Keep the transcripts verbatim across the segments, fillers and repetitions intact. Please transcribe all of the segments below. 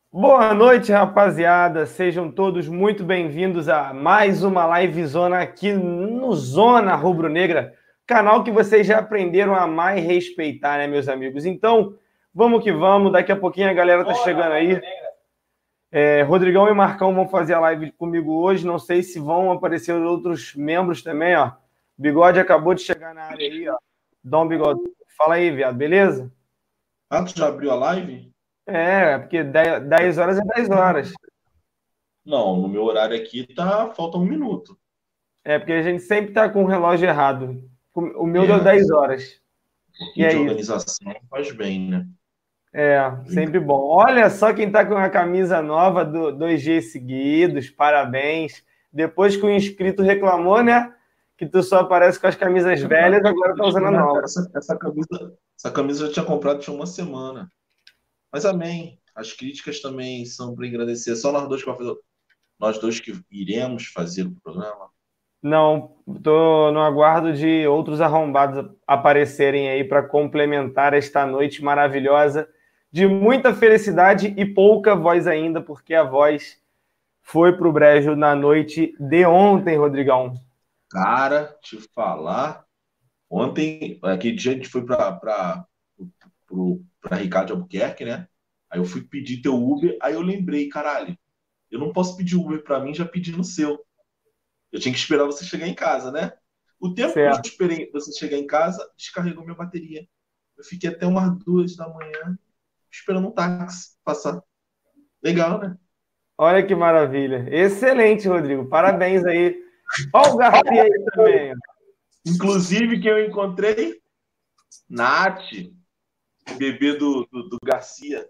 Boa noite, rapaziada. Sejam todos muito bem-vindos a mais uma livezona aqui no Zona Rubro-Negra, canal que vocês já aprenderam a amar e respeitar, né, meus amigos? Então, vamos que vamos. Daqui a pouquinho a galera tá chegando aí. É, Rodrigão e Marcão vão fazer a live comigo hoje. Não sei se vão aparecer outros membros também, ó. Bigode acabou de chegar na área aí, ó. Dom Bigode. Fala aí, viado, beleza? Ah, tu já abriu a live? É, porque dez horas é dez horas. Não, no meu horário aqui tá, falta um minuto. É, porque a gente sempre tá com o relógio errado. O meu deu É, dez horas. um E pouquinho é de isso. organização faz bem, né? É, Brinca- sempre bom. Olha só quem tá com a camisa nova do dois G seguidos. Parabéns. Depois que o inscrito reclamou, né? Que tu só aparece com as camisas velhas, agora tá usando a Caraca, nova. essa, essa camisa, essa camisa eu já tinha comprado tinha uma semana. Mas amém. As críticas também são para agradecer. Só nós dois que vai fazer, nós dois que iremos fazer o programa. Não, tô no aguardo de outros arrombados aparecerem aí para complementar esta noite maravilhosa de muita felicidade e pouca voz ainda, porque a voz foi pro brejo na noite de ontem, Rodrigão. Cara, te falar. Ontem, aquele dia a gente foi para Ricardo de Albuquerque, né? Aí eu fui pedir teu Uber, aí eu lembrei, caralho, eu não posso pedir Uber para mim já pedi no seu. Eu tinha que esperar você chegar em casa, né? O tempo que eu Certo. esperei você chegar em casa, descarregou minha bateria. Eu fiquei até umas duas da manhã esperando um táxi passar. Legal, né? Olha que maravilha. Excelente, Rodrigo. Parabéns aí. Olha o Garcia aí também. Inclusive, quem eu encontrei? Nath, bebê do, do, do Garcia.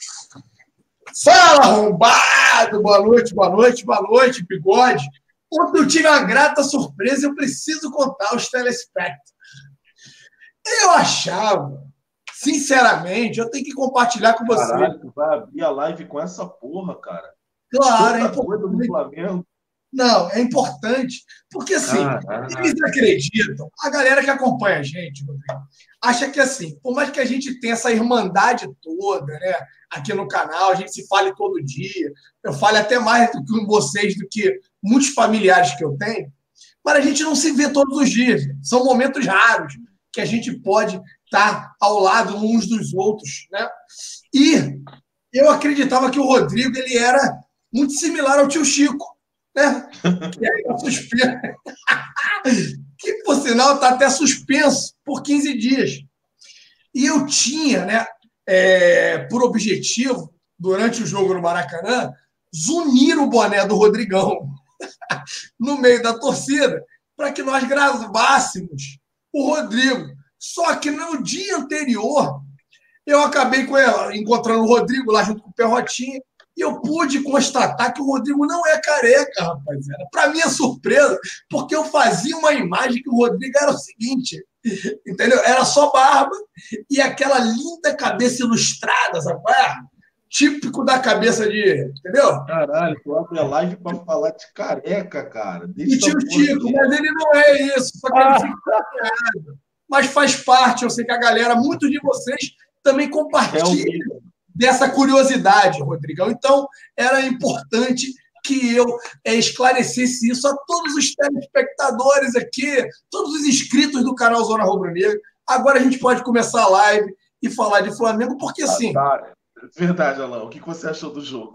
Fala, arrombado! Boa noite, boa noite, boa noite, bigode. Ontem eu tive uma grata surpresa, eu preciso contar aos telespectadores. Eu achava, sinceramente, eu tenho que compartilhar com você. Caralho, tu vai abrir a live com essa porra, cara. Claro, é Tanta coisa do importante. Flamengo. Não, é importante, porque assim, Caralho. eles acreditam, a galera que acompanha a gente, Rodrigo, acha que assim, por mais que a gente tenha essa irmandade toda, né, aqui no canal, a gente se fale todo dia, eu falo até mais do que com vocês, do que muitos familiares que eu tenho, mas a gente não se vê todos os dias, são momentos raros que a gente pode estar ao lado uns dos outros, né? E eu acreditava que o Rodrigo ele era muito similar ao tio Chico, né? Que aí tá suspenso. Que, por sinal, está até suspenso por quinze dias. E eu tinha, né, é, por objetivo, durante o jogo no Maracanã, zunir o boné do Rodrigão no meio da torcida para que nós gravássemos o Rodrigo. Só que no dia anterior, eu acabei encontrando o Rodrigo lá junto com o Perrotinha e eu pude constatar que o Rodrigo não é careca, rapaziada. Para minha surpresa, porque eu fazia uma imagem que o Rodrigo era o seguinte, entendeu? Era só barba e aquela linda cabeça ilustrada, sabe? Típico da cabeça de, entendeu? Caralho, tu abre a live pra falar de careca, cara. E Deixa essa tio porra Chico, aqui. mas ele não é isso, só que ele fica chateado. Mas faz parte, eu sei que a galera, muitos de vocês também É o compartilham dessa curiosidade, Rodrigão. Então, era importante que eu é, esclarecesse isso a todos os telespectadores aqui, todos os inscritos do canal Zona Rubro Negra. Agora a gente pode começar a live e falar de Flamengo, porque Ah, assim, tá. Verdade, Alain. O que você achou do jogo?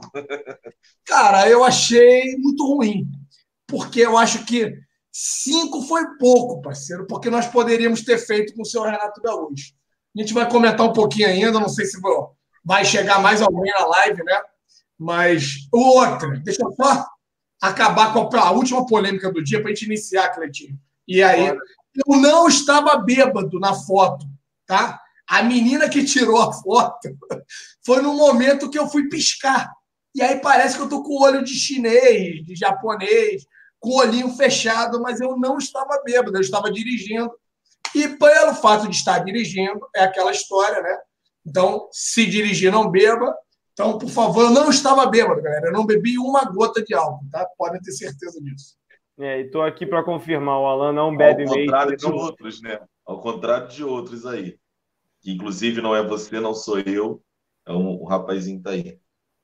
cara, eu achei muito ruim, porque eu acho que cinco foi pouco, parceiro, porque nós poderíamos ter feito com o senhor Renato Gaúcho. A gente vai comentar um pouquinho ainda, não sei se vai chegar mais alguém na live, né? Mas outra, deixa eu só acabar com a última polêmica do dia para a gente iniciar, Cleitinho. E aí, eu não estava bêbado na foto, tá? A menina que tirou a foto foi no momento que eu fui piscar. E aí parece que eu tô com o olho de chinês, de japonês, com o olhinho fechado, mas eu não estava bêbado, eu estava dirigindo. E pelo fato de estar dirigindo, é aquela história, né? Então, se dirigir, não beba. Então, por favor, eu não estava bêbado, galera. Eu não bebi uma gota de álcool, tá? Podem ter certeza disso. É, e tô aqui para confirmar, o Alan não Ao bebe mesmo. contrário de Não... outros, né? Ao contrário de outros aí. Que inclusive não é você, não sou eu. É um, o rapazinho tá aí.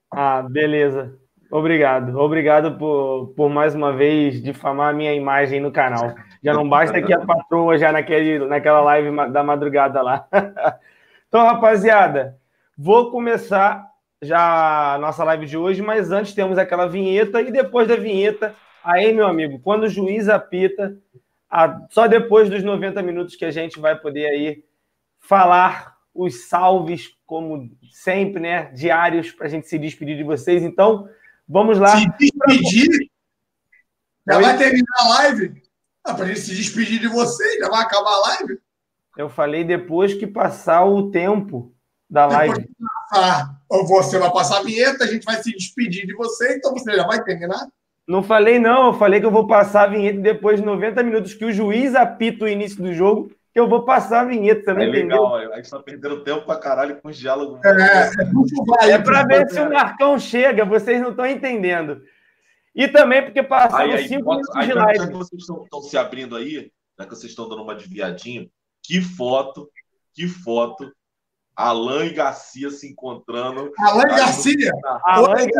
Ah, beleza. Obrigado. Obrigado por, por mais uma vez difamar a minha imagem no canal. Já não basta que a patroa já naquele, naquela live da madrugada lá. Então, rapaziada, vou começar já a nossa live de hoje, mas antes temos aquela vinheta e depois da vinheta, aí, meu amigo, quando o juiz apita, a, só depois dos noventa minutos que a gente vai poder aí falar os salves, como sempre, né? Diários, para a gente se despedir de vocês. Então, vamos lá. Se despedir? Já Oi? Vai terminar a live? Ah, para a gente se despedir de vocês, já vai acabar a live? Eu falei depois que passar o tempo da depois live. Ah, você vai passar a vinheta, a gente vai se despedir de você, então você já vai terminar? Não falei, não. Eu falei que eu vou passar a vinheta depois de noventa minutos que o juiz apita o início do jogo, que eu vou passar a vinheta também, é entendeu? Legal, a gente tá perdendo tempo pra caralho com os diálogos. É, é, é para ver se o Marcão chega, vocês não estão entendendo. E também porque passaram aí, aí, cinco bota, minutos aí, de já, live. Já que vocês estão se abrindo aí, já que vocês estão dando uma desviadinha, que foto, que foto, Alan e Garcia se encontrando. Alan e Garcia! Alan e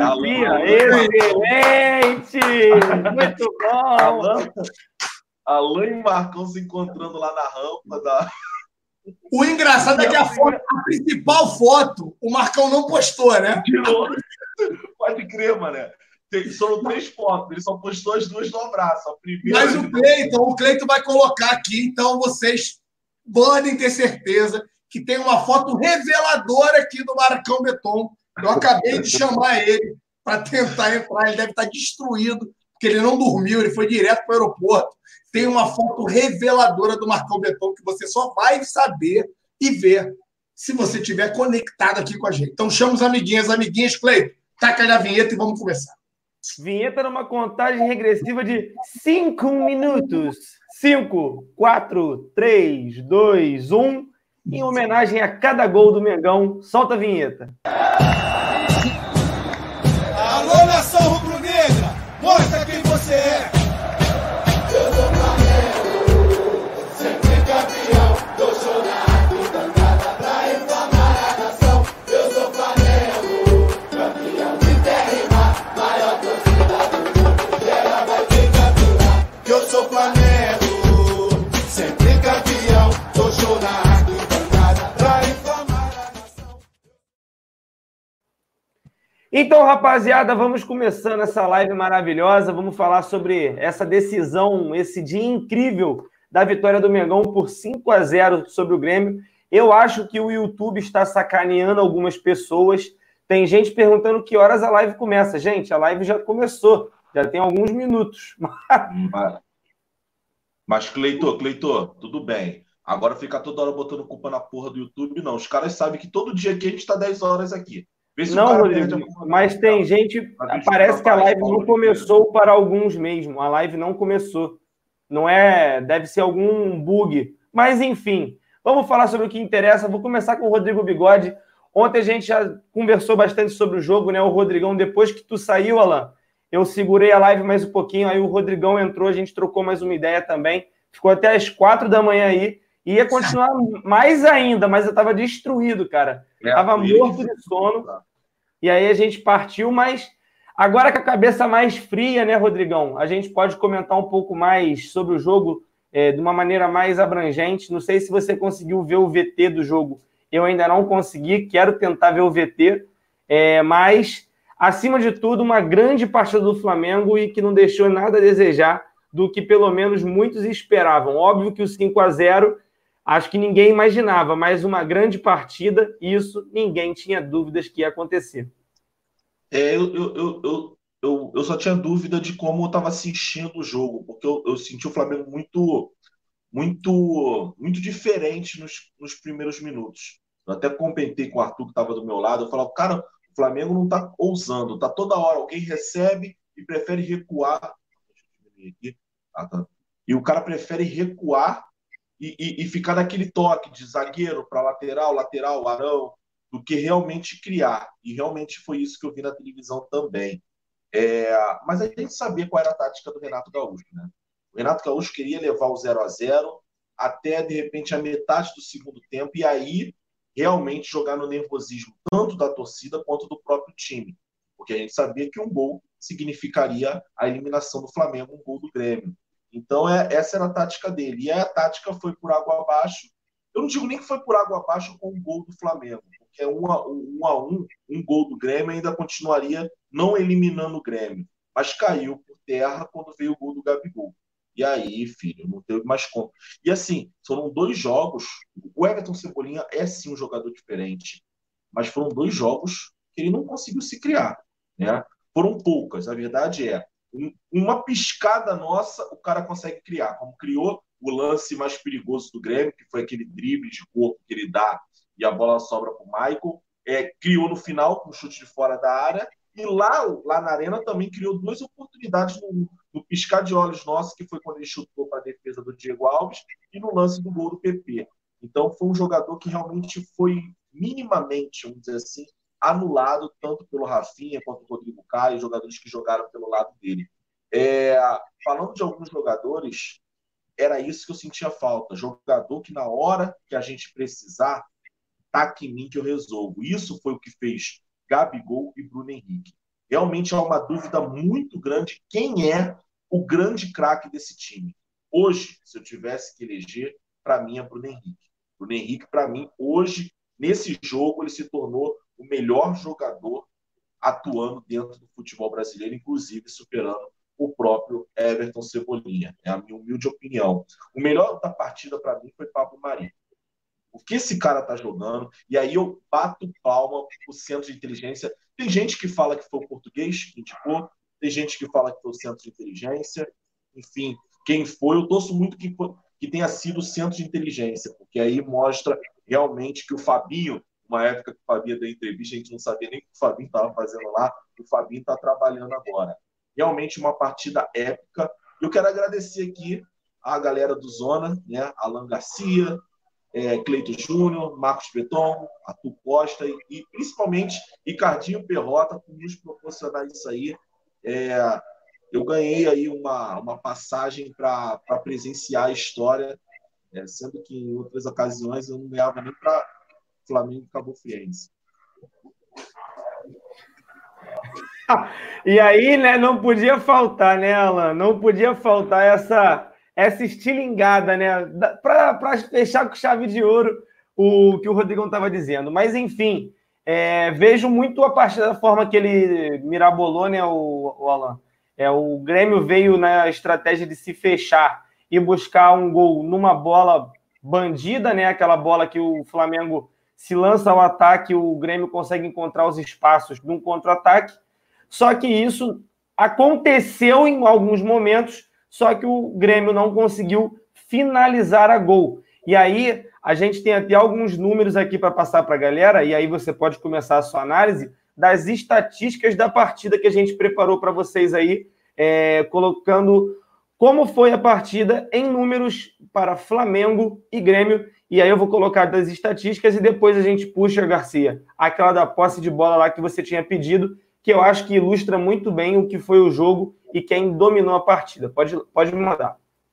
Garcia, excelente! Muito bom! Alan, Alan e Marcão se encontrando lá na rampa da... O engraçado é que a, foto, a principal foto, o Marcão não postou, né? Pode crer, mané. Tem, são três fotos, ele só postou as duas no abraço. A primeira... Mas o Cleiton, o Cleiton vai colocar aqui, então vocês podem ter certeza que tem uma foto reveladora aqui do Marcão Beton. Eu acabei de chamar ele para tentar entrar, ele deve estar destruído, porque ele não dormiu, ele foi direto para o aeroporto. Tem uma foto reveladora do Marcão Beton que você só vai saber e ver se você estiver conectado aqui com a gente. Então chama os amiguinhos, amiguinhas, Cleiton, taca aí a vinheta e vamos começar. Vinheta numa contagem regressiva de cinco minutos. cinco, quatro, três, dois, um. Em homenagem a cada gol do Mengão, solta a vinheta. Alô, nação rubro-negra, mostra quem você é. Eu sou Flamengo, sempre campeão, tô chorando, cantada pra inflamar a nação. Eu sou Flamengo, campeão de terra e mar, maior torcida do mundo, ela vai ter campeão. Eu sou Flamengo, sempre campeão, tô chorando. Então, rapaziada, vamos começando essa live maravilhosa. Vamos falar sobre essa decisão, esse dia incrível da vitória do Mengão por cinco a zero sobre o Grêmio. Eu acho que o YouTube está sacaneando algumas pessoas. Tem gente perguntando que horas a live começa. Gente, a live já começou, já tem alguns minutos. Mas, mas Cleitor, Cleitor, tudo bem. Agora ficar toda hora botando culpa na porra do YouTube, não. Os caras sabem que todo dia aqui a gente está dez horas aqui. Não, Rodrigo, mas tem gente... Parece que a live não começou para alguns mesmo. A live não começou. Não é... Deve ser algum bug. Mas, enfim, vamos falar sobre o que interessa. Vou começar com o Rodrigo Bigode. Ontem a gente já conversou bastante sobre o jogo, né? O Rodrigão, depois que tu saiu, Alan, eu segurei a live mais um pouquinho, aí o Rodrigão entrou, a gente trocou mais uma ideia também. Ficou até às quatro da manhã aí. Ia continuar mais ainda, mas eu tava destruído, cara. É, tava morto de sono. E aí a gente partiu, mas agora com a cabeça mais fria, né, Rodrigão? A gente pode comentar um pouco mais sobre o jogo é, de uma maneira mais abrangente. Não sei se você conseguiu ver o V T do jogo. Eu ainda não consegui, quero tentar ver o V T. É, mas, acima de tudo, uma grande partida do Flamengo e que não deixou nada a desejar do que pelo menos muitos esperavam. Óbvio que o cinco a zero... Acho que ninguém imaginava, mas uma grande partida, isso ninguém tinha dúvidas que ia acontecer. É, eu, eu, eu, eu, eu, eu só tinha dúvida de como eu estava assistindo o jogo, porque eu, eu senti o Flamengo muito, muito, muito diferente nos, nos primeiros minutos. Eu até comentei com o Arthur, que estava do meu lado, eu falava, cara, o Flamengo não está ousando, está toda hora, alguém recebe e prefere recuar. Ah, tá. E o cara prefere recuar E, e, e ficar naquele toque de zagueiro para lateral, lateral, Arão, do que realmente criar. E realmente foi isso que eu vi na televisão também. É, mas a gente sabia qual era a tática do Renato Gaúcho, né? O Renato Gaúcho queria levar o zero a zero até, de repente, a metade do segundo tempo e aí realmente jogar no nervosismo tanto da torcida quanto do próprio time. porque a gente sabia que um gol significaria a eliminação do Flamengo, um gol do Grêmio. Então, é, essa era a tática dele. E aí a tática foi por água abaixo. Eu não digo nem que foi por água abaixo com o gol do Flamengo, porque um a um, um, a um, um gol do Grêmio ainda continuaria não eliminando o Grêmio, mas caiu por terra quando veio o gol do Gabigol. E aí, filho, não teve mais como. E assim, foram dois jogos. O Everton Cebolinha é sim um jogador diferente, mas foram dois jogos que ele não conseguiu se criar, né? Foram poucas, a verdade é. Uma piscada nossa, o cara consegue criar, como criou o lance mais perigoso do Grêmio, que foi aquele drible de corpo que ele dá e a bola sobra para o Michael. É, criou no final com um chute de fora da área. E lá, lá na Arena também criou duas oportunidades no, no piscar de olhos nosso, que foi quando ele chutou para a defesa do Diego Alves e no lance do gol do P P. Então foi um jogador que realmente foi minimamente, vamos dizer assim, anulado tanto pelo Rafinha quanto pelo Rodrigo Caio, jogadores que jogaram pelo lado dele. É, falando de alguns jogadores, era isso que eu sentia falta. Jogador que na hora que a gente precisar, taca em mim que eu resolvo. Isso foi o que fez Gabigol e Bruno Henrique. Realmente há uma dúvida muito grande quem é o grande craque desse time. Hoje, se eu tivesse que eleger, para mim é Bruno Henrique. Bruno Henrique, para mim, hoje, nesse jogo, ele se tornou o melhor jogador atuando dentro do futebol brasileiro, inclusive superando o próprio Everton Cebolinha. É a minha humilde opinião. O melhor da partida, para mim, foi Pablo Mari. O que esse cara tá jogando, e aí eu bato palma pro centro de inteligência. Tem gente que fala que foi o português que indicou, tem gente que fala que foi o centro de inteligência, enfim, quem foi, eu torço muito que, que tenha sido o centro de inteligência, porque aí mostra realmente que o Fabinho, uma época que o Fabinho deu entrevista, a gente não sabia nem o que o Fabinho estava fazendo lá, o Fabinho está trabalhando agora. Realmente uma partida épica. Eu quero agradecer aqui a galera do Zona, né? Alan Garcia, É, Cleito Júnior, Marcos Beton, Arthur Costa e, e principalmente Ricardinho Perrota por nos proporcionar isso aí. É, eu ganhei aí uma, uma passagem para presenciar a história, é, sendo que em outras ocasiões eu não ganhava nem para Flamengo e Cabo Friense. E aí, né, não podia faltar, né, Alan? Não podia faltar essa... essa estilingada, né? Para fechar com chave de ouro o que o Rodrigão estava dizendo. Mas, enfim, é, vejo muito a partir da forma que ele mirabolou, né, o, o Alan. É, o Grêmio veio na estratégia de se fechar e buscar um gol numa bola bandida, né? Aquela bola que o Flamengo se lança ao ataque, o Grêmio consegue encontrar os espaços de um contra-ataque. Só que isso aconteceu em alguns momentos, só que o Grêmio não conseguiu finalizar a gol. E aí, a gente tem até alguns números aqui para passar para a galera, e aí você pode começar a sua análise das estatísticas da partida que a gente preparou para vocês aí, é, colocando como foi a partida em números para Flamengo e Grêmio. E aí eu vou colocar das estatísticas e depois a gente puxa, Garcia, aquela da posse de bola lá que você tinha pedido, que eu acho que ilustra muito bem o que foi o jogo e quem dominou a partida. Pode, pode me mandar.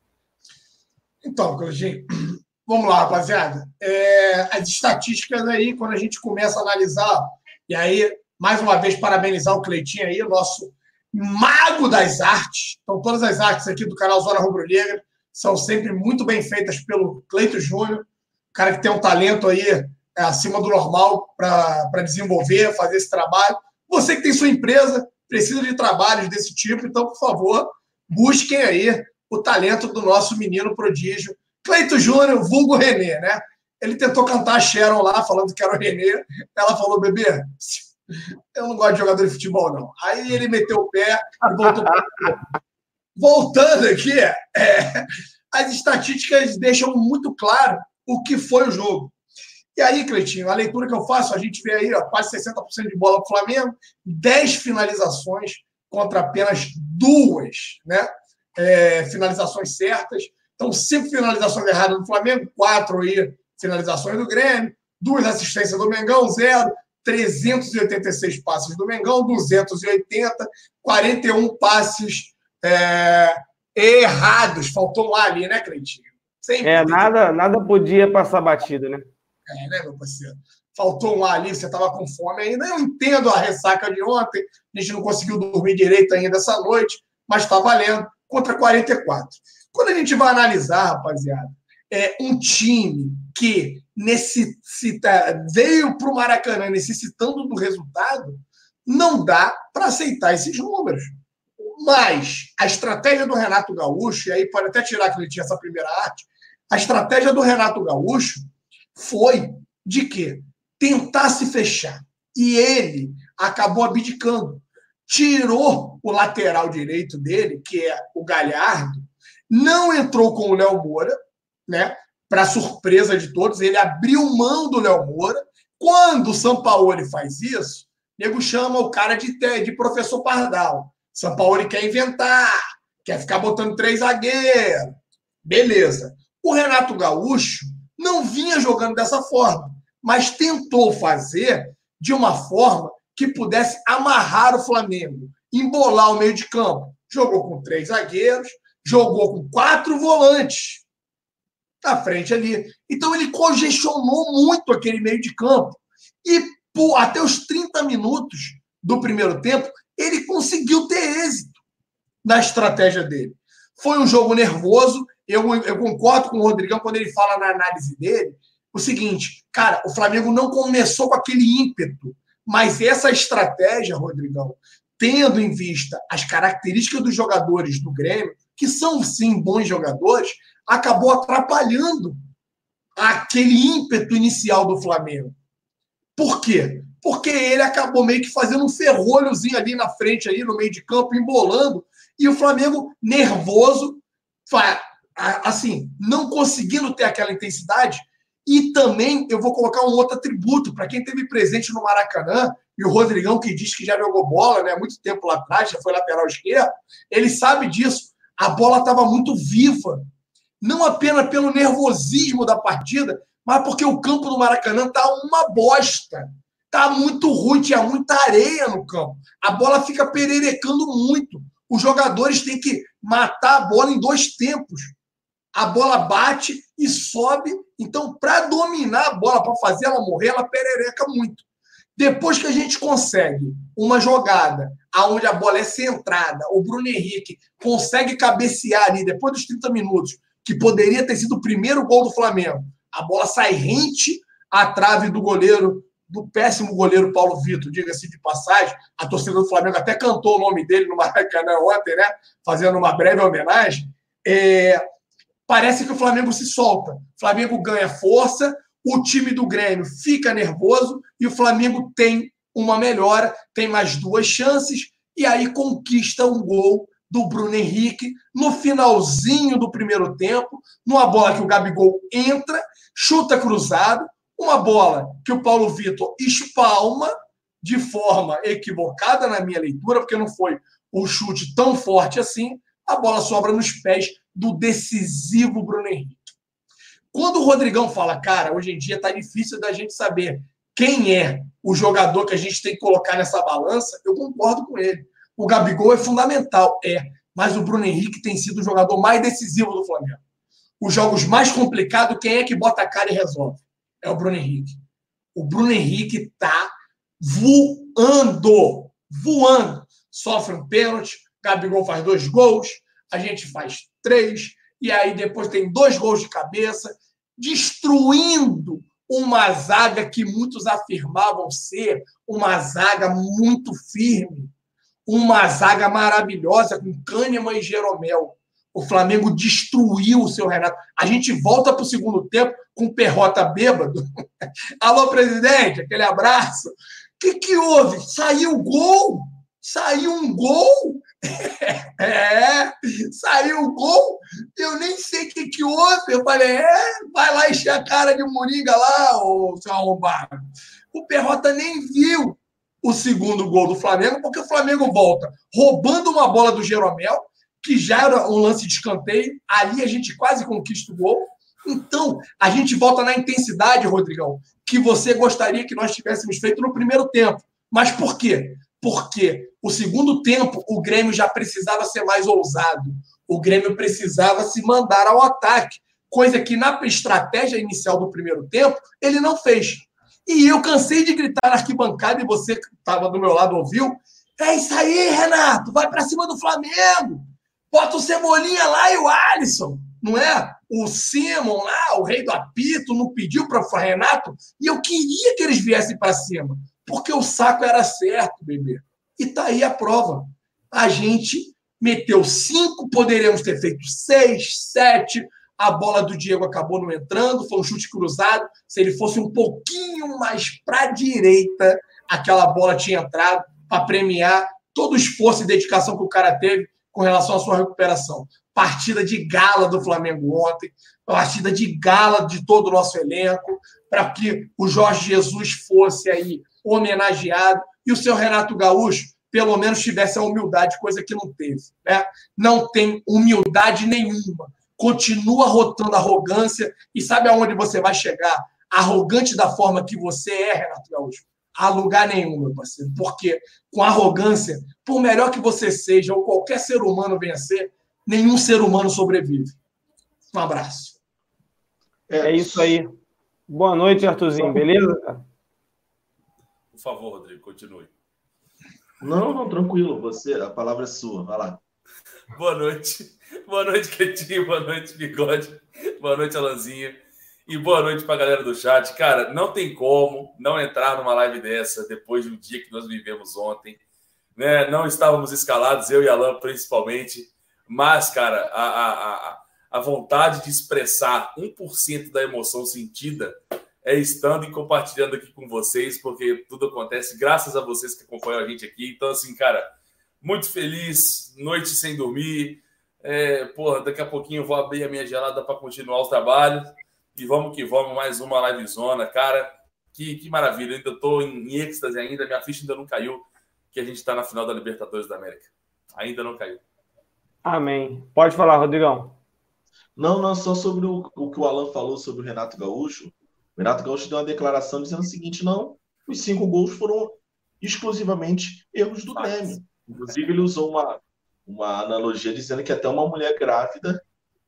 Então, Claudinho, vamos lá, rapaziada. É, as estatísticas aí, quando a gente começa a analisar, e aí, mais uma vez, parabenizar o Cleitinho aí, o nosso mago das artes. Então, todas as artes aqui do canal Zona Rubro Negra são sempre muito bem feitas pelo Cleito Júnior, cara que tem um talento aí é, acima do normal para desenvolver, fazer esse trabalho. Você que tem sua empresa, precisa de trabalhos desse tipo, então, por favor, busquem aí o talento do nosso menino prodígio, Cleito Júnior, vulgo Renê, né? Ele tentou cantar a Sharon lá, falando que era o Renê. Ela falou, bebê, eu não gosto de jogador de futebol, não. Aí ele meteu o pé e voltou para Voltando aqui, é, as estatísticas deixam muito claro o que foi o jogo. E aí, Cleitinho, a leitura que eu faço, a gente vê aí ó, quase sessenta por cento de bola para o Flamengo, dez finalizações contra apenas duas, né? É, finalizações certas. Então, cinco finalizações erradas do Flamengo, quatro aí, finalizações do Grêmio, duas assistências do Mengão, zero, trezentos e oitenta e seis passes do Mengão, duzentos e oitenta, quarenta e um passes é, errados. Faltou um lá ali, né, Cleitinho? Sempre é, nada, nada podia passar batido, né? É, né, meu parceiro? faltou um ar ali, você estava com fome ainda. Eu entendo a ressaca de ontem, a gente não conseguiu dormir direito ainda essa noite, mas está valendo contra quarenta e quatro. Quando a gente vai analisar, rapaziada, é um time que necessita, veio para o Maracanã necessitando do resultado, não dá para aceitar esses números. Mas a estratégia do Renato Gaúcho, e aí pode até tirar que ele tinha essa primeira arte, a estratégia do Renato Gaúcho foi de quê? Tentar se fechar. E ele acabou abdicando. Tirou o lateral direito dele, que é o Galhardo, não entrou com o Léo Moura, né? Para surpresa de todos, ele abriu mão do Léo Moura. Quando o Sampaoli faz isso, o nego chama o cara de, de professor Pardal. Sampaoli quer inventar, quer ficar botando três zagueiros. Beleza. O Renato Gaúcho não vinha jogando dessa forma, mas tentou fazer de uma forma que pudesse amarrar o Flamengo, embolar o meio de campo. Jogou com três zagueiros, jogou com quatro volantes na frente ali. Então ele congestionou muito aquele meio de campo. E por, até os trinta minutos do primeiro tempo, ele conseguiu ter êxito na estratégia dele. Foi um jogo nervoso. Eu, eu concordo com o Rodrigão quando ele fala na análise dele o seguinte, cara, o Flamengo não começou com aquele ímpeto, mas essa estratégia, Rodrigão, tendo em vista as características dos jogadores do Grêmio, que são, sim, bons jogadores, acabou atrapalhando aquele ímpeto inicial do Flamengo. Por quê? Porque ele acabou meio que fazendo um ferrolhozinho ali na frente, ali no meio de campo, embolando, e o Flamengo nervoso, assim, não conseguindo ter aquela intensidade. E também eu vou colocar um outro atributo para quem esteve presente no Maracanã, e o Rodrigão, que diz que já jogou bola, né, há muito tempo lá atrás, já foi lateral esquerdo, ele sabe disso. A bola estava muito viva, não apenas pelo nervosismo da partida, mas porque o campo do Maracanã está uma bosta. Está muito ruim, tinha muita areia no campo. A bola fica pererecando muito. Os jogadores têm que matar a bola em dois tempos. A bola bate e sobe. Então, para dominar a bola, para fazer ela morrer, ela perereca muito. Depois que a gente consegue uma jogada onde a bola é centrada, o Bruno Henrique consegue cabecear ali, depois dos trinta minutos, que poderia ter sido o primeiro gol do Flamengo, a bola sai rente à trave do goleiro, do péssimo goleiro Paulo Vitor, diga-se de passagem. A torcida do Flamengo até cantou o nome dele no Maracanã ontem, né? Fazendo uma breve homenagem. É... Parece que o Flamengo se solta. O Flamengo ganha força, o time do Grêmio fica nervoso e o Flamengo tem uma melhora, tem mais duas chances e aí conquista um gol do Bruno Henrique no finalzinho do primeiro tempo, numa bola que o Gabigol entra, chuta cruzado, uma bola que o Paulo Vitor espalma de forma equivocada na minha leitura, porque não foi um chute tão forte assim, a bola sobra nos pés do decisivo Bruno Henrique. Quando o Rodrigão fala, cara, hoje em dia tá difícil da gente saber quem é o jogador que a gente tem que colocar nessa balança, eu concordo com ele. O Gabigol é fundamental, é, mas o Bruno Henrique tem sido o jogador mais decisivo do Flamengo. Os jogos mais complicados, quem é que bota a cara e resolve? É o Bruno Henrique. O Bruno Henrique tá voando, voando. Sofre um pênalti, Gabigol faz dois gols, a gente faz três, e aí depois tem dois gols de cabeça, destruindo uma zaga que muitos afirmavam ser uma zaga muito firme, uma zaga maravilhosa com Kahneman e Jeromel. O Flamengo destruiu o seu Renato. A gente volta para o segundo tempo com o Perrota bêbado. Alô, presidente, aquele abraço. O que, que houve? Saiu o gol? Saiu um gol? É, saiu o gol. Eu nem sei o que, que houve. Eu falei, é, vai lá encher a cara de Moringa lá, ô seu arrombado. O Perrota nem viu o segundo gol do Flamengo, porque o Flamengo volta roubando uma bola do Jeromel, que já era um lance de escanteio. Ali a gente quase conquista o gol. Então, a gente volta na intensidade, Rodrigão, que você gostaria que nós tivéssemos feito no primeiro tempo. Mas por quê? Porque o segundo tempo, o Grêmio já precisava ser mais ousado. O Grêmio precisava se mandar ao ataque, coisa que na estratégia inicial do primeiro tempo, ele não fez. E eu cansei de gritar na arquibancada, e você que estava do meu lado ouviu. É isso aí, Renato, vai para cima do Flamengo. Bota o Cebolinha lá e o Alisson, não é? O Simon lá, o rei do apito, não pediu para o Renato, e eu queria que eles viessem para cima, porque o saco era certo, bebê. E tá aí a prova. A gente meteu cinco, poderíamos ter feito seis, sete. A bola do Diego acabou não entrando, foi um chute cruzado. Se ele fosse um pouquinho mais para a direita, aquela bola tinha entrado para premiar todo o esforço e dedicação que o cara teve com relação à sua recuperação. Partida de gala do Flamengo ontem, partida de gala de todo o nosso elenco, para que o Jorge Jesus fosse aí homenageado e o seu Renato Gaúcho, pelo menos, tivesse a humildade, coisa que não teve. Né? Não tem humildade nenhuma. Continua rotando arrogância e sabe aonde você vai chegar? Arrogante da forma que você é, Renato Gaúcho? A lugar nenhum, meu parceiro. Porque com arrogância, por melhor que você seja ou qualquer ser humano venha a ser, nenhum ser humano sobrevive. Um abraço. É isso aí. Boa noite, Arthurzinho. Beleza, cara? Por favor, Rodrigo, continue. Não, não, tranquilo. Você, a palavra é sua. Vai lá. Boa noite. Boa noite, Quetinho. Boa noite, Bigode. Boa noite, Alanzinha. E boa noite para a galera do chat. Cara, não tem como não entrar numa live dessa depois do dia que nós vivemos ontem. Né? Não estávamos escalados, eu e Alan principalmente. Mas, cara, a, a, a, a vontade de expressar um por cento da emoção sentida é estando e compartilhando aqui com vocês, porque tudo acontece graças a vocês que acompanham a gente aqui. Então, assim, cara, muito feliz, noite sem dormir. É, porra, daqui a pouquinho eu vou abrir a minha gelada para continuar os trabalhos. E vamos que vamos, mais uma livezona. Cara, que, que maravilha. Eu ainda estou em êxtase ainda, minha ficha ainda não caiu, que a gente está na final da Libertadores da América. Ainda não caiu. Amém. Pode falar, Rodrigão. Não, não, só sobre o, o que o Alan falou sobre o Renato Gaúcho. O Renato Gaúcho deu uma declaração dizendo o seguinte: não, os cinco gols foram exclusivamente erros do Grêmio. Inclusive, ele usou uma, uma analogia dizendo que até uma mulher grávida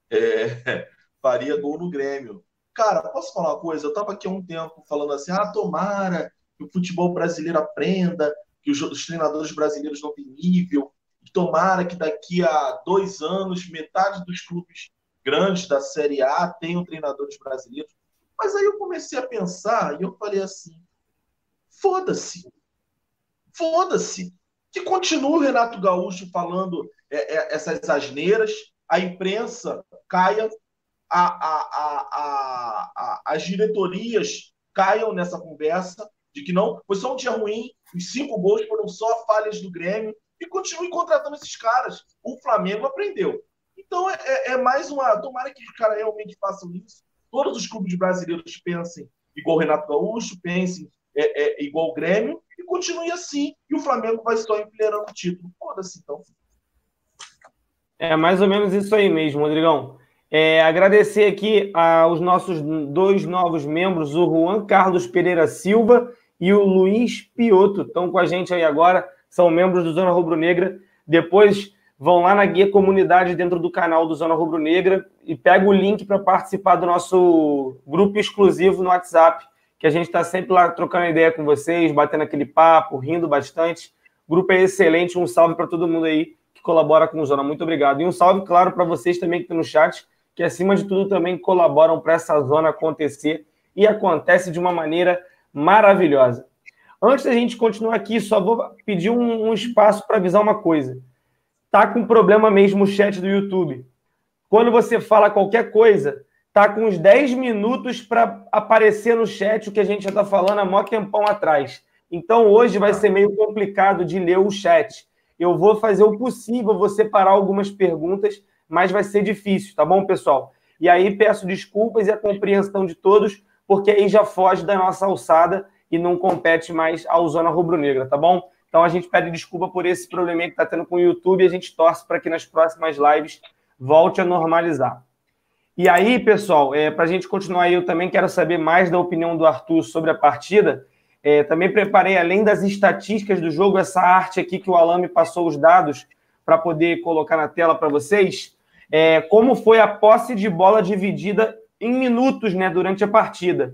é, faria gol no Grêmio. Cara, posso falar uma coisa? Eu estava aqui há um tempo falando assim, ah, tomara que o futebol brasileiro aprenda, que os, os treinadores brasileiros não têm nível, tomara que daqui a dois anos metade dos clubes grandes da Série A tenham treinadores brasileiros. Mas aí eu comecei a pensar e eu falei assim, foda-se, foda-se, que continue o Renato Gaúcho falando é, é, essas asneiras, a imprensa caia, a, a, a, a, a, as diretorias caiam nessa conversa de que não, foi só um dia ruim, os cinco gols foram só falhas do Grêmio, e continue contratando esses caras. O Flamengo aprendeu. Então é, é mais uma... Tomara que os caras realmente façam isso. Todos os clubes brasileiros pensem igual o Renato Gaúcho, pensem é, é, igual o Grêmio, e continue assim. E o Flamengo vai só empilhando o título. Foda-se, então. É mais ou menos isso aí mesmo, Rodrigão. É, agradecer aqui aos nossos dois novos membros, o Juan Carlos Pereira Silva e o Luiz Pioto. Estão com a gente aí agora, são membros do Zona Rubro Negra. Depois vão lá na guia comunidade dentro do canal do Zona Rubro Negra e pega o link para participar do nosso grupo exclusivo no WhatsApp, que a gente está sempre lá trocando ideia com vocês, batendo aquele papo, rindo bastante. O grupo é excelente, um salve para todo mundo aí que colabora com o Zona. Muito obrigado. E um salve, claro, para vocês também que estão no chat, que acima de tudo também colaboram para essa zona acontecer e acontece de uma maneira maravilhosa. Antes da gente continuar aqui, só vou pedir um, um espaço para avisar uma coisa. Tá com problema mesmo o chat do YouTube. Quando você fala qualquer coisa, tá com uns dez minutos para aparecer no chat o que a gente já está falando há mó tempão atrás. Então hoje vai ser meio complicado de ler o chat. Eu vou fazer o possível, vou separar algumas perguntas, mas vai ser difícil, tá bom, pessoal? E aí peço desculpas e a compreensão de todos, porque aí já foge da nossa alçada e não compete mais ao Zona Rubro Negra, tá bom? Então a gente pede desculpa por esse probleminha que está tendo com o YouTube e a gente torce para que nas próximas lives volte a normalizar. E aí, pessoal, é, para a gente continuar, eu também quero saber mais da opinião do Arthur sobre a partida. É, também preparei, além das estatísticas do jogo, essa arte aqui que o Alan me passou os dados para poder colocar na tela para vocês. É, como foi a posse de bola dividida em minutos, né, durante a partida.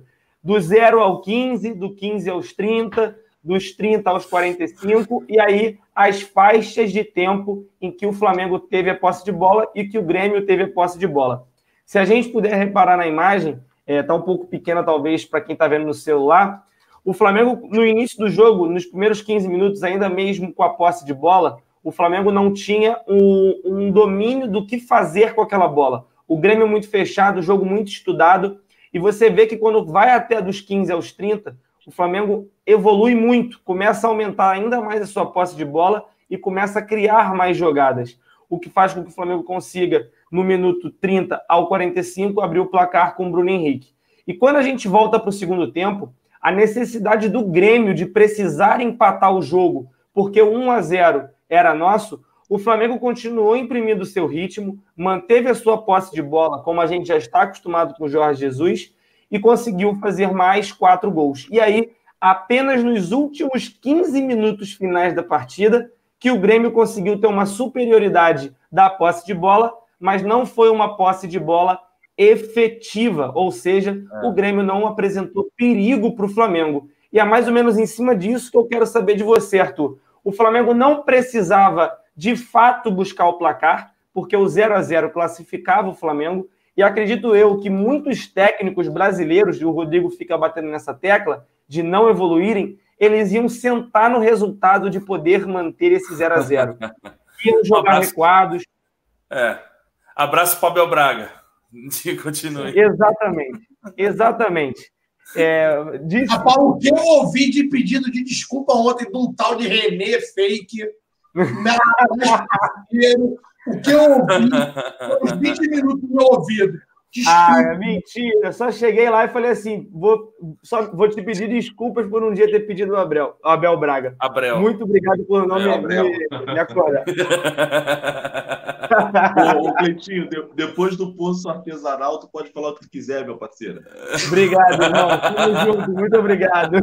do zero ao quinze, do quinze aos trinta, dos trinta aos quarenta e cinco, e aí as faixas de tempo em que o Flamengo teve a posse de bola e que o Grêmio teve a posse de bola. Se a gente puder reparar na imagem, está é, um pouco pequena talvez para quem está vendo no celular, o Flamengo, no início do jogo, nos primeiros quinze minutos, ainda mesmo com a posse de bola, o Flamengo não tinha um, um domínio do que fazer com aquela bola. O Grêmio muito fechado, o jogo muito estudado, e você vê que quando vai até dos quinze aos trinta, o Flamengo evolui muito, começa a aumentar ainda mais a sua posse de bola e começa a criar mais jogadas, o que faz com que o Flamengo consiga, no minuto trinta ao quarenta e cinco, abrir o placar com o Bruno Henrique. E quando a gente volta para o segundo tempo, a necessidade do Grêmio de precisar empatar o jogo, porque o um a zero era nosso, o Flamengo continuou imprimindo o seu ritmo, manteve a sua posse de bola, como a gente já está acostumado com o Jorge Jesus, e conseguiu fazer mais quatro gols. E aí, apenas nos últimos quinze minutos finais da partida, que o Grêmio conseguiu ter uma superioridade da posse de bola, mas não foi uma posse de bola efetiva, ou seja, é. o Grêmio não apresentou perigo para o Flamengo. E é mais ou menos em cima disso que eu quero saber de você, Arthur. O Flamengo não precisava, de fato, buscar o placar, porque o zero a zero classificava o Flamengo, e acredito eu que muitos técnicos brasileiros, e o Rodrigo fica batendo nessa tecla, de não evoluírem, eles iam sentar no resultado de poder manter esse zero a zero. Iam jogar um recuados. É. Abraço para o Abel Braga. Continue. Exatamente. Exatamente. É, diz... Rapaz, o que eu ouvi de pedido de desculpa ontem de um tal de René fake, o que eu ouvi foi uns vinte minutos no meu ouvido. Ah, é mentira. Só cheguei lá e falei assim: vou, só, vou te pedir desculpas por um dia ter pedido o Abel, o Abel Braga. Abel. Muito obrigado por não é, me, me, me acordar. Ô, ô Cleitinho, de, depois do poço artesanal, tu pode falar o que tu quiser, meu parceiro. Obrigado, irmão. Tamo junto. Muito obrigado.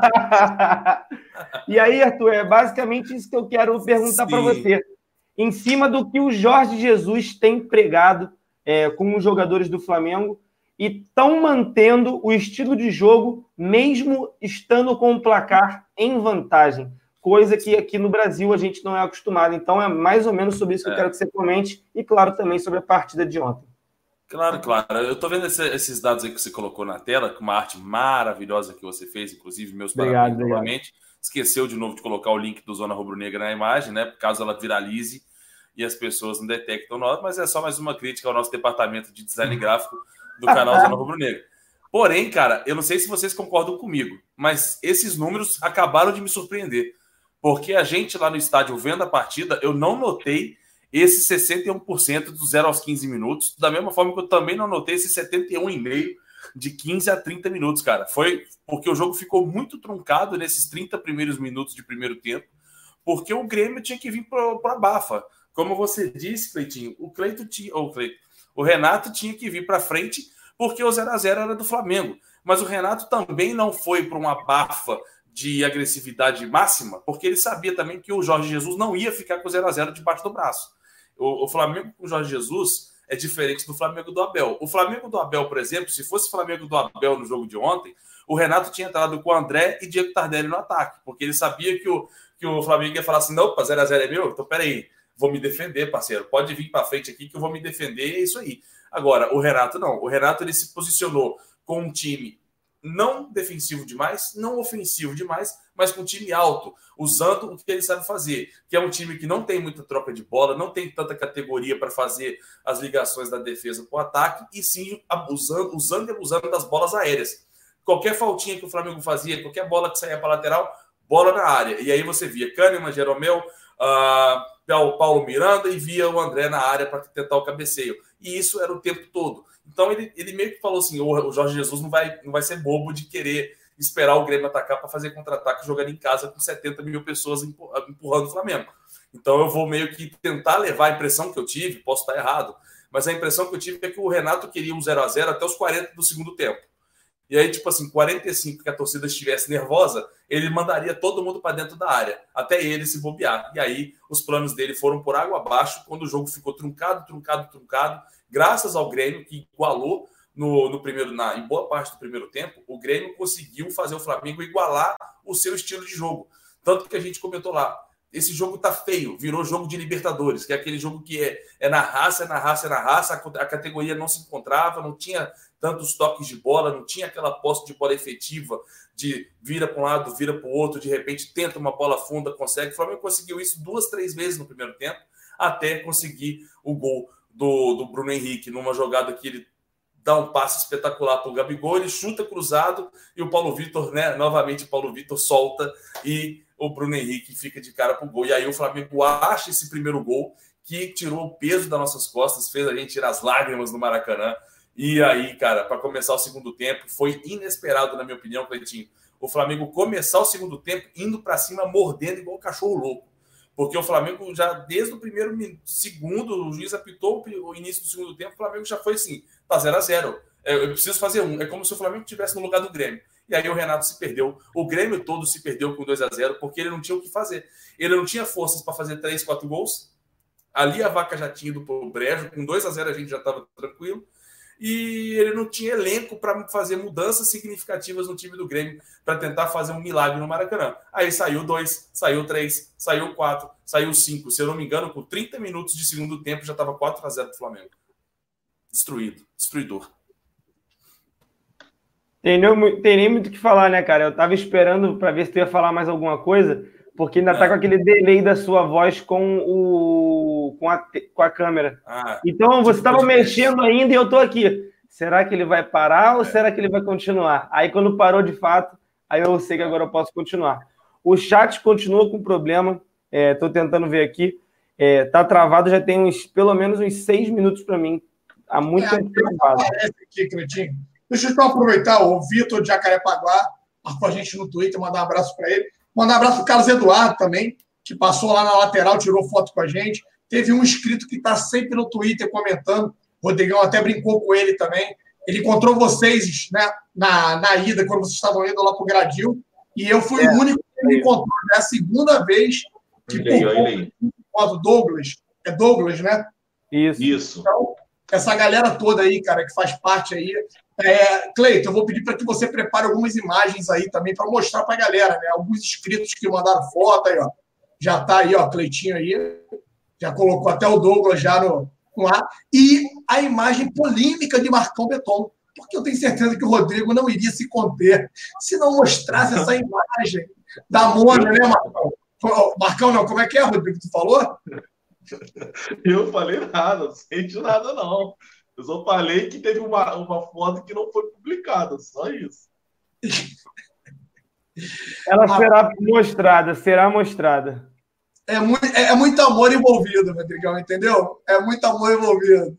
E aí, Arthur, é basicamente isso que eu quero perguntar para você. Em cima do que o Jorge Jesus tem pregado É, com os jogadores do Flamengo e estão mantendo o estilo de jogo mesmo estando com o placar em vantagem, coisa que aqui no Brasil a gente não é acostumado. Então é mais ou menos sobre isso que é. eu quero que você comente e, claro, também sobre a partida de ontem. Claro, claro. Eu estou vendo esse, esses dados aí que você colocou na tela, com uma arte maravilhosa que você fez, inclusive meus parabéns novamente. Esqueceu de novo de colocar o link do Zona Rubro-Negra na imagem, né? Caso ela viralize e as pessoas não detectam nós, mas é só mais uma crítica ao nosso departamento de design gráfico do canal Zona Rubro-Negra. Porém, cara, eu não sei se vocês concordam comigo, mas esses números acabaram de me surpreender, porque a gente lá no estádio vendo a partida, eu não notei esse sessenta e um por cento do zero aos quinze minutos, da mesma forma que eu também não notei esse setenta e um vírgula cinco por cento de quinze a trinta minutos, cara. Foi porque o jogo ficou muito truncado nesses trinta primeiros minutos de primeiro tempo, porque o Grêmio tinha que vir para a bafa. Como você disse, Cleitinho, o, Cleito tinha, ou Cleito, o Renato tinha que vir para frente porque o zero a zero era do Flamengo. Mas o Renato também não foi para uma bafa de agressividade máxima, porque ele sabia também que o Jorge Jesus não ia ficar com o zero a zero debaixo do braço. O, o Flamengo com o Jorge Jesus é diferente do Flamengo do Abel. O Flamengo do Abel, por exemplo, se fosse o Flamengo do Abel no jogo de ontem, o Renato tinha entrado com o André e Diego Tardelli no ataque, porque ele sabia que o, que o Flamengo ia falar assim, não, zero a zero é meu, então peraí, vou me defender, parceiro. Pode vir para frente aqui que eu vou me defender, é isso aí. Agora, o Renato não. O Renato ele se posicionou com um time não defensivo demais, não ofensivo demais, mas com um time alto, usando o que ele sabe fazer, que é um time que não tem muita troca de bola, não tem tanta categoria para fazer as ligações da defesa com o ataque, e sim abusando, usando e abusando das bolas aéreas. Qualquer faltinha que o Flamengo fazia, qualquer bola que saía para a lateral, bola na área. E aí você via Kahneman, Jeromel, uh, o Paulo Miranda e via o André na área para tentar o cabeceio. E isso era o tempo todo. Então ele, ele meio que falou assim, o Jorge Jesus não vai, não vai ser bobo de querer esperar o Grêmio atacar para fazer contra-ataque jogando em casa com setenta mil pessoas empurrando o Flamengo. Então eu vou meio que tentar levar a impressão que eu tive, posso estar errado, mas a impressão que eu tive é que o Renato queria um zero a zero até os quarenta do segundo tempo. E aí, tipo assim, quarenta e cinco que a torcida estivesse nervosa, ele mandaria todo mundo para dentro da área, até ele se bobear. E aí, os planos dele foram por água abaixo, quando o jogo ficou truncado, truncado, truncado, graças ao Grêmio, que igualou no, no primeiro, na, em boa parte do primeiro tempo, o Grêmio conseguiu fazer o Flamengo igualar o seu estilo de jogo. Tanto que a gente comentou lá, esse jogo tá feio, virou jogo de Libertadores, que é aquele jogo que é, é na raça, é na raça, é na raça, a, a categoria não se encontrava, não tinha tantos toques de bola, não tinha aquela posse de bola efetiva, de vira para um lado, vira para o outro, de repente tenta uma bola funda, consegue. O Flamengo conseguiu isso duas, três vezes no primeiro tempo, até conseguir o gol do, do Bruno Henrique, numa jogada que ele dá um passe espetacular para o Gabigol, ele chuta cruzado e o Paulo Vitor, né, novamente o Paulo Vitor solta e o Bruno Henrique fica de cara para o gol. E aí o Flamengo acha esse primeiro gol que tirou o peso das nossas costas, fez a gente tirar as lágrimas no Maracanã. E aí, cara, para começar o segundo tempo, foi inesperado, na minha opinião, Cleitinho, o Flamengo começar o segundo tempo indo para cima, mordendo igual um cachorro louco. Porque o Flamengo já, desde o primeiro segundo, o juiz apitou o início do segundo tempo, o Flamengo já foi assim, tá zero a zero. Eu preciso fazer um. É como se o Flamengo estivesse no lugar do Grêmio. E aí o Renato se perdeu. O Grêmio todo se perdeu com dois a zero, porque ele não tinha o que fazer. Ele não tinha forças para fazer três, quatro gols. Ali a vaca já tinha ido pro brejo. Com dois a zero a gente já estava tranquilo. E ele não tinha elenco para fazer mudanças significativas no time do Grêmio para tentar fazer um milagre no Maracanã. Aí saiu dois, saiu três, saiu quatro, saiu cinco. Se eu não me engano, com trinta minutos de segundo tempo já estava quatro a zero do Flamengo. Destruído, destruidor. Tem, tem nem muito o que falar, né, cara? Eu tava esperando para ver se tu ia falar mais alguma coisa, porque ainda é. tá com aquele delay da sua voz com o com a, com a câmera. Ah, então você estava mexendo ainda e eu tô aqui. Será que ele vai parar ou é. será que ele vai continuar? Aí quando parou de fato, aí eu sei que agora eu posso continuar. O chat continua com problema. É, tô tentando ver aqui. É, tá travado já tem uns, pelo menos uns seis minutos para mim. Há muito é, tempo travado. Aqui, Cleitinho. Deixa eu só aproveitar, o Vitor de Jacarepaguá marcou a gente no Twitter, mandar um abraço para ele. Mandar um abraço para o Carlos Eduardo também, que passou lá na lateral, tirou foto com a gente. Teve um inscrito que está sempre no Twitter comentando, o Rodrigão até brincou com ele também. Ele encontrou vocês, né, na, na ida, quando vocês estavam indo lá para o Gradil, e eu fui é, o único que ele encontrou. É a segunda vez que o Douglas, é Douglas, né? Isso. Isso. Então, essa galera toda aí, cara, que faz parte aí. É, Cleiton, eu vou pedir para que você prepare algumas imagens aí também para mostrar para a galera, né? Alguns inscritos que mandaram foto aí, ó. Já tá aí, ó, Cleitinho aí. Já colocou até o Douglas já no, no ar. E a imagem polêmica de Marcão Beton. Porque eu tenho certeza que o Rodrigo não iria se conter se não mostrasse essa imagem da Mona, né, Marcão? Marcão, não, como é que é, Rodrigo? Tu falou? Eu falei nada, não sei de nada, não. Eu só falei que teve uma, uma foto que não foi publicada, só isso. Ela será mostrada, será mostrada. É muito, é muito amor envolvido, Rodrigão, entendeu? É muito amor envolvido.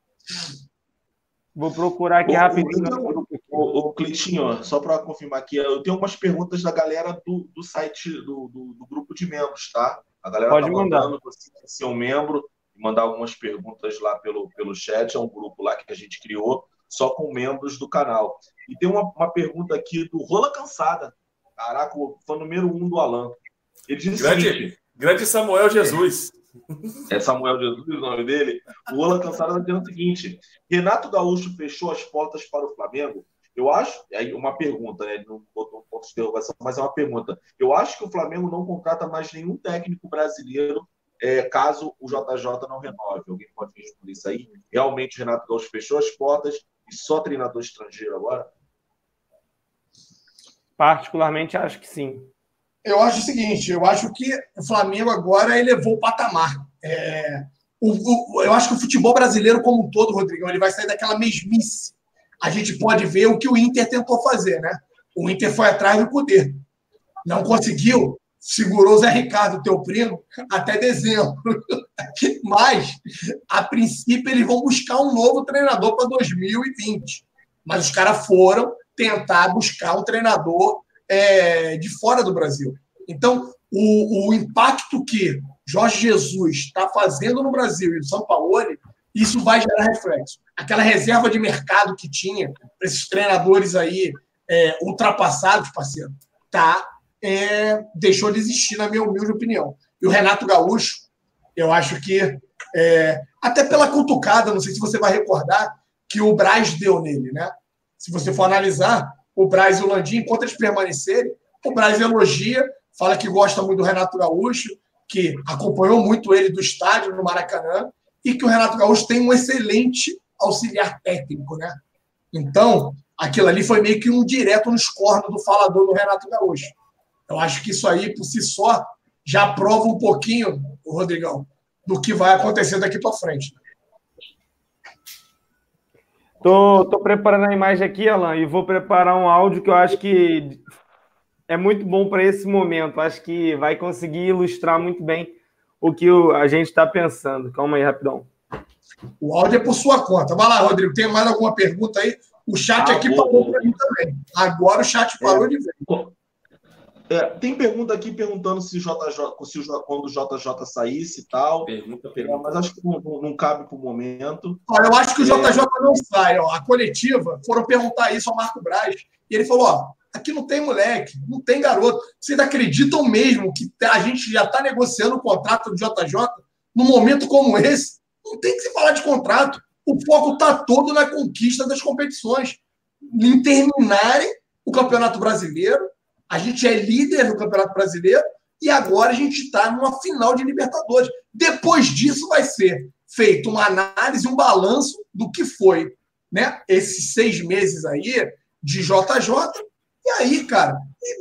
Vou procurar aqui o, rapidinho. O, o Cleitinho, só para confirmar aqui, eu tenho umas perguntas da galera do, do site, do, do, do grupo de membros, tá? A galera Pode tá mandar. mandando você ser um membro e mandar algumas perguntas lá pelo, pelo chat. É um grupo lá que a gente criou só com membros do canal. E tem uma, uma pergunta aqui do Rola Cansada. Caraca, o fã número um do Alan. Ele diz grande, o seguinte, grande Samuel Jesus. É Samuel Jesus o nome dele. O Rola Cansada está dizendo o seguinte: Renato Gaúcho fechou as portas para o Flamengo? Eu acho, aí uma pergunta, né? Ele não botou um ponto de interrogação, mas é uma pergunta. Eu acho que o Flamengo não contrata mais nenhum técnico brasileiro é, caso o J J não renove. Alguém pode responder isso aí? Realmente o Renato Gaúcho fechou as portas e só treinador estrangeiro agora? Particularmente, acho que sim. Eu acho o seguinte, eu acho que o Flamengo agora elevou o patamar. É, o, o, eu acho que o futebol brasileiro como um todo, Rodrigão, ele vai sair daquela mesmice. A gente pode ver o que o Inter tentou fazer, né? O Inter foi atrás do Cudê. Não conseguiu, segurou o Zé Ricardo, teu primo, até dezembro. Mas, a princípio, eles vão buscar um novo treinador para dois mil e vinte. Mas os caras foram tentar buscar um treinador é, de fora do Brasil. Então, o, o impacto que Jorge Jesus está fazendo no Brasil e no São Paulo, isso vai gerar reflexo. Aquela reserva de mercado que tinha para esses treinadores aí é, ultrapassados, parceiro, tá, é, deixou de existir, na minha humilde opinião. E o Renato Gaúcho, eu acho que, é, até pela cutucada, não sei se você vai recordar, que o Braz deu nele, né? Se você for analisar, o Braz e o Landim, enquanto eles permanecerem, o Braz elogia, fala que gosta muito do Renato Gaúcho, que acompanhou muito ele do estádio no Maracanã, e que o Renato Gaúcho tem um excelente auxiliar técnico, né? Então, aquilo ali foi meio que um direto nos cornos do falador do Renato Gaúcho. Eu acho que isso aí, por si só, já prova um pouquinho, o Rodrigão, do que vai acontecer daqui para frente. Tô, tô preparando a imagem aqui, Alan, e vou preparar um áudio que eu acho que é muito bom para esse momento. Acho que vai conseguir ilustrar muito bem o que a gente está pensando. Calma aí, rapidão. O áudio é por sua conta. Vai lá, Rodrigo. Tem mais alguma pergunta aí? O chat ah, aqui boa, parou para mim também. Agora o chat parou é. de ver. É, tem pergunta aqui perguntando se, J J, se o, quando o J J saísse e tal. Pergunta, pergunta. É, mas acho que não, não cabe para o momento. Ó, eu acho que o J J é... não sai. Ó. A coletiva foram perguntar isso ao Marco Braz. E ele falou: ó, aqui não tem moleque, não tem garoto. Vocês acreditam mesmo que a gente já está negociando o contrato do J J num momento como esse? Não tem que se falar de contrato. O foco está todo na conquista das competições. Em terminarem o Campeonato Brasileiro. A gente é líder do Campeonato Brasileiro e agora a gente está numa final de Libertadores. Depois disso vai ser feito uma análise, um balanço do que foi, né, esses seis meses aí de J J. E aí, cara,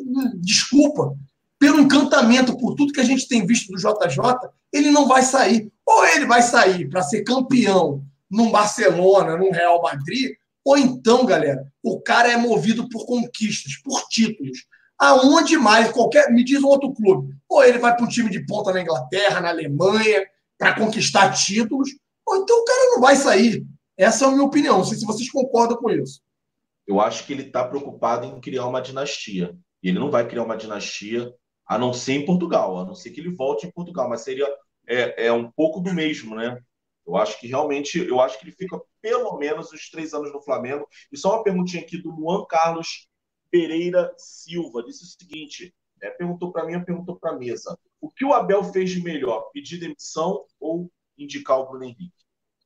desculpa, pelo encantamento, por tudo que a gente tem visto do J J, ele não vai sair. Ou ele vai sair para ser campeão num Barcelona, num Real Madrid, ou então, galera, o cara é movido por conquistas, por títulos. Aonde mais, qualquer, me diz um outro clube, ou ele vai para um time de ponta na Inglaterra, na Alemanha, para conquistar títulos, ou então o cara não vai sair. Essa é a minha opinião, não sei se vocês concordam com isso. Eu acho que ele está preocupado em criar uma dinastia. E ele não vai criar uma dinastia, a não ser em Portugal, a não ser que ele volte em Portugal, mas seria é, é um pouco do mesmo, né? Eu acho que realmente, eu acho que ele fica pelo menos uns três anos no Flamengo. E só uma perguntinha aqui do Luan Carlos Pereira Silva, disse o seguinte, é, perguntou para mim, perguntou para a mesa. O que o Abel fez de melhor? Pedir demissão ou indicar o Bruno Henrique?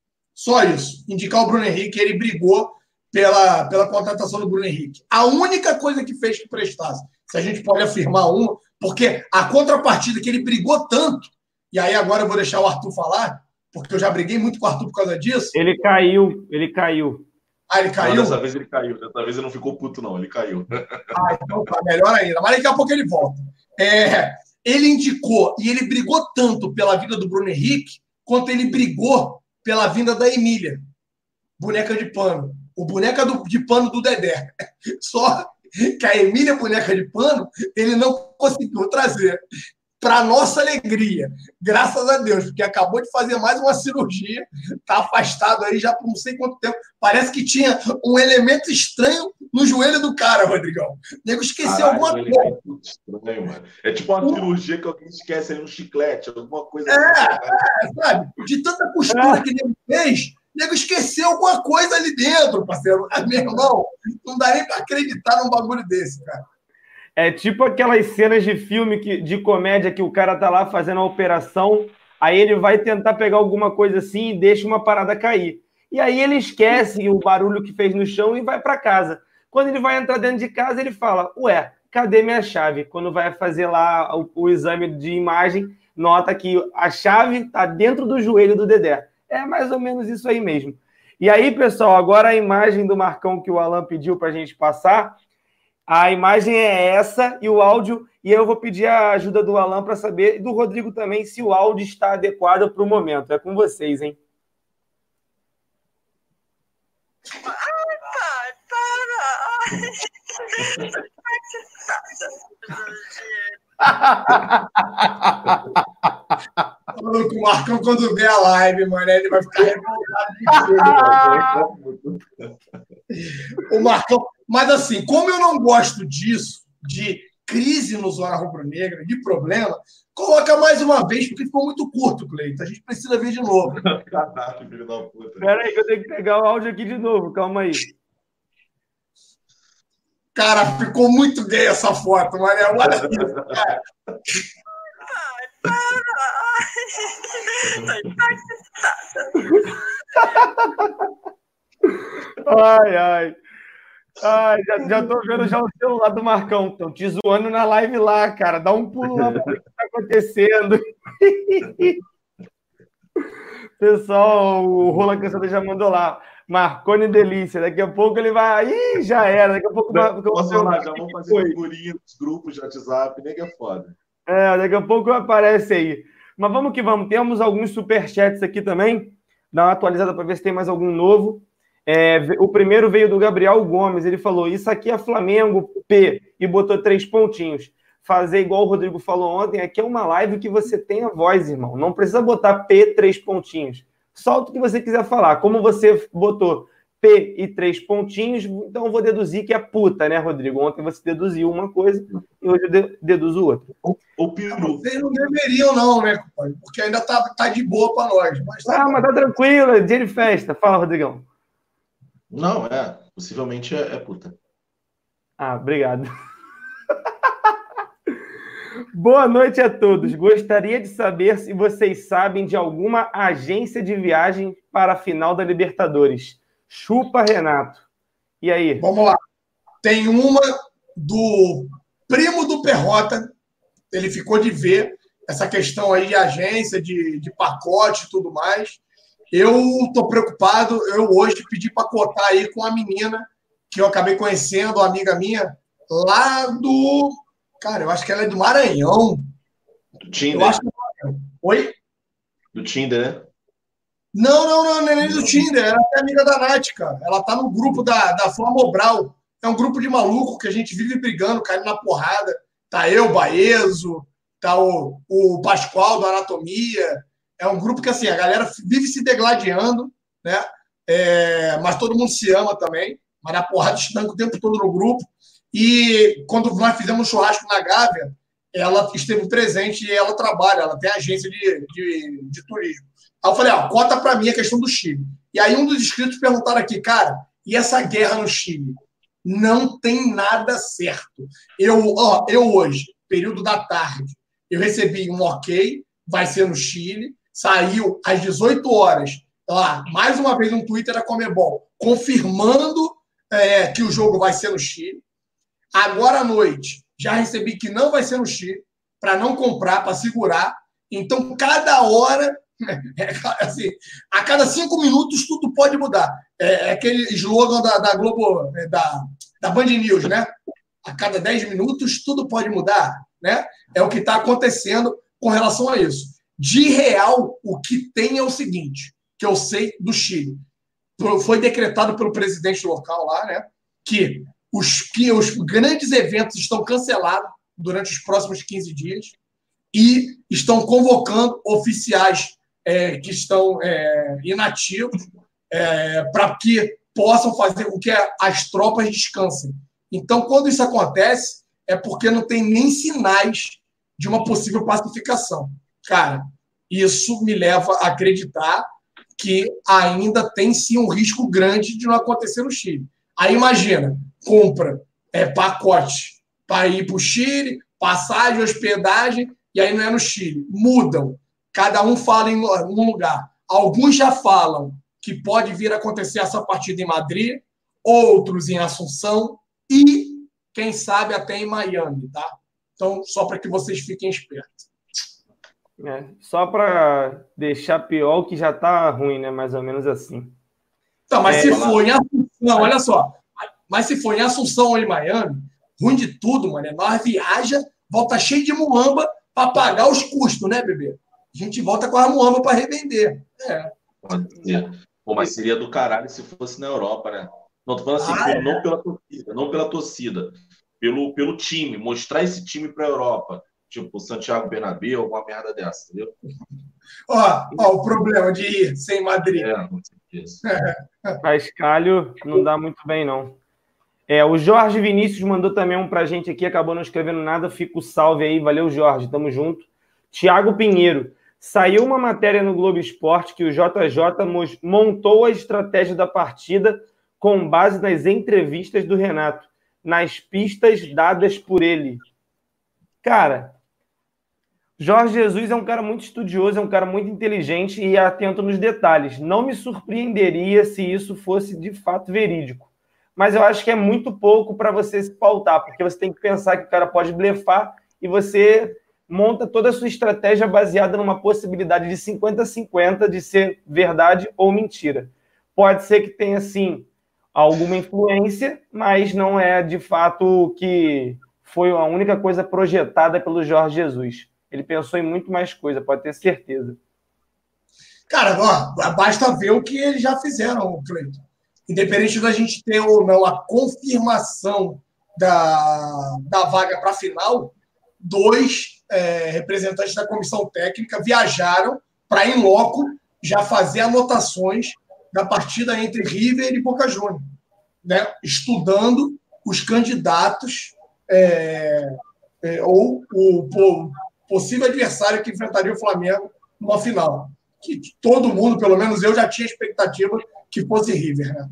Só isso. Indicar o Bruno Henrique, ele brigou pela, pela contratação do Bruno Henrique. A única coisa que fez que prestasse, se a gente pode afirmar uma, porque a contrapartida que ele brigou tanto, e aí agora eu vou deixar o Arthur falar, porque eu já briguei muito com o Arthur por causa disso. Ele caiu, ele caiu. Ah, ele caiu? Não, dessa vez ele caiu. Dessa vez ele não ficou puto, não. Ele caiu. Ah, então tá. Melhor ainda. Mas daqui a pouco ele volta. É, ele indicou e ele brigou tanto pela vinda do Bruno Henrique quanto ele brigou pela vinda da Emília. Boneca de pano. O boneca do, de pano do Dedé. Só que a Emília, boneca de pano, ele não conseguiu trazer. Para nossa alegria, graças a Deus, porque acabou de fazer mais uma cirurgia, está afastado aí já por não sei quanto tempo. Parece que tinha um elemento estranho no joelho do cara, Rodrigão. O nego esqueceu Caralho, alguma coisa. É, tudo estranho, mano. É tipo uma cirurgia que alguém esquece aí um chiclete, alguma coisa é, assim. É, sabe? De tanta costura é. que ele fez, o nego esqueceu alguma coisa ali dentro, parceiro. Meu irmão, não dá nem para acreditar num bagulho desse, cara. É tipo aquelas cenas de filme, que, de comédia, que o cara tá lá fazendo a operação, aí ele vai tentar pegar alguma coisa assim e deixa uma parada cair. E aí ele esquece o barulho que fez no chão e vai para casa. Quando ele vai entrar dentro de casa, ele fala, ué, cadê minha chave? Quando vai fazer lá o, o exame de imagem, nota que a chave está dentro do joelho do Dedé. É mais ou menos isso aí mesmo. E aí, pessoal, agora a imagem do Marcão que o Alan pediu para a gente passar. A imagem é essa e o áudio, e eu vou pedir a ajuda do Alan para saber, e do Rodrigo também, se o áudio está adequado para o momento. É com vocês, hein? Ai, pai, para! O Marcão, quando vê a live, mano, ele vai ficar revoltado. O Marcão... Mas, assim, como eu não gosto disso, de crise no Zona Rubro-Negra, de problema, coloca mais uma vez, porque ficou muito curto, Cleiton. A gente precisa ver de novo. Caralho, filho da puta. Espera aí que eu tenho que pegar o áudio aqui de novo. Calma aí. Cara, ficou muito gay essa foto, mas olha isso, cara. Ai, ai. Ai, já, já tô vendo já o celular do Marcão. Estão te zoando na live lá, cara. Dá um pulo lá para ver o que está acontecendo. Pessoal, o Rola Cansada já mandou lá. Marconi Delícia. Daqui a pouco ele vai. Ih, já era. Daqui a pouco. Posso falar, já vamos fazer figurinha nos grupos de WhatsApp, nem que é foda. É, daqui a pouco aparece aí. Mas vamos que vamos. Temos alguns superchats aqui também. Dá uma atualizada para ver se tem mais algum novo. É, o primeiro veio do Gabriel Gomes. Ele falou: isso aqui é Flamengo, P. E botou três pontinhos. Fazer igual o Rodrigo falou ontem. Aqui é uma live que você tem a voz, irmão. Não precisa botar P, três pontinhos. Solta o que você quiser falar. Como você botou P e três pontinhos, então eu vou deduzir que é puta, né, Rodrigo? Ontem você deduziu uma coisa e hoje eu deduzo outra. O peru. Vocês não deveriam, não, né, compadre? Porque ainda tá, tá de boa para nós. Mas tá ah, bom. mas tá tranquilo, é dia de festa. Fala, Rodrigão. Não, é. Possivelmente é, é puta. Ah, obrigado. Boa noite a todos. Gostaria de saber se vocês sabem de alguma agência de viagem para a final da Libertadores. Chupa, Renato. E aí? Vamos lá. Tem uma do primo do Perrota. Ele ficou de ver essa questão aí de agência, de, de pacote e tudo mais. Eu tô preocupado. Eu hoje pedi para cotar aí com a menina que eu acabei conhecendo, uma amiga minha, lá do... Cara, eu acho que ela é do Maranhão. Do Tinder. Eu acho que é do Maranhão. Oi? Do Tinder, né? Não, não, não, não é nem do Tinder. Ela é amiga da Nath, cara. Ela tá no grupo da, da Flor Mobral. É um grupo de maluco que a gente vive brigando, caindo na porrada. Tá eu, Baezo, tá o, o Pascoal do Anatomia. É um grupo que, assim, a galera vive se degladiando, né? É, mas todo mundo se ama também. Mas a porrada estanca o tempo todo no grupo. E quando nós fizemos um churrasco na Gávea, ela esteve presente e ela trabalha, ela tem agência de, de, de turismo. Aí eu falei, ó, conta para mim a questão do Chile. E aí um dos inscritos perguntaram aqui, cara, e essa guerra no Chile? Não tem nada certo. Eu, ó, eu hoje, período da tarde, eu recebi um ok, vai ser no Chile, saiu às dezoito horas, lá, mais uma vez um Twitter da Comebol, confirmando é, que o jogo vai ser no Chile. Agora à noite, já recebi que não vai ser no Chile, para não comprar, para segurar. Então, cada hora, assim, a cada cinco minutos, tudo pode mudar. É, é aquele slogan da, da Globo, da, da Band News, né? A cada dez minutos, tudo pode mudar, né? É o que está acontecendo com relação a isso. De real, o que tem é o seguinte, que eu sei do Chile. Foi decretado pelo presidente local lá, né? Que Os, que os grandes eventos estão cancelados durante os próximos quinze dias e estão convocando oficiais é, que estão é, inativos é, para que possam fazer com que as tropas descansem. Então, quando isso acontece, é porque não tem nem sinais de uma possível pacificação. Cara, isso me leva a acreditar que ainda tem, sim, um risco grande de não acontecer no Chile. Aí, imagina, compra é, pacote para ir para o Chile, passagem, hospedagem, e aí não é no Chile. Mudam. Cada um fala em um lugar. Alguns já falam que pode vir a acontecer essa partida em Madrid, outros em Assunção e, quem sabe, até em Miami, tá? Então, só para que vocês fiquem espertos. É, só para deixar pior, que já tá ruim, né? Mais ou menos assim. Então, mas É, se lá... for em Assunção, olha só, mas se for em Assunção ou em Miami, ruim de tudo, mano, nós viaja, volta cheio de muamba para pagar os custos, né, bebê? A gente volta com a muamba para revender. É. Pode ser. Pô, mas seria do caralho se fosse na Europa, né? Não, tô falando assim, Ah, pelo, é. não pela torcida, não pela torcida, pelo, pelo time, mostrar esse time para a Europa. Tipo, o Santiago Bernabéu, alguma merda dessa, entendeu? Ó, ó, o problema de ir sem Madrid. É, não sei isso. Cascalho não dá muito bem, não. É, o Jorge Vinícius mandou também um pra gente aqui, acabou não escrevendo nada, fica o salve aí, valeu, Jorge, tamo junto. Tiago Pinheiro, saiu uma matéria no Globo Esporte que o J J montou a estratégia da partida com base nas entrevistas do Renato, nas pistas dadas por ele. Cara, Jorge Jesus é um cara muito estudioso, é um cara muito inteligente e atento nos detalhes. Não me surpreenderia se isso fosse de fato verídico. Mas eu acho que é muito pouco para você se pautar, porque você tem que pensar que o cara pode blefar e você monta toda a sua estratégia baseada numa possibilidade de cinquenta a cinquenta de ser verdade ou mentira. Pode ser que tenha, sim, alguma influência, mas não é de fato que foi a única coisa projetada pelo Jorge Jesus. Ele pensou em muito mais coisa, pode ter certeza. Cara, ó, basta ver o que eles já fizeram, Cleiton. Independente da gente ter ou não a confirmação da, da vaga para a final, dois é, representantes da comissão técnica viajaram para, em loco, já fazer anotações da partida entre River e Boca Juniors, né? Estudando os candidatos é, é, ou o, o possível adversário que enfrentaria o Flamengo numa final. Que todo mundo, pelo menos eu, já tinha expectativa que fosse River, né?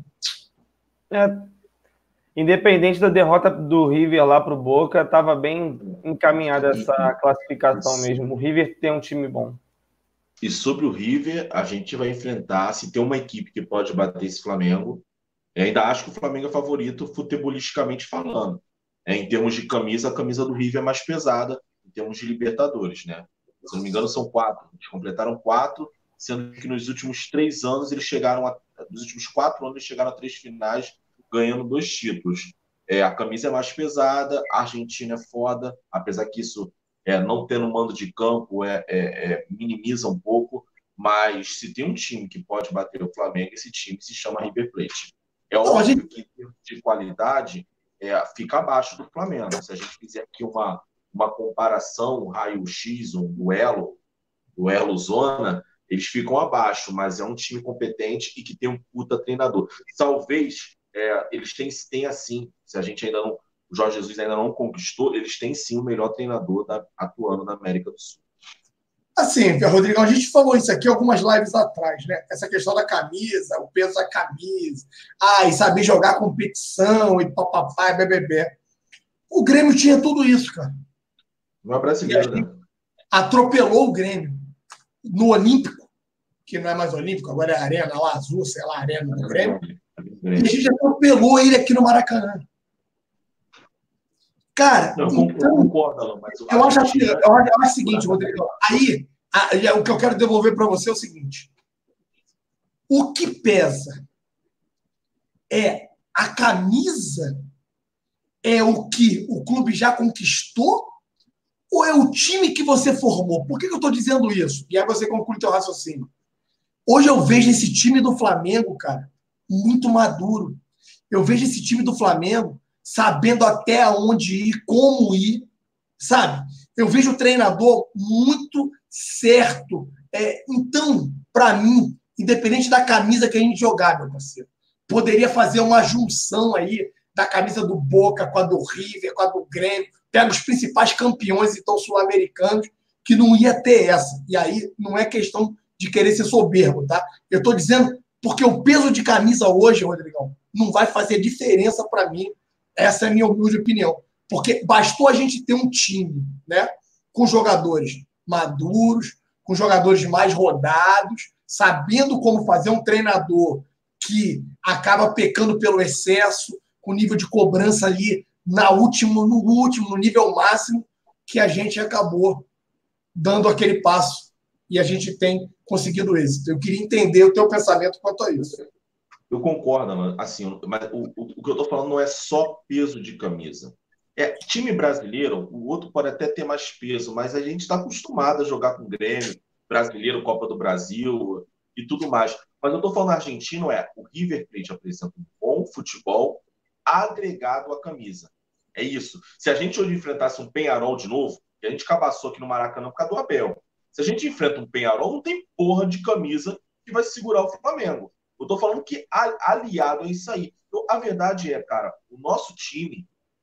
É, independente da derrota do River lá para o Boca, estava bem encaminhada essa classificação mesmo. O River tem um time bom. E sobre o River, a gente vai enfrentar, se tem uma equipe que pode bater esse Flamengo, eu ainda acho que o Flamengo é favorito futebolisticamente falando. É, em termos de camisa, a camisa do River é mais pesada, em termos de Libertadores, né? Se não me engano, são quatro. Eles completaram quatro, sendo que nos últimos três anos eles chegaram a. Nos últimos quatro anos eles chegaram a três finais, ganhando dois títulos. É, a camisa é mais pesada, a Argentina é foda, apesar que isso, é, não tendo mando de campo, é, é, é, minimiza um pouco, mas se tem um time que pode bater o Flamengo, esse time se chama River Plate. É óbvio que, em termos de qualidade, é, fica abaixo do Flamengo. Se a gente fizer aqui uma, uma comparação, um raio-x, um duelo, duelo zona, eles ficam abaixo, mas é um time competente e que tem um puta treinador. Talvez é, eles têm, têm assim, se a gente ainda não, o Jorge Jesus ainda não conquistou, eles têm sim o melhor treinador da, atuando na América do Sul. Assim, Rodrigo, a gente falou isso aqui algumas lives atrás, né? Essa questão da camisa, o peso da camisa, ah, e saber jogar competição e papapá, B B B. O Grêmio tinha tudo isso, cara. Não é brasileiro, né? Atropelou o Grêmio no Olímpico, que não é mais Olímpico, agora é Arena lá, azul, sei lá, Arena do Grêmio. E a gente atropelou ele aqui no Maracanã. Cara, não, então, eu concordo, Alan, mas eu acho, assim, eu, acho, eu acho o seguinte, Rodrigo, aí a, o que eu quero devolver para você é o seguinte: o que pesa é a camisa, é o que o clube já conquistou, ou é o time que você formou? Por que, que eu estou dizendo isso? E aí você conclui o teu raciocínio. Hoje eu vejo esse time do Flamengo, cara, muito maduro. Eu vejo esse time do Flamengo sabendo até onde ir, como ir, sabe? Eu vejo o treinador muito certo. É, então, para mim, independente da camisa que a gente jogar, meu parceiro, poderia fazer uma junção aí da camisa do Boca com a do River, com a do Grêmio, pega os principais campeões, então, sul-americanos, que não ia ter essa. E aí não é questão de querer ser soberbo, tá? Eu estou dizendo porque o peso de camisa hoje, Rodrigão, não vai fazer diferença para mim. Essa é a minha humilde opinião. Porque bastou a gente ter um time, né, com jogadores maduros, com jogadores mais rodados, sabendo como fazer, um treinador que acaba pecando pelo excesso, com nível de cobrança ali na último, no último, no nível máximo, que a gente acabou dando aquele passo e a gente tem conseguido êxito. Eu queria entender o teu pensamento quanto a isso. Eu concordo, mano. Assim, mas o, o, o que eu tô falando não é só peso de camisa. É, time brasileiro, o outro pode até ter mais peso, mas a gente está acostumado a jogar com Grêmio, brasileiro, Copa do Brasil e tudo mais. Mas eu tô falando argentino, é o River Plate apresenta um bom futebol agregado à camisa. É isso. Se a gente hoje enfrentasse um Peñarol de novo, que a gente cabaçou aqui no Maracanã por causa do Abel. Se a gente enfrenta um Peñarol, não tem porra de camisa que vai segurar o Flamengo. Eu tô falando que aliado a isso aí. Então, a verdade é, cara, o nosso time,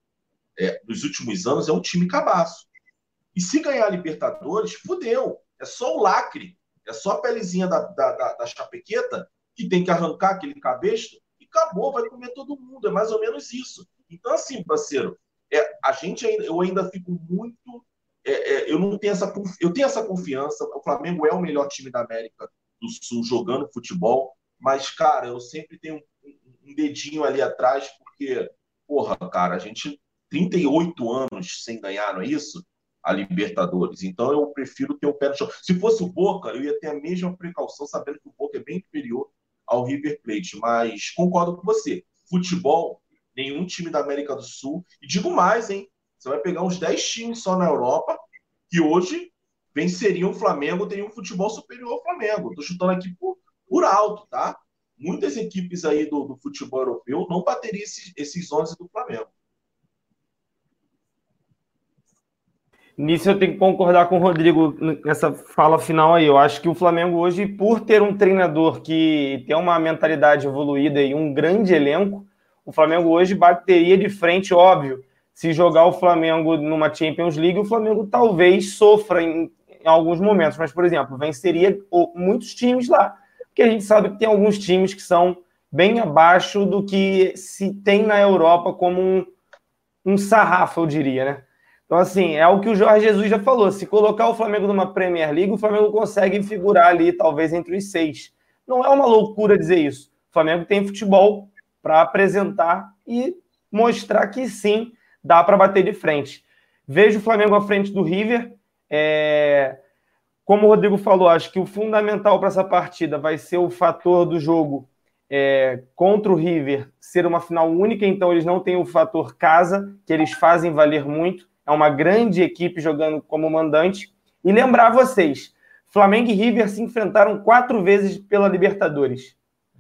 é, nos últimos anos, é um time cabaço. E se ganhar a Libertadores, fudeu. É só o lacre. É só a pelezinha da, da, da, da chapequeta que tem que arrancar aquele cabresto e acabou, vai comer todo mundo. É mais ou menos isso. Então, assim, parceiro, é, a gente ainda, eu ainda fico muito é, é, eu não tenho essa, eu tenho essa confiança. O Flamengo é o melhor time da América do Sul jogando futebol, mas, cara, eu sempre tenho um, um dedinho ali atrás, porque, porra, cara, a gente trinta e oito anos sem ganhar, não é isso? A Libertadores. Então eu prefiro ter o pé no chão. Se fosse o Boca, eu ia ter a mesma precaução, sabendo que o Boca é bem inferior ao River Plate. Mas concordo com você. Futebol, nenhum time da América do Sul. E digo mais, hein? Você vai pegar uns dez times só na Europa que hoje venceriam o Flamengo, teriam um futebol superior ao Flamengo. Estou chutando aqui por, por alto, tá? Muitas equipes aí do, do futebol europeu não bateriam esses, esses onze do Flamengo. Nisso eu tenho que concordar com o Rodrigo nessa fala final aí. Eu acho que o Flamengo hoje, por ter um treinador que tem uma mentalidade evoluída e um grande elenco, o Flamengo hoje bateria de frente, óbvio. Se jogar o Flamengo numa Champions League, o Flamengo talvez sofra em, em alguns momentos. Mas, por exemplo, venceria muitos times lá. Porque a gente sabe que tem alguns times que são bem abaixo do que se tem na Europa como um, um sarrafo, eu diria, né? Então, assim, é o que o Jorge Jesus já falou. Se colocar o Flamengo numa Premier League, o Flamengo consegue figurar ali, talvez, entre os seis. Não é uma loucura dizer isso. O Flamengo tem futebol para apresentar e mostrar que, sim, dá para bater de frente. Vejo o Flamengo à frente do River. É... Como o Rodrigo falou, acho que o fundamental para essa partida vai ser o fator do jogo é... contra o River ser uma final única, então eles não têm o fator casa, que eles fazem valer muito. É uma grande equipe jogando como mandante. E lembrar vocês, Flamengo e River se enfrentaram quatro vezes pela Libertadores.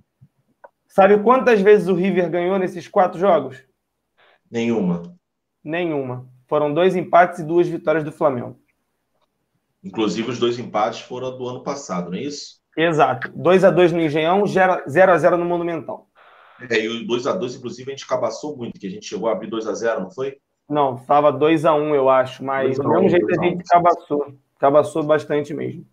Sabe quantas vezes o River ganhou nesses quatro jogos? Nenhuma. Nenhuma. Foram dois empates e duas vitórias do Flamengo. Inclusive, os dois empates foram do ano passado, não é isso? Exato. dois a dois no Engenhão, zero a zero no Monumental. É, e o dois a dois, inclusive, a gente cabaçou muito, que a gente chegou a abrir dois a zero, não foi? Não, estava dois a um, eu acho, mas do mesmo jeito a gente cabaçou. Cabaçou bastante mesmo.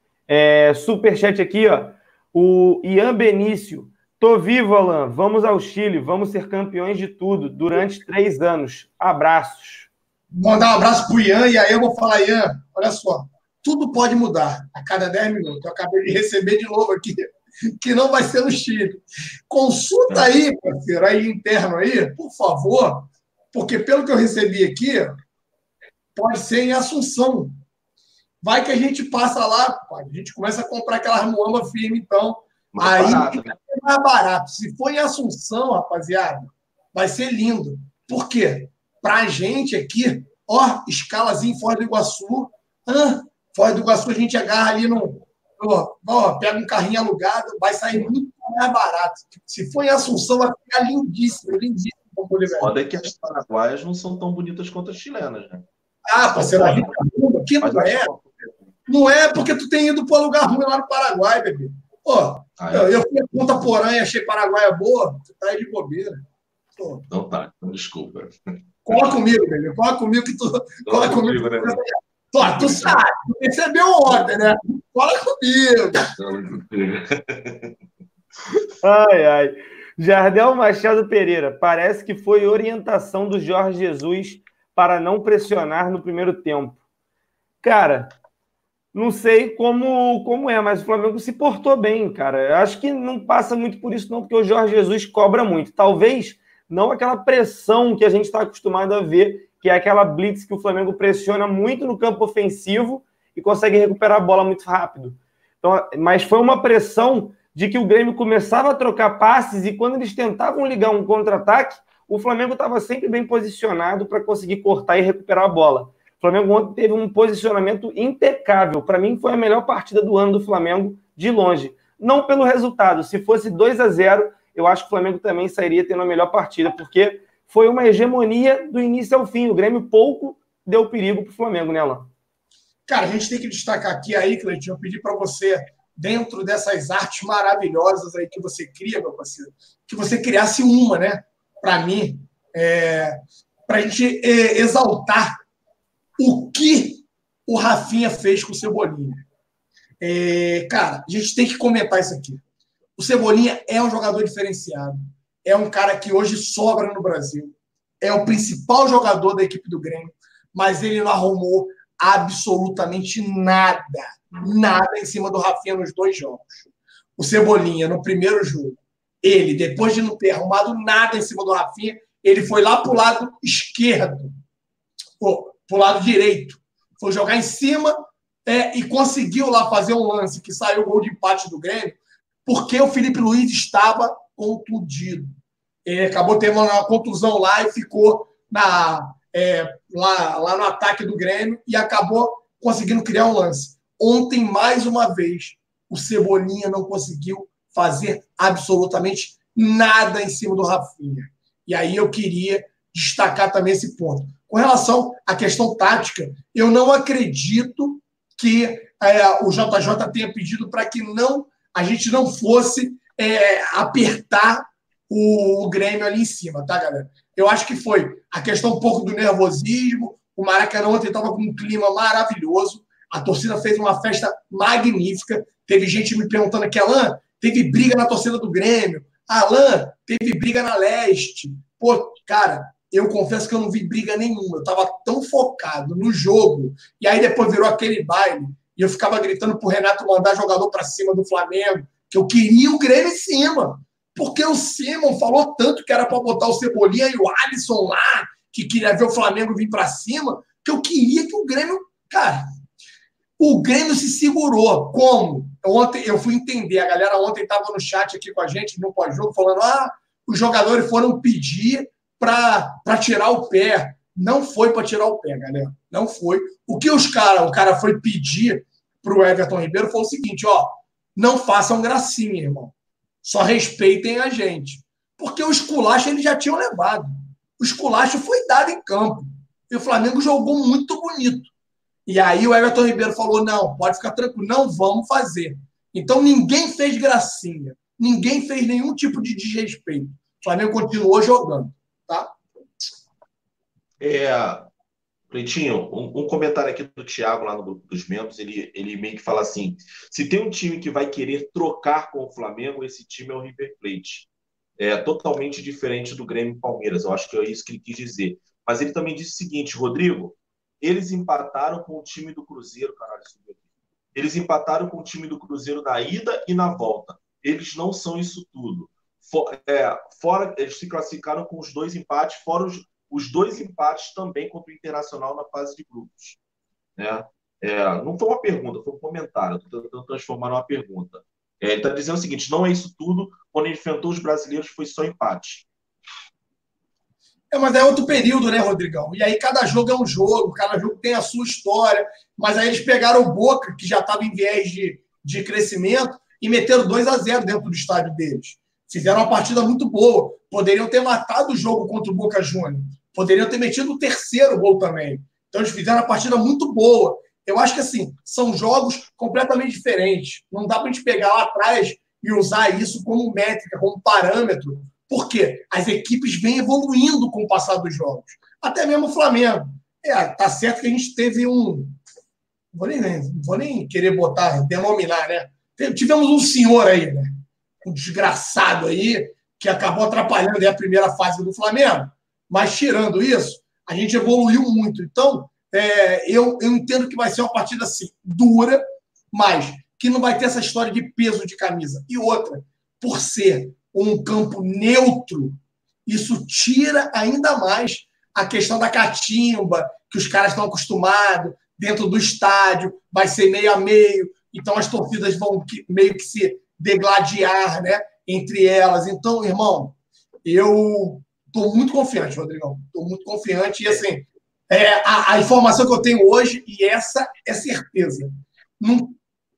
É, superchat aqui, ó. O Ian Benício. Tô vivo, Alan. Vamos ao Chile. Vamos ser campeões de tudo durante três anos. Abraços. Vou mandar um abraço pro Ian e aí eu vou falar, Ian, olha só. Tudo pode mudar a cada dez minutos. Eu acabei de receber de novo aqui, que não vai ser no Chile. Consulta aí, parceiro, aí interno aí, por favor. Porque, pelo que eu recebi aqui, pode ser em Assunção. Vai que a gente passa lá, a gente começa a comprar aquelas muamba firme, então. Mais aí barato, né? É mais barato. Se for em Assunção, rapaziada, vai ser lindo. Por quê? Pra gente aqui, ó, escalazinha em Foz do Iguaçu. Ah, Foz do Iguaçu a gente agarra ali no... Ó, ó, pega um carrinho alugado, vai sair muito mais barato. Se for em Assunção, vai ficar lindíssimo, lindíssimo. Foda é que as paraguaias não são tão bonitas quanto as chilenas, né? Ah, parceiro, a gente que não é. Não é porque tu tem ido para um lugar ruim lá no Paraguai, bebê. Pô, ah, é? eu, eu fui a Ponta Porã e achei Paraguaia boa, tu tá aí de bobeira. Pô. Não tá, então desculpa. Cola comigo, bebê. Cola comigo que tu. Cola não, comigo. comigo né? Pô, tu sabe, tu recebeu ontem, né? Cola comigo. Ai, ai. Jardel Machado Pereira, parece que foi orientação do Jorge Jesus para não pressionar no primeiro tempo. Cara, não sei como, como é, mas o Flamengo se portou bem, cara. Eu acho que não passa muito por isso não, porque o Jorge Jesus cobra muito. Talvez não aquela pressão que a gente está acostumado a ver, que é aquela blitz que o Flamengo pressiona muito no campo ofensivo e consegue recuperar a bola muito rápido. Então, mas foi uma pressão de que o Grêmio começava a trocar passes e quando eles tentavam ligar um contra-ataque, o Flamengo estava sempre bem posicionado para conseguir cortar e recuperar a bola. O Flamengo ontem teve um posicionamento impecável. Para mim, foi a melhor partida do ano do Flamengo, de longe. Não pelo resultado. Se fosse dois a zero, eu acho que o Flamengo também sairia tendo a melhor partida, porque foi uma hegemonia do início ao fim. O Grêmio pouco deu perigo para o Flamengo, né, Alan? Cara, a gente tem que destacar aqui aí, Cleitinho, eu pedi para você... dentro dessas artes maravilhosas aí que você cria, meu parceiro, que você criasse uma, né? Para mim, é, para a gente é, exaltar o que o Rafinha fez com o Cebolinha. É, cara, a gente tem que comentar isso aqui. O Cebolinha é um jogador diferenciado, é um cara que hoje sobra no Brasil, é o principal jogador da equipe do Grêmio, mas ele não arrumou absolutamente nada, nada em cima do Rafinha nos dois jogos. O Cebolinha, no primeiro jogo, ele, depois de não ter arrumado nada em cima do Rafinha, ele foi lá para o lado esquerdo, para o lado direito, foi jogar em cima é, e conseguiu lá fazer um lance que saiu o gol de empate do Grêmio, porque o Felipe Luiz estava contundido. Ele acabou tendo uma contusão lá e ficou na, é, lá, lá no ataque do Grêmio e acabou conseguindo criar um lance. Ontem, mais uma vez, o Cebolinha não conseguiu fazer absolutamente nada em cima do Rafinha. E aí eu queria destacar também esse ponto. Com relação à questão tática, eu não acredito que é, o J J tenha pedido para que não, a gente não fosse é, apertar o, o Grêmio ali em cima, tá, galera? Eu acho que foi a questão um pouco do nervosismo. O Maracanã ontem estava com um clima maravilhoso. A torcida fez uma festa magnífica. Teve gente me perguntando aqui, Alan, teve briga na torcida do Grêmio. Alan, teve briga na Leste. Pô, cara, eu confesso que eu não vi briga nenhuma. Eu estava tão focado no jogo. E aí depois virou aquele baile. E eu ficava gritando pro Renato mandar jogador para cima do Flamengo, que eu queria o Grêmio em cima. Porque o Simon falou tanto que era para botar o Cebolinha e o Alisson lá, que queria ver o Flamengo vir para cima, que eu queria que o Grêmio... Cara, o Grêmio se segurou. Como? Ontem eu fui entender. A galera ontem estava no chat aqui com a gente, no pós-jogo, falando ah, os jogadores foram pedir para tirar o pé. Não foi para tirar o pé, galera. Não foi. O que os cara, o cara foi pedir para o Everton Ribeiro foi o seguinte, ó, não façam gracinha, irmão. Só respeitem a gente. Porque o esculacho eles já tinham levado. O esculacho foi dado em campo. E o Flamengo jogou muito bonito. E aí o Everton Ribeiro falou, não, pode ficar tranquilo, não vamos fazer. Então ninguém fez gracinha. Ninguém fez nenhum tipo de desrespeito. O Flamengo continuou jogando. Tá? É, Cleitinho, um, um comentário aqui do Thiago lá no grupo dos membros, ele, ele meio que fala assim, se tem um time que vai querer trocar com o Flamengo, esse time é o River Plate. É totalmente diferente do Grêmio e Palmeiras, eu acho que é isso que ele quis dizer. Mas ele também disse o seguinte, Rodrigo, eles empataram com o time do Cruzeiro, caralho, subiu aqui. Eles empataram com o time do Cruzeiro na ida e na volta. Eles não são isso tudo. For, é, fora, eles se classificaram com os dois empates, fora os, os dois empates também contra o Internacional na fase de grupos. Né? É, não foi uma pergunta, foi um comentário. Estou tentando transformar numa pergunta. É, ele está dizendo o seguinte, não é isso tudo, quando ele enfrentou os brasileiros foi só empate. É, mas é outro período, né, Rodrigão? E aí cada jogo é um jogo, cada jogo tem a sua história. Mas aí eles pegaram o Boca, que já estava em viés de, de crescimento, e meteram dois a zero dentro do estádio deles. Fizeram uma partida muito boa. Poderiam ter matado o jogo contra o Boca Juniors. Poderiam ter metido o terceiro gol também. Então eles fizeram uma partida muito boa. Eu acho que, assim, são jogos completamente diferentes. Não dá para a gente pegar lá atrás e usar isso como métrica, como parâmetro. Por quê? As equipes vêm evoluindo com o passar dos jogos. Até mesmo o Flamengo. É, tá certo que a gente teve um... Não vou nem, não vou nem querer botar, denominar, né? Tivemos um senhor aí, né? Um desgraçado aí, que acabou atrapalhando aí a primeira fase do Flamengo. Mas, tirando isso, a gente evoluiu muito. Então, é, eu, eu entendo que vai ser uma partida, assim, dura, mas que não vai ter essa história de peso de camisa. E outra, por ser um campo neutro, isso tira ainda mais a questão da catimba, que os caras estão acostumados, dentro do estádio, vai ser meio a meio, então as torcidas vão meio que se degladiar, né, entre elas. Então, irmão, eu estou muito confiante, Rodrigão, estou muito confiante, e assim, é, a, a informação que eu tenho hoje, e essa é certeza, não,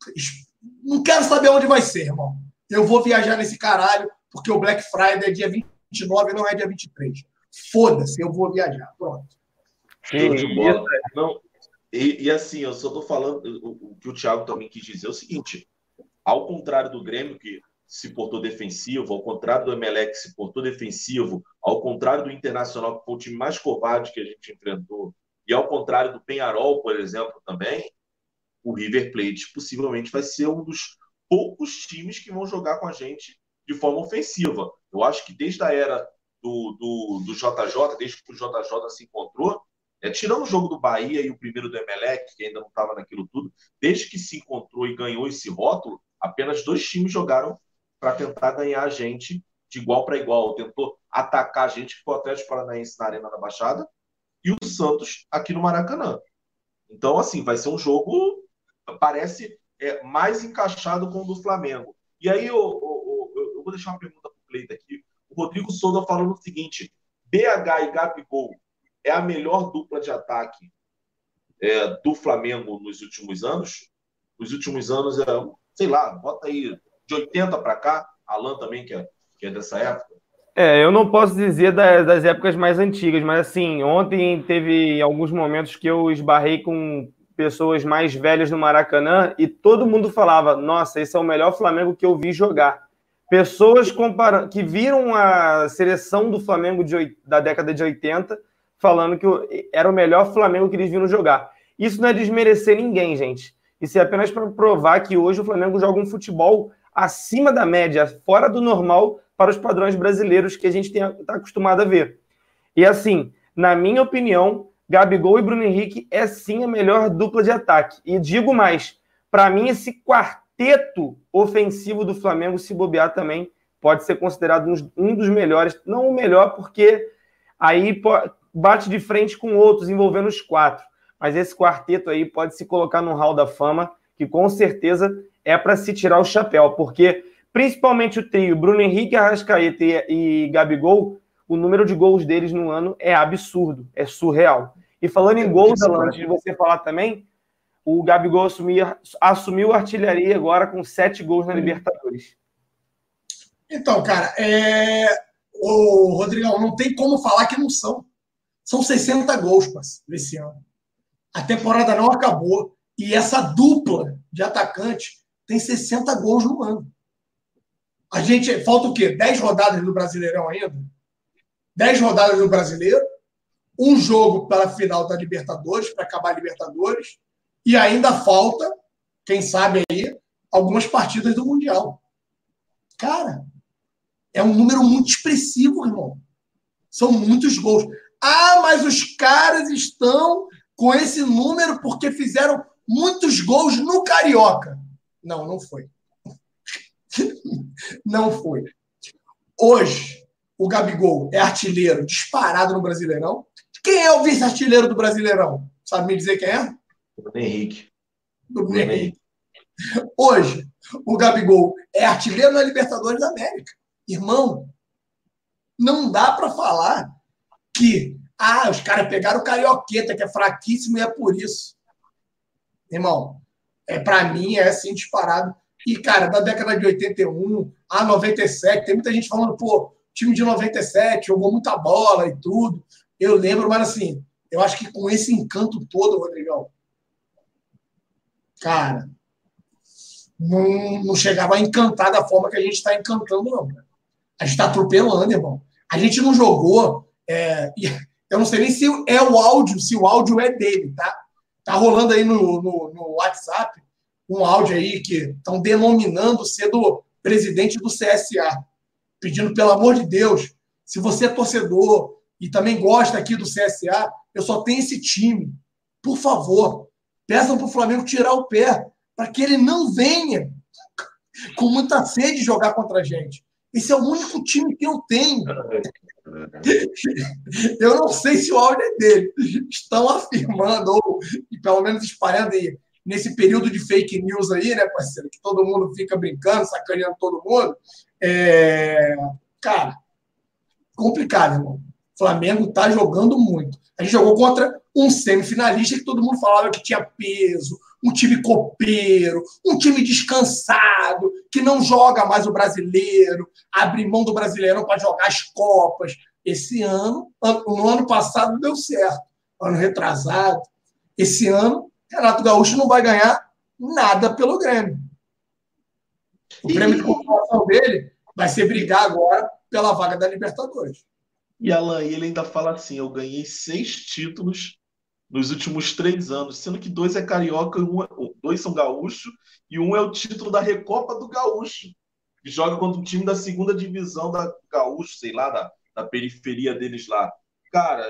não quero saber onde vai ser, irmão. Eu vou viajar nesse caralho, porque o Black Friday é dia vinte e nove, não é dia vinte e três. Foda-se, eu vou viajar. Pronto. Show de bola. Não, e, e assim, eu só estou falando, o, o que o Thiago também quis dizer é o seguinte, ao contrário do Grêmio, que se portou defensivo, ao contrário do Emelec, que se portou defensivo, ao contrário do Internacional, que foi o time mais covarde que a gente enfrentou, e ao contrário do Peñarol, por exemplo, também, o River Plate possivelmente vai ser um dos poucos times que vão jogar com a gente de forma ofensiva. Eu acho que desde a era do, do, do J J, desde que o J J se encontrou, É, tirando o jogo do Bahia e o primeiro do Emelec, que ainda não estava naquilo tudo, desde que se encontrou e ganhou esse rótulo, apenas dois times jogaram para tentar ganhar a gente de igual para igual. Tentou atacar a gente, que foi o Atlético Paranaense na Arena da Baixada e o Santos aqui no Maracanã. Então, assim, vai ser um jogo, parece, é, mais encaixado com o do Flamengo. E aí, eu, eu, eu, eu vou deixar uma pergunta para o Cleiton aqui. O Rodrigo Souza falando o seguinte: B H e Gabigol é a melhor dupla de ataque é, do Flamengo nos últimos anos? Nos últimos anos, é, sei lá, bota aí de oitenta para cá, Alan também, que é, que é dessa época. É, eu não posso dizer das, das épocas mais antigas, mas assim, ontem teve alguns momentos que eu esbarrei com pessoas mais velhas no Maracanã e todo mundo falava, nossa, esse é o melhor Flamengo que eu vi jogar. Pessoas comparando, que viram a seleção do Flamengo de, da década de oitenta falando que era o melhor Flamengo que eles viram jogar. Isso não é desmerecer ninguém, gente. Isso é apenas para provar que hoje o Flamengo joga um futebol acima da média, fora do normal para os padrões brasileiros que a gente está acostumado a ver. E assim, na minha opinião, Gabigol e Bruno Henrique é sim a melhor dupla de ataque. E digo mais, para mim esse quarteto ofensivo do Flamengo, se bobear também, pode ser considerado um dos melhores, não o melhor, porque aí bate de frente com outros, envolvendo os quatro. Mas esse quarteto aí pode se colocar no hall da fama, que com certeza é para se tirar o chapéu, porque principalmente o trio Bruno Henrique, Arrascaeta e, e Gabigol, o número de gols deles no ano é absurdo, é surreal. E falando em gols, Alan, antes de você falar também, o Gabigol assumiu, assumiu a artilharia agora com sete gols na Libertadores. Então, cara, é... o Rodrigão, não tem como falar que não são. São sessenta gols, parceiro, nesse ano. A temporada não acabou. E essa dupla de atacante tem sessenta gols no ano. A gente, falta o quê? dez rodadas do Brasileirão ainda? dez rodadas do Brasileiro, um jogo para a final da Libertadores, para acabar a Libertadores, e ainda falta, quem sabe aí, algumas partidas do Mundial. Cara, é um número muito expressivo, irmão. São muitos gols. Ah, mas os caras estão com esse número porque fizeram muitos gols no Carioca. Não, não foi. Não foi. Hoje, o Gabigol é artilheiro disparado no Brasileirão. Quem é o vice-artilheiro do Brasileirão? Sabe me dizer quem é? Bruno Henrique. Bruno Henrique. Hoje, o Gabigol é artilheiro na Libertadores da América. Irmão, não dá para falar que ah, os caras pegaram o Carioqueta, que é fraquíssimo e é por isso. Irmão, é, para mim é assim disparado. E, cara, da década de oitenta e um a noventa e sete, tem muita gente falando, pô, time de noventa e sete jogou muita bola e tudo. Eu lembro, mas assim, eu acho que com esse encanto todo, Rodrigão, cara, não, não chegava a encantar da forma que a gente está encantando, não. Cara. A gente está atropelando, irmão. A gente não jogou. É, eu não sei nem se é o áudio, se o áudio é dele, tá? Tá rolando aí no, no, no WhatsApp um áudio aí que estão denominando ser do presidente do C S A, pedindo, pelo amor de Deus, se você é torcedor e também gosta aqui do C S A, eu só tenho esse time. Por favor, peçam para o Flamengo tirar o pé, para que ele não venha com muita sede jogar contra a gente. Esse é o único time que eu tenho. Eu não sei se o áudio é dele. Estão afirmando, ou pelo menos espalhando aí, nesse período de fake news aí, né, parceiro? Que todo mundo fica brincando, sacaneando todo mundo. É... Cara, complicado, irmão. O Flamengo tá jogando muito. A gente jogou contra um semifinalista que todo mundo falava que tinha peso, um time copeiro, um time descansado, que não joga mais o brasileiro, abre mão do Brasileirão para jogar as Copas. Esse ano, no ano passado deu certo, ano retrasado. Esse ano, Renato Gaúcho não vai ganhar nada pelo Grêmio. O prêmio de comparação dele vai ser brigar agora pela vaga da Libertadores. E Alan, ele ainda fala assim, eu ganhei seis títulos nos últimos três anos, sendo que dois é carioca, e um é, dois são gaúcho, e um é o título da Recopa do Gaúcho, que joga contra um time da segunda divisão da Gaúcho, sei lá, da, da periferia deles lá. Cara,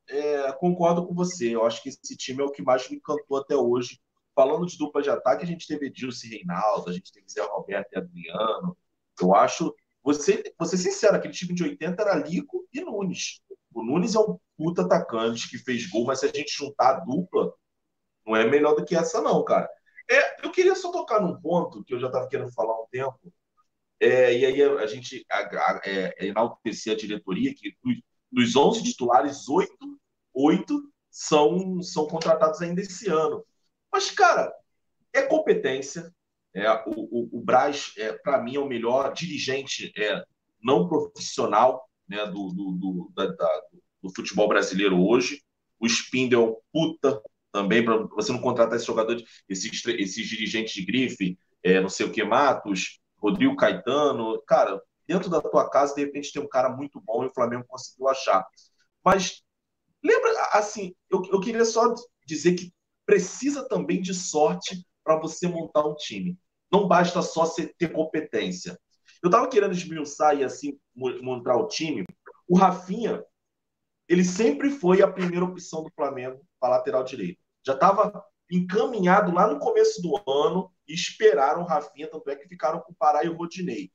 é, concordo com você. Eu acho que esse time é o que mais me encantou até hoje. Falando de dupla de ataque, a gente teve Edilson e Reinaldo, a gente teve Zé Roberto e Adriano. Eu acho... Você, vou ser sincero, aquele time de oitenta era Lico e Nunes. O Nunes é um puta atacante que fez gol, mas se a gente juntar a dupla, não é melhor do que essa não, cara. É, eu queria só tocar num ponto que eu já estava querendo falar há um tempo, é, e aí a gente a, a, é, enaltecer a diretoria, que dos, dos onze titulares, oito, oito são, são contratados ainda esse ano. Mas, cara, é competência. É, o, o, o Braz, é, para mim, é o melhor dirigente é, não profissional, né, do, do, do, da, da, do futebol brasileiro hoje. O Spindle é um puta também, para você não contratar esses jogadores, esses, esses dirigentes de grife, é, não sei o que, Matos, Rodrigo Caetano. Cara, dentro da tua casa, de repente, tem um cara muito bom e o Flamengo conseguiu achar. Mas, lembra, assim, eu, eu queria só dizer que precisa também de sorte para você montar um time. Não basta só ter competência. Eu estava querendo esmiuçar e assim montar o time. O Rafinha, ele sempre foi a primeira opção do Flamengo para lateral direito. Já estava encaminhado lá no começo do ano e esperaram o Rafinha, tanto é que ficaram com o Pará e o Rodinei.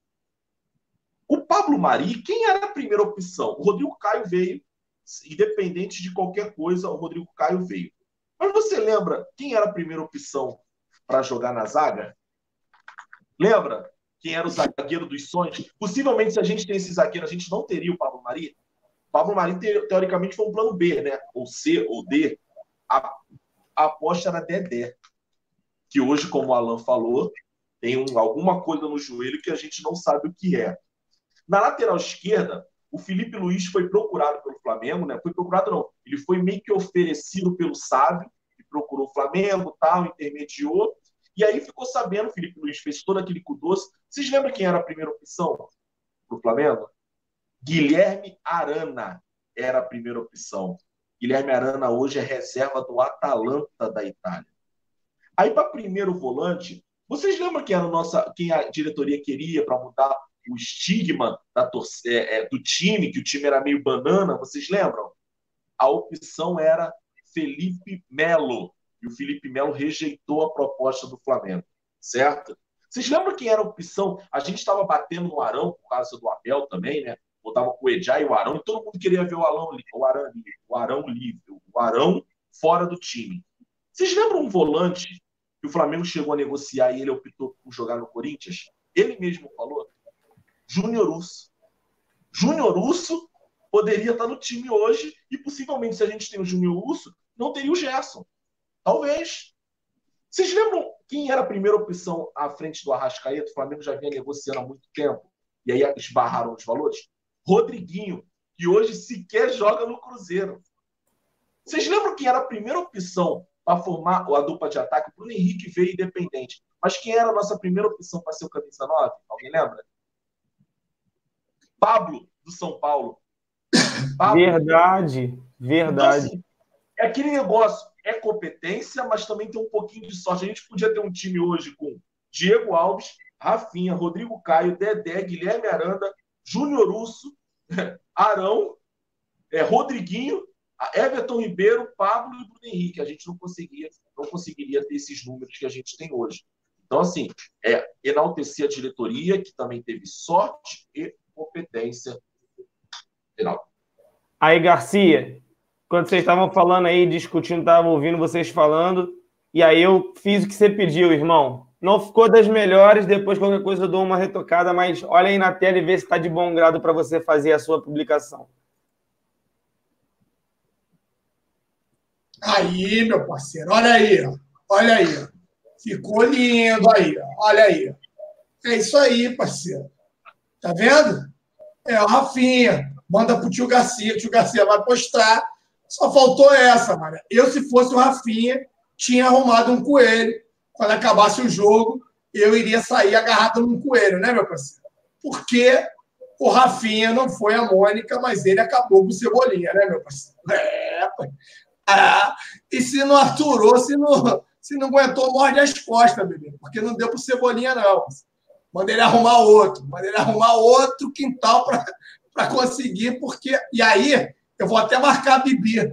O Pablo Mari, quem era a primeira opção? O Rodrigo Caio veio, independente de qualquer coisa, o Rodrigo Caio veio. Mas você lembra quem era a primeira opção para jogar na zaga? Lembra quem era o zagueiro dos sonhos? Possivelmente, se a gente tem esse zagueiro, a gente não teria o Pablo Mari. O Pablo Mari, teoricamente, foi um plano B, né? Ou C, ou D. A, a aposta era Dedé. Que hoje, como o Alan falou, tem um, alguma coisa no joelho que a gente não sabe o que é. Na lateral esquerda, o Felipe Luiz foi procurado pelo Flamengo, né? Foi procurado, não. Ele foi meio que oferecido pelo Sábio, que procurou o Flamengo, tal, intermediou. E aí ficou sabendo, o Felipe Luiz fez todo aquele cu doce. Vocês lembram quem era a primeira opção para o Flamengo? Guilherme Arana era a primeira opção. Guilherme Arana hoje é reserva do Atalanta da Itália. Aí para primeiro volante, vocês lembram quem, era a nossa, quem a diretoria queria para mudar o estigma da torcida, é, do time, que o time era meio banana? Vocês lembram? A opção era Felipe Melo. E o Felipe Melo rejeitou a proposta do Flamengo, certo? Vocês lembram quem era a opção? A gente estava batendo no Arão, por causa do Abel também, né? Botava com o Edjá e o Arão, e todo mundo queria ver o Arão, o Arão livre, o Arão livre, o Arão fora do time. Vocês lembram um volante que o Flamengo chegou a negociar e ele optou por jogar no Corinthians? Ele mesmo falou, Júnior Urso. Júnior Urso poderia estar no time hoje e possivelmente, se a gente tem o Júnior Urso, não teria o Gerson. Talvez. Vocês lembram quem era a primeira opção à frente do Arrascaeta? O Flamengo já vinha negociando há muito tempo. E aí esbarraram os valores. Rodriguinho, que hoje sequer joga no Cruzeiro. Vocês lembram quem era a primeira opção para formar a dupla de ataque? O Bruno Henrique veio independente. Mas quem era a nossa primeira opção para ser o camisa nove? Alguém lembra? Pablo, do São Paulo. Pablo. Verdade, verdade. Então, assim, é aquele negócio. É competência, mas também tem um pouquinho de sorte. A gente podia ter um time hoje com Diego Alves, Rafinha, Rodrigo Caio, Dedé, Guilherme Arana, Júnior Urso, Arão, é, Rodriguinho, Everton Ribeiro, Pablo e Bruno Henrique. A gente não conseguia, não conseguiria ter esses números que a gente tem hoje. Então, assim, é enaltecer a diretoria, que também teve sorte e competência. Final. Aí, Garcia, quando vocês estavam falando aí, discutindo, estava ouvindo vocês falando, e aí eu fiz o que você pediu, irmão. Não ficou das melhores, depois qualquer coisa eu dou uma retocada, mas olha aí na tela e vê se está de bom grado para você fazer a sua publicação. Aí, meu parceiro, olha aí, ó. Olha aí. Ó. Ficou lindo aí, ó. Olha aí. É isso aí, parceiro. Tá vendo? É o Rafinha. Manda pro tio Garcia, o tio Garcia vai postar. Só faltou essa, mano. Eu, se fosse o Rafinha, tinha arrumado um coelho. Quando acabasse o jogo, eu iria sair agarrado num coelho, né, meu parceiro? Porque o Rafinha não foi a Mônica, mas ele acabou com o Cebolinha, né, meu parceiro? É, ah, e se não aturou, se não, se não aguentou, morde as costas, bebê. Porque não deu pro Cebolinha, não. Manda ele arrumar outro. Manda ele arrumar outro quintal para conseguir, porque... E aí... Eu vou até marcar a Bibi.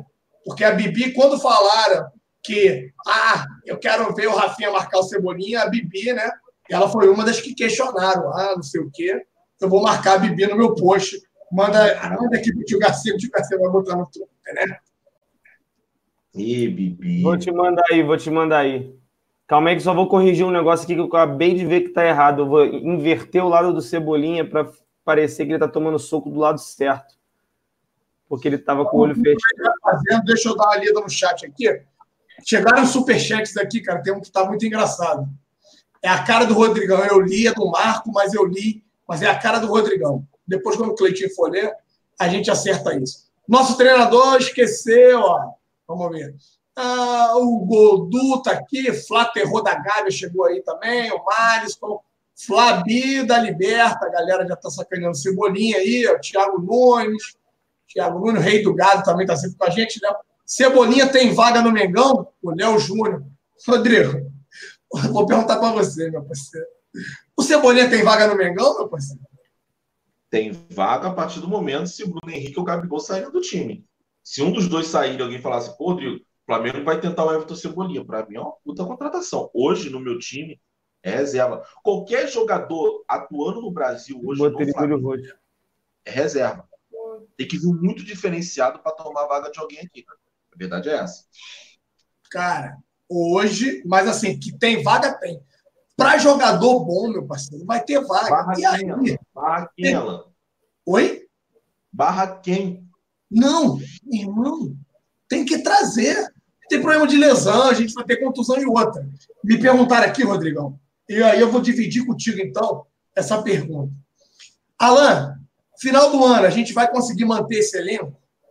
Porque a Bibi, quando falaram que ah, eu quero ver o Rafinha marcar o Cebolinha, a Bibi, né? Ela foi uma das que questionaram. Ah, não sei o quê. Eu vou marcar a Bibi no meu post. Manda, manda aqui pro tio Garcia, o tio Garcia vai botar no Twitter, né? Ih, Bibi. Vou te mandar aí, vou te mandar aí. Calma aí que só vou corrigir um negócio aqui que eu acabei de ver que tá errado. Eu vou inverter o lado do Cebolinha para parecer que ele tá tomando soco do lado certo. Porque ele tava com o olho fechado. Deixa eu dar uma lida no chat aqui. Chegaram superchats aqui, cara. Tem um que tá muito engraçado. É a cara do Rodrigão. Eu li, é do Marco, mas eu li. Mas é a cara do Rodrigão. Depois, quando o Cleitinho for ler, a gente acerta isso. Nosso treinador esqueceu, ó. Vamos ver. Ah, o Godu tá aqui. Flaterro da Gávea chegou aí também. O Malisson. Flabi da Liberta. A galera já tá sacaneando Cebolinha aí. O Thiago Nunes. Thiago Nunes, rei do gado, também tá sempre com a gente, né? Cebolinha tem vaga no Mengão? O Léo Júnior. Rodrigo, vou perguntar para você, meu parceiro. O Cebolinha tem vaga no Mengão, meu parceiro? Tem vaga a partir do momento se o Bruno Henrique ou o Gabigol saírem do time. Se um dos dois sair e alguém falar assim, pô, Rodrigo, o Flamengo vai tentar o Everton Cebolinha. Para mim é uma puta contratação. Hoje, no meu time, é reserva. Qualquer jogador atuando no Brasil hoje no Flamengo é reserva. Tem que vir muito diferenciado para tomar a vaga de alguém aqui. Cara. A verdade é essa. Cara, hoje, mas assim, que tem vaga, tem. Para jogador bom, meu parceiro, vai ter vaga. Barra e quem? aí? Barra quem, Alan? Oi? Barra quem? Não, irmão. Tem que trazer. Tem problema de lesão, a gente vai ter contusão e outra. Me perguntaram aqui, Rodrigão, e aí eu vou dividir contigo, então, essa pergunta. Alan, final do ano, a gente vai conseguir manter esse elenco?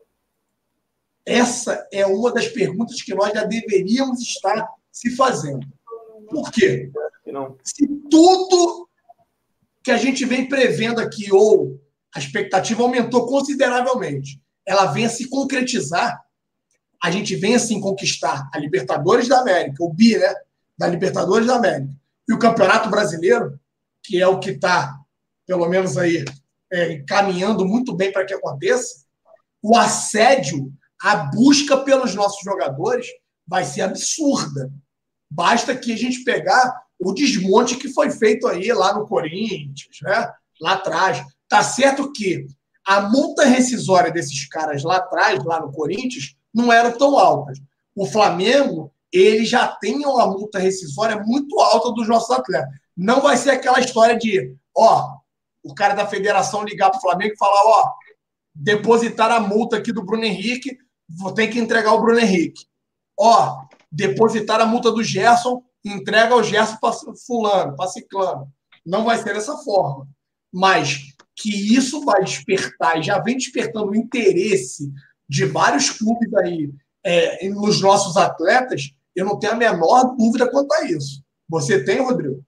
Essa é uma das perguntas que nós já deveríamos estar se fazendo. Por quê? Se tudo que a gente vem prevendo aqui, ou a expectativa aumentou consideravelmente, ela venha se concretizar, a gente venha assim conquistar a Libertadores da América, o bi, né? Da Libertadores da América, e o Campeonato Brasileiro, que é o que está, pelo menos aí, É, caminhando muito bem para que aconteça, o assédio, a busca pelos nossos jogadores vai ser absurda. Basta que a gente pegar o desmonte que foi feito aí lá no Corinthians, né? Lá atrás. Tá certo que a multa rescisória desses caras lá atrás, lá no Corinthians, não era tão alta. O Flamengo, ele já tem uma multa rescisória muito alta dos nossos atletas. Não vai ser aquela história de, ó, o cara da federação ligar para o Flamengo e falar, ó, depositar a multa aqui do Bruno Henrique, vou ter que entregar o Bruno Henrique. Ó, depositar a multa do Gerson, entrega o Gerson para fulano, para ciclano. Não vai ser dessa forma. Mas que isso vai despertar, e já vem despertando o interesse de vários clubes aí é, nos nossos atletas, eu não tenho a menor dúvida quanto a isso. Você tem, Rodrigo?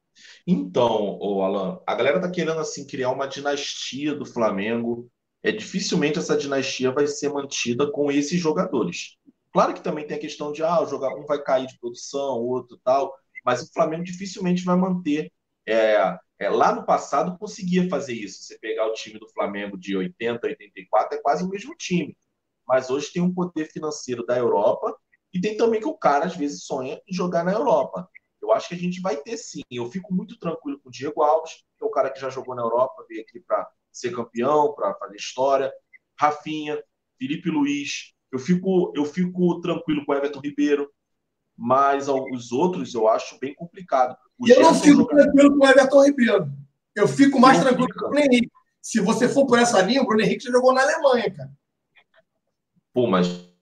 Então, ô Alan, a galera tá querendo assim criar uma dinastia do Flamengo. É dificilmente essa dinastia vai ser mantida com esses jogadores. Claro que também tem a questão de ah, o jogador um vai cair de produção, outro tal, mas o Flamengo dificilmente vai manter. É, é, lá no passado conseguia fazer isso. Você pegar o time do Flamengo de oitenta, oitenta e quatro é quase o mesmo time. Mas hoje tem um poder financeiro da Europa e tem também que o cara às vezes sonha em jogar na Europa. Eu acho que a gente vai ter sim. Eu fico muito tranquilo com o Diego Alves, que é o cara que já jogou na Europa, veio aqui para ser campeão, para fazer história. Rafinha, Felipe Luiz. Eu fico, eu fico tranquilo com o Everton Ribeiro, mas os outros eu acho bem complicado. O eu não fico jogador... tranquilo com o Everton Ribeiro. Eu fico mais tranquilo fica. com o Bruno Henrique. Se você for por essa linha, o Bruno Henrique já jogou na Alemanha, cara. Pô, mas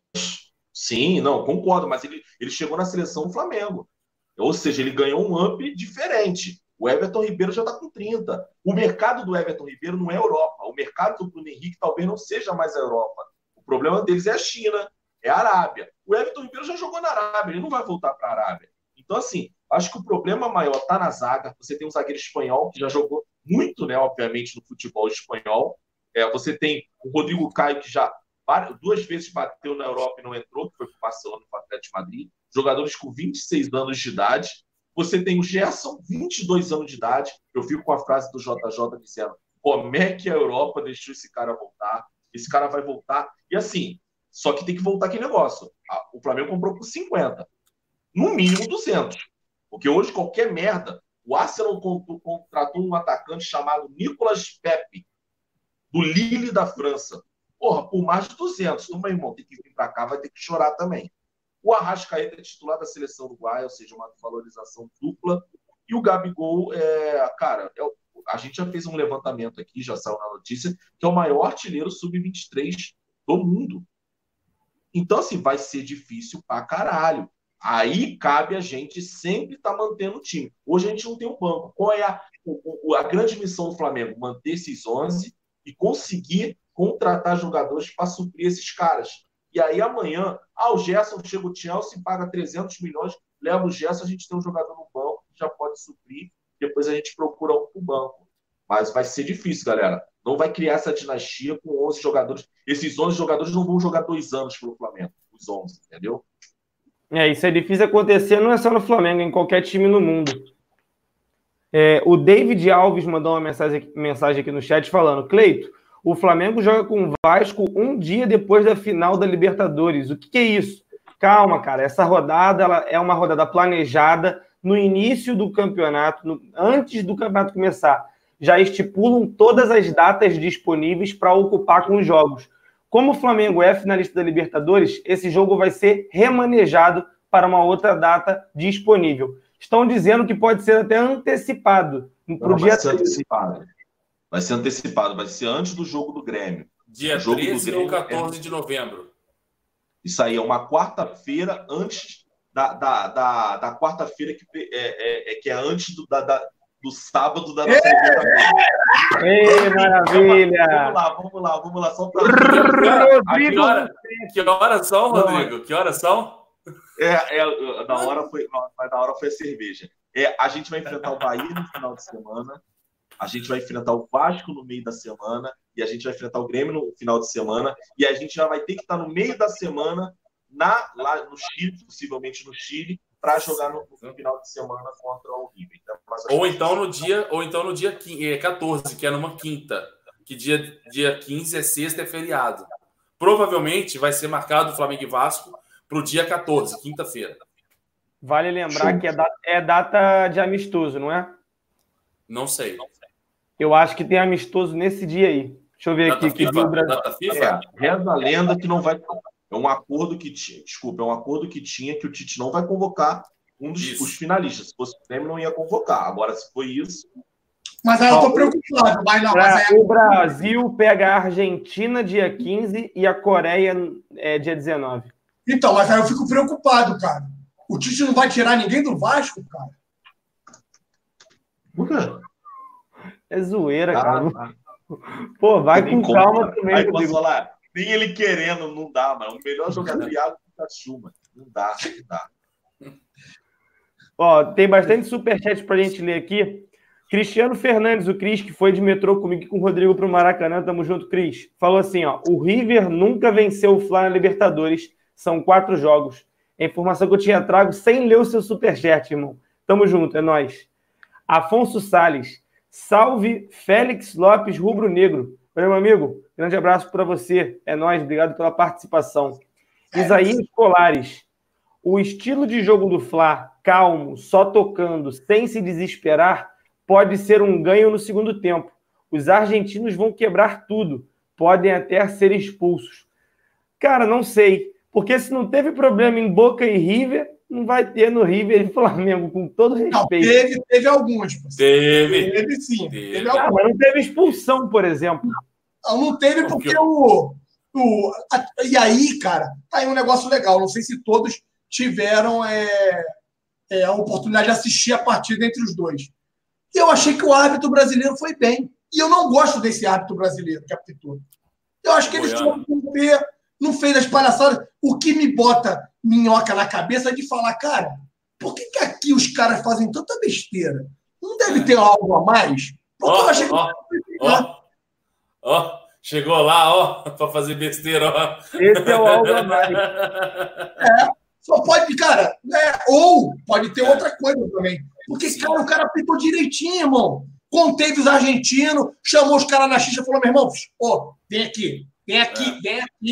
sim, não, concordo, mas ele, ele chegou na seleção do Flamengo. Ou seja, ele ganhou um up diferente. O Everton Ribeiro já está com trinta. O mercado do Everton Ribeiro não é a Europa. O mercado do Bruno Henrique talvez não seja mais a Europa. O problema deles é a China, é a Arábia. O Everton Ribeiro já jogou na Arábia, ele não vai voltar para a Arábia. Então, assim, acho que o problema maior está na zaga. Você tem um zagueiro espanhol que já jogou muito, né, obviamente, no futebol espanhol. É, você tem o Rodrigo Caio, que já duas vezes bateu na Europa e não entrou, que foi para o Barcelona e para o Atlético de Madrid. Jogadores com vinte e seis anos de idade. Você tem o Gerson, vinte e dois anos de idade. Eu fico com a frase do J J dizendo como é que a Europa deixou esse cara voltar? Esse cara vai voltar. E assim, Só que tem que voltar aquele negócio. O Flamengo comprou por cinquenta. No mínimo duzentos. Porque hoje qualquer merda... O Arsenal contratou um atacante chamado Nicolas Pepe, do Lille da França. Porra, por mais de duzentos. Então, meu irmão, tem que vir pra cá, vai ter que chorar também. O Arrascaeta é titular da seleção uruguaia, ou seja, uma valorização dupla. E o Gabigol, é, cara, é, a gente já fez um levantamento aqui, já saiu na notícia, que é o maior artilheiro sub vinte e três do mundo. Então, assim, vai ser difícil pra caralho. Aí cabe a gente sempre estar tá mantendo o time. Hoje a gente não tem um banco. Qual é a, a grande missão do Flamengo? Manter esses onze e conseguir contratar jogadores para suprir esses caras. E aí amanhã, ah, o Gerson chega o Chelsea, paga trezentos milhões, leva o Gerson, a gente tem um jogador no banco, já pode suprir, depois a gente procura um para o banco. Mas vai ser difícil, galera. Não vai criar essa dinastia com onze jogadores. Esses onze jogadores não vão jogar dois anos pelo Flamengo, os onze, entendeu? É, isso é difícil acontecer, não é só no Flamengo, em qualquer time no mundo. É, o David Alves mandou uma mensagem, mensagem aqui no chat falando: Cleito, o Flamengo joga com o Vasco um dia depois da final da Libertadores. O que, que é isso? Calma, cara, essa rodada ela é uma rodada planejada no início do campeonato, no, antes do campeonato começar. Já estipulam todas as datas disponíveis para ocupar com os jogos. Como o Flamengo é finalista da Libertadores, esse jogo vai ser remanejado para uma outra data disponível. Estão dizendo que pode ser até antecipado. Pro Não, dia vai ser antecipado. Vai ser antecipado, vai ser antes do jogo do Grêmio. Dia jogo treze do ou quatorze de novembro. Isso aí é uma quarta-feira antes da, da, da, da quarta-feira que é, é, é, que é antes do, da, da, do sábado da nossa Libertadores. Ei, maravilha! Vamos lá, vamos lá, vamos lá. Só pra... Que hora, que hora são, Rodrigo? Que horas são? É, é, da hora foi, mas da hora foi a cerveja. É, a gente vai enfrentar o Bahia no final de semana, a gente vai enfrentar o Vasco no meio da semana e a gente vai enfrentar o Grêmio no final de semana e a gente já vai ter que estar no meio da semana na, lá no Chile, possivelmente no Chile, para jogar no, no final de semana contra o River. Então, ou então no dia, ou então no dia quatorze, que é numa quinta, que dia, dia quinze é sexta, é feriado. Provavelmente vai ser marcado o Flamengo e Vasco para o dia quatorze, quinta-feira. Vale lembrar Show. que é data, é data de amistoso, não é? Não sei. Eu acho que tem amistoso nesse dia aí. Deixa eu ver data aqui. FIFA, que data FIFA? É, reza a lenda que não vai... É um acordo que tinha, desculpa, é um acordo que tinha que o Tite não vai convocar um dos os finalistas. Se fosse o Grêmio, não ia convocar. Agora, se foi isso... Mas aí eu tô preocupado. Mas não, mas aí... O Brasil pega a Argentina dia quinze e a Coreia é, dia dezenove. Então, mas aí eu fico preocupado, cara. O Tite não vai tirar ninguém do Vasco, cara? Por quê? É zoeira, Ah, cara. tá. Pô, vai com como, calma cara. também. Aí posso falar, nem ele querendo, não dá, mano. O melhor jogador de água é o Chuma. Não dá, não dá. Ó, tem bastante superchat pra gente ler aqui. Cristiano Fernandes, o Cris, que foi de metrô comigo e com o Rodrigo pro Maracanã, tamo junto, Cris. Falou assim, ó, o River nunca venceu o Fla na Libertadores, são quatro jogos. É a informação que eu tinha trago sem ler o seu superchat, irmão. Tamo junto, é nóis. Afonso Salles, salve Félix Lopes Rubro Negro. Meu amigo, grande abraço para você, é nóis, obrigado pela participação. É. Isaías Colares, o estilo de jogo do Fla, calmo, só tocando, sem se desesperar, pode ser um ganho no segundo tempo. Os argentinos vão quebrar tudo, podem até ser expulsos. Cara, não sei, porque se não teve problema em Boca e River, não vai ter no River e Flamengo, com todo respeito. Não, teve, teve alguns. Teve. Teve sim. Teve. Teve ah, mas não teve expulsão, por exemplo. Não, não teve porque o... o a, e aí, cara, tá aí um negócio legal. Não sei se todos tiveram é, é, a oportunidade de assistir a partida entre os dois. E eu achei que o árbitro brasileiro foi bem. E eu não gosto desse árbitro brasileiro que apitou. Eu acho que eles tinham que ter... Não fez as palhaçadas. O que me bota minhoca na cabeça é de falar, cara, por que, que aqui os caras fazem tanta besteira? Não deve ter algo a mais? Porque oh, eu achei que... Ó, ó, ó, chegou lá, ó, para fazer besteira, ó. Esse é o algo a mais. É, só pode, cara, é, ou pode ter outra coisa também. Porque, Sim. cara, o cara apitou direitinho, irmão. Conteve os argentinos, chamou os caras na xixa e falou, meu irmão, ó, vem aqui, vem aqui, é. vem aqui.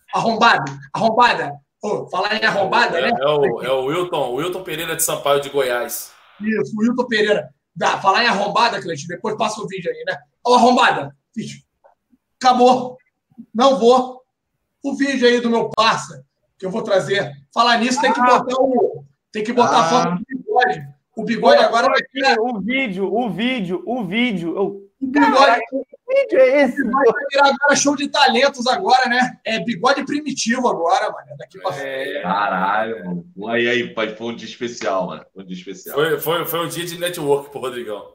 Arrombado, arrombada. Ô, falar em arrombada, é, né? É o, é o Wilton, o Wilton Pereira de Sampaio de Goiás. Isso, o Wilton Pereira. Dá, falar em arrombada, Cleiton, depois passa o vídeo aí, né? Ô, arrombada, bicho, acabou. Não vou. O vídeo aí do meu parça, que eu vou trazer. Falar nisso, tem que botar o. Tem que botar Ah. a foto do bigode. O bigode agora vai ter. O vídeo, o vídeo, o vídeo. Eu... O bigode, Caraca, que vídeo é esse? vai virar agora show de talentos agora, né? É bigode primitivo agora, mano. Daqui pra frente. É, Caralho, mano. Aí, aí, pai, foi um dia especial, mano. Foi um dia especial. foi, foi, foi um dia de network pro Rodrigão.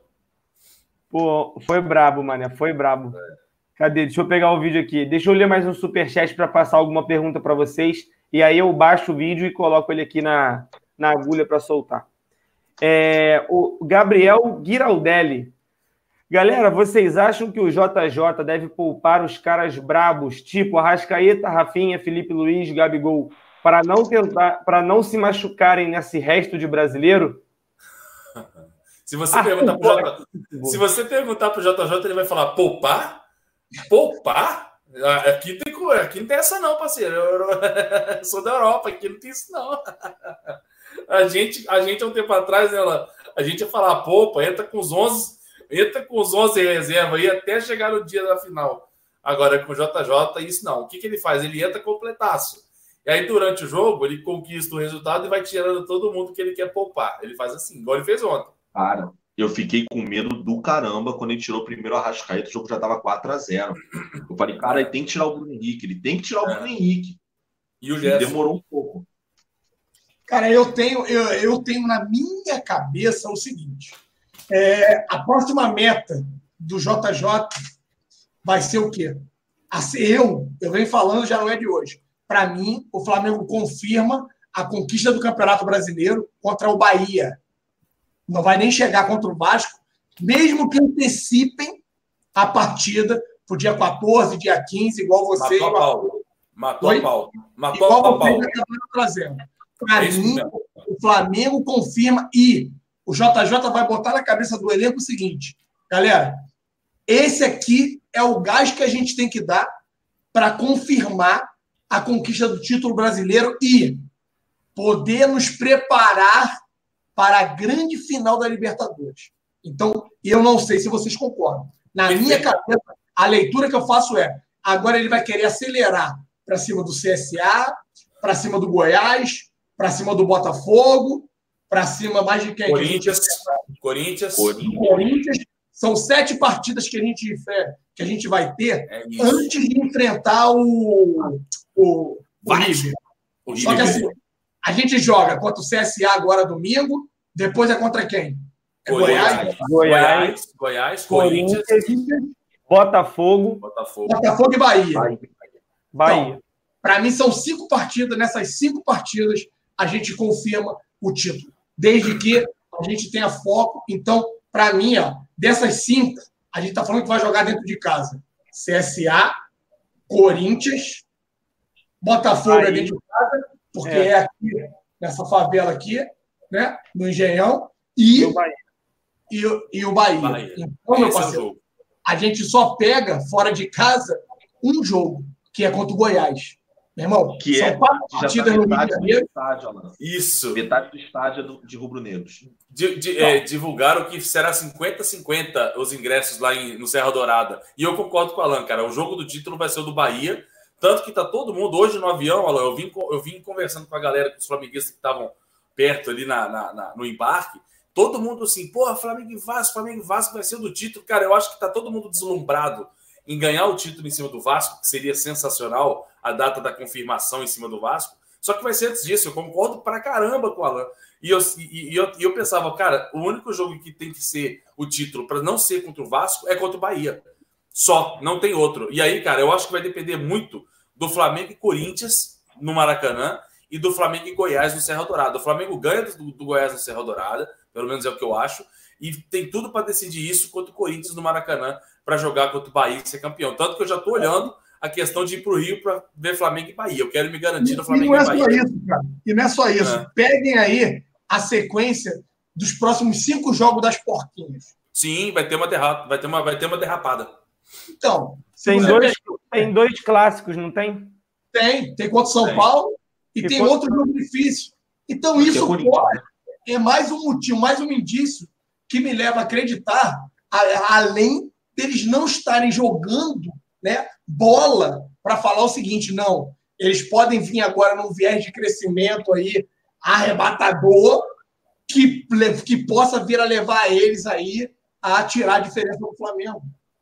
Pô, foi brabo, mané, foi brabo. Cadê? Deixa eu pegar o vídeo aqui. Deixa eu ler mais um superchat para passar alguma pergunta para vocês. E aí eu baixo o vídeo e coloco ele aqui na, na agulha para soltar. É, o Gabriel Giraldelli. Galera, vocês acham que o J J deve poupar os caras brabos, tipo Arrascaeta, Rafinha, Felipe Luiz, Gabigol, para não tentar, para não se machucarem nesse resto de brasileiro? Se você perguntar pro J... Se você perguntar pro J J, ele vai falar poupar? Poupar? Aqui, tem... aqui não tem essa não, parceiro. Eu sou da Europa, aqui não tem isso não. A gente, a gente há um tempo atrás, ela, a gente ia falar poupa, entra com os onze, entra com os onze reserva aí até chegar no dia da final. Agora com o J J, isso não. O que, que ele faz? Ele entra completaço. E aí, durante o jogo, ele conquista o resultado e vai tirando todo mundo que ele quer poupar. Ele faz assim, igual ele fez ontem. Cara, eu fiquei com medo do caramba quando ele tirou o primeiro Arrascaeta, o jogo já tava quatro a zero. Eu falei, cara, ele tem que tirar o Bruno Henrique, ele tem que tirar o É. Bruno Henrique. E o E Gerson. demorou um pouco. Cara, eu tenho, eu, eu tenho na minha cabeça o seguinte: é, a próxima meta do J J vai ser o quê? Assim, eu, eu venho falando, já não é de hoje. Para mim, o Flamengo confirma a conquista do Campeonato Brasileiro contra o Bahia. Não vai nem chegar contra o Vasco, mesmo que antecipem a partida para o dia quatorze, dia quinze, igual você. Matou a pau. Matou Oi? a pau. Matou Igual a pau. vocês acabaram trazendo. Para É isso mim, mesmo. o Flamengo confirma e o J J vai botar na cabeça do elenco o seguinte: galera, esse aqui é o gás que a gente tem que dar para confirmar a conquista do título brasileiro e poder nos preparar para a grande final da Libertadores. Então, eu não sei se vocês concordam. Na Perfeito. minha cabeça, a leitura que eu faço é: agora ele vai querer acelerar para cima do C S A, para cima do Goiás, para cima do Botafogo, para cima mais de quem? Corinthians. Corinthians. Do Corinthians. São sete partidas que a gente, que a gente vai ter É isso. antes de enfrentar o, o, o River. O Só que River. assim, a gente joga contra o C S A agora domingo, depois é contra quem? É Goiás, Goiás, Goiás, Goiás, Corinthians, Botafogo, Botafogo. Botafogo e Bahia. Bahia. Para mim, são cinco partidas. Nessas cinco partidas, a gente confirma o título. Desde que a gente tenha foco. Então, para mim, ó, dessas cinco, a gente está falando que vai jogar dentro de casa. C S A, Corinthians, Botafogo é Aí. dentro de casa, porque É. é, aqui, nessa favela aqui, né, no Engenhão, e, E o Bahia. e, o- e o Bahia. Bahia. Então, meu Esse é o parceiro, jogo. a gente só pega fora de casa um jogo, que é contra o Goiás. Meu irmão, Que são é, quatro já tá partidas no Rio de metade do Janeiro. estádio, Alan. Isso. Metade do estádio é do- de rubro-negros. Di- di- é, divulgaram que será cinquenta a cinquenta os ingressos lá em- no Serra Dourada. E eu concordo com o Alan, cara. O jogo do título vai ser o do Bahia. Tanto que tá todo mundo hoje no avião, Alan. Eu vim, co- eu vim conversando com a galera, com os flamenguistas que estavam perto ali na, na- na- no embarque. Todo mundo assim, porra, Flamengo e Vasco, Flamengo e Vasco vai ser o do título. Cara, eu acho que tá todo mundo deslumbrado em ganhar o título em cima do Vasco, que seria sensacional a data da confirmação em cima do Vasco. Só que vai ser antes disso. Eu concordo pra caramba com o Alan. E eu, e, e eu, e eu pensava, cara, o único jogo que tem que ser o título para não ser contra o Vasco é contra o Bahia. Só, não tem outro. E aí, cara, eu acho que vai depender muito do Flamengo e Corinthians no Maracanã e do Flamengo e Goiás no Serra Dourada. O Flamengo ganha do, do Goiás no Serra Dourada, pelo menos é o que eu acho, e tem tudo para decidir isso contra o Corinthians no Maracanã para jogar contra o Bahia e ser campeão. Tanto que eu já estou olhando a questão de ir para o Rio para ver Flamengo e Bahia. Eu quero me garantir no E Flamengo não é e só Bahia. isso, cara. E não é só isso. É. Peguem aí a sequência dos próximos cinco jogos das porquinhas. Sim, vai ter uma derrapa, vai ter uma, vai ter uma derrapada. Então, se Tem você dois, pegar- tem dois clássicos, não tem? Tem, tem contra o São Tem. Paulo e, E tem contra- outro jogo difícil. Então, Acho que isso é Corinthians, pode, né? é mais um motivo, mais um indício que me leva a acreditar, a- além deles não estarem jogando, né, bola para falar o seguinte, não, eles podem vir agora num viés de crescimento aí arrebatador que, le- que possa vir a levar eles aí a tirar a diferença do Flamengo.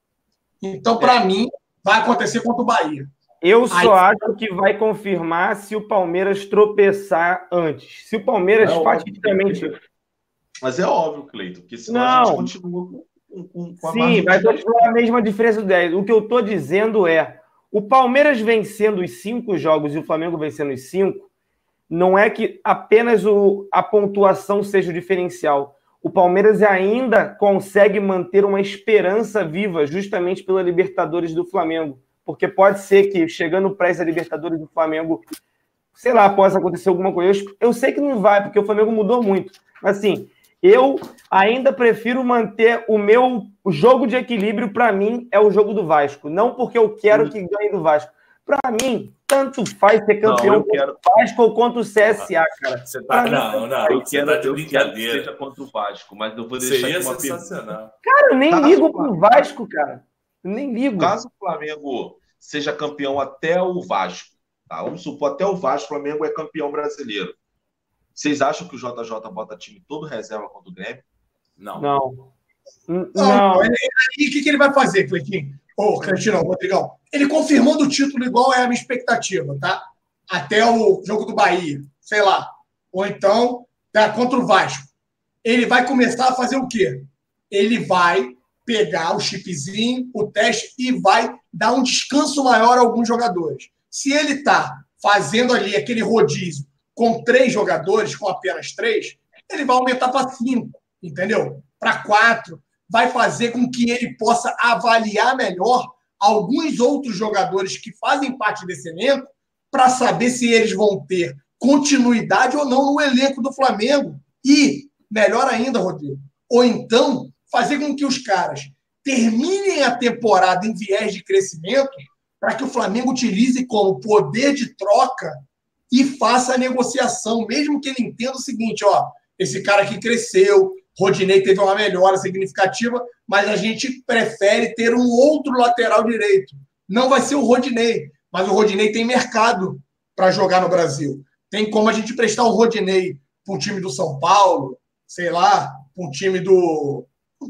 Então, para mim, vai acontecer contra o Bahia. Eu só Aí- acho que vai confirmar se o Palmeiras tropeçar antes. Se o Palmeiras É óbvio. fatidicamente... Mas é óbvio, Cleiton, porque senão a Não. gente continua com, com, com a Sim, margem vai de dez. continuar a mesma diferença do dez. O que eu estou dizendo é, o Palmeiras vencendo os cinco jogos e o Flamengo vencendo os cinco, não é que apenas o, a pontuação seja o diferencial. O Palmeiras ainda consegue manter uma esperança viva justamente pela Libertadores do Flamengo. Porque pode ser que, chegando pré a Libertadores do Flamengo, sei lá, possa acontecer alguma coisa. Eu, eu sei que não vai, porque o Flamengo mudou muito. Mas, assim, eu ainda prefiro manter o meu jogo de equilíbrio, para mim, é o jogo do Vasco. Não porque eu quero que ganhe do Vasco. Para mim, tanto faz ser campeão Não, eu contra quero- o Vasco ou contra o C S A, cara. Você Pra tá, mim, não, não, Eu você quero, tá de eu quero que brincadeira. seja contra o Vasco, mas eu vou deixar Seria aqui uma pergunta. sensacional. Cara, eu nem Caso ligo o pro Vasco, cara. Eu nem ligo. Caso o Flamengo seja campeão até o Vasco, tá? Vamos supor, até o Vasco, o Flamengo é campeão brasileiro. Vocês acham que o J J bota time todo reserva contra o Grêmio? Não. Não. N- Não, Não. ele- E o que, que ele vai fazer, Cleitinho? Ô, Cleitinho, não, Rodrigão. Ele confirmando o título igual é a minha expectativa, tá? Até o jogo do Bahia, sei lá. Ou então, tá, contra o Vasco. Ele vai começar a fazer o quê? Ele vai pegar o chipzinho, o teste e vai dar um descanso maior a alguns jogadores. Se ele está fazendo ali aquele rodízio com três jogadores, com apenas três, ele vai aumentar para cinco, entendeu? Para quatro. Vai fazer com que ele possa avaliar melhor alguns outros jogadores que fazem parte desse elenco para saber se eles vão ter continuidade ou não no elenco do Flamengo. E, melhor ainda, Rodrigo, ou então fazer com que os caras terminem a temporada em viés de crescimento para que o Flamengo utilize como poder de troca e faça a negociação, mesmo que ele entenda o seguinte, ó, esse cara aqui cresceu, Rodinei teve uma melhora significativa, mas a gente prefere ter um outro lateral direito. Não vai ser o Rodinei, mas o Rodinei tem mercado para jogar no Brasil. Tem como a gente prestar o Rodinei para um time do São Paulo, sei lá, para um time do...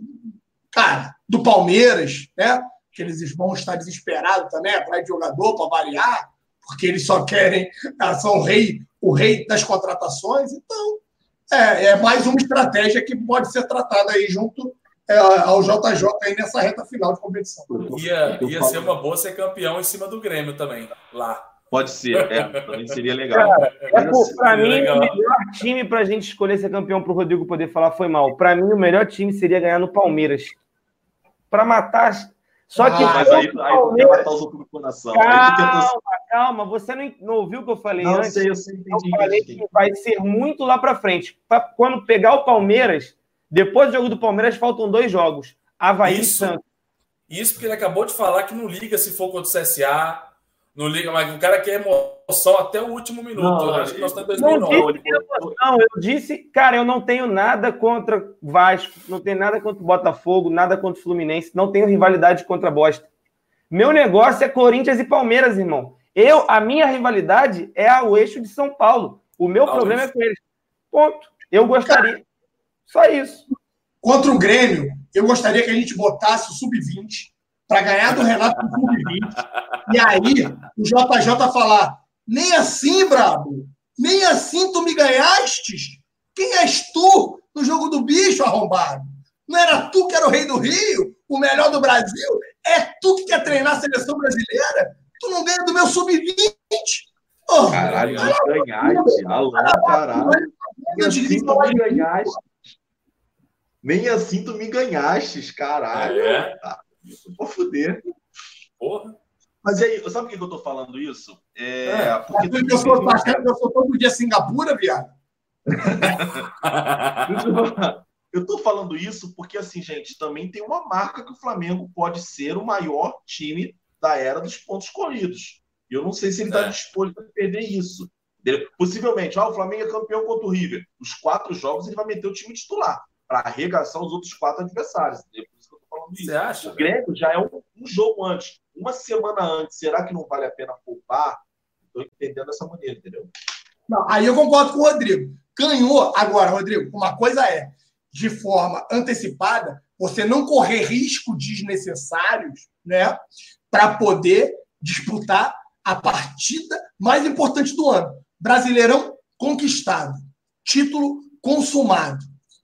Cara, do Palmeiras, né? Que eles vão estar desesperados também, atrás de jogador para variar, porque eles só querem, são o rei, o rei das contratações. Então, é, é mais uma estratégia que pode ser tratada aí junto é, ao J J aí nessa reta final de competição. Ia, Eu ia falo- ser uma boa ser campeão em cima do Grêmio também, lá. Pode ser, é, também seria legal. Cara, é por, pra seria mim, legal. o melhor time pra gente escolher ser campeão pro Rodrigo poder falar foi mal. Pra mim, o melhor time seria ganhar no Palmeiras. Pra matar. Só que. Ah, Mas aí, aí tu quer Palmeiras... matar os outros do coração. Aí tu quer torcer. Calma, calma. Você não, não ouviu o que eu falei Não, antes? sei, eu sei, Eu entendi. falei entendi. que vai ser muito lá pra frente. Pra quando pegar o Palmeiras, depois do jogo do Palmeiras, faltam dois jogos. Havaí e Isso. Santos. Isso porque ele acabou de falar que não liga se for contra o C S A, não liga, mas o cara quer emoção até o último minuto. Não, Eu acho que nós estamos em Não dois mil e nove. disse emoção, eu disse, cara, eu não tenho nada contra Vasco, não tenho nada contra o Botafogo, nada contra o Fluminense, não tenho rivalidade contra a bosta. Meu negócio é Corinthians e Palmeiras, irmão. Eu, a minha rivalidade é o eixo de São Paulo. O meu Ah, problema mas- é com eles. Ponto. Eu gostaria. Só isso. Contra o Grêmio, eu gostaria que a gente botasse o sub vinte para ganhar do Renato no sub vinte. E aí, o J J falar, nem assim, brabo, nem assim tu me ganhastes? Quem és tu no jogo do bicho, arrombado? Não era tu que era o rei do Rio, o melhor do Brasil? É tu que quer treinar a seleção brasileira? Tu não ganha do meu sub vinte? Oh, Caralho, me ganhaste. Alô, caralho. Nem assim tu me ganhaste. Nem assim tu me ganhaste, caralho. É. Vou foder. Porra. Mas e aí, sabe por que eu tô falando isso? É, É. porque Mas eu sou, tá achando que eu sou todo dia Singapura, viado? eu tô falando isso porque, assim, gente, também tem uma marca que o Flamengo pode ser o maior time da era dos pontos corridos. E eu não sei se ele está É. disposto a perder isso. Entendeu? Possivelmente, ah, o Flamengo é campeão contra o River. Os quatro jogos ele vai meter o time titular para arregaçar os outros quatro adversários. Entendeu? Por isso que eu tô falando isso. Você acha? O Grêmio já é um, um jogo antes, uma semana antes. Será que não vale a pena poupar? Estou entendendo dessa maneira, entendeu? Não, aí eu concordo com o Rodrigo. Ganhou. Agora, Rodrigo, uma coisa é, de forma antecipada, você não correr riscos desnecessários, né, para poder disputar a partida mais importante do ano. Brasileirão conquistado. Título consumado.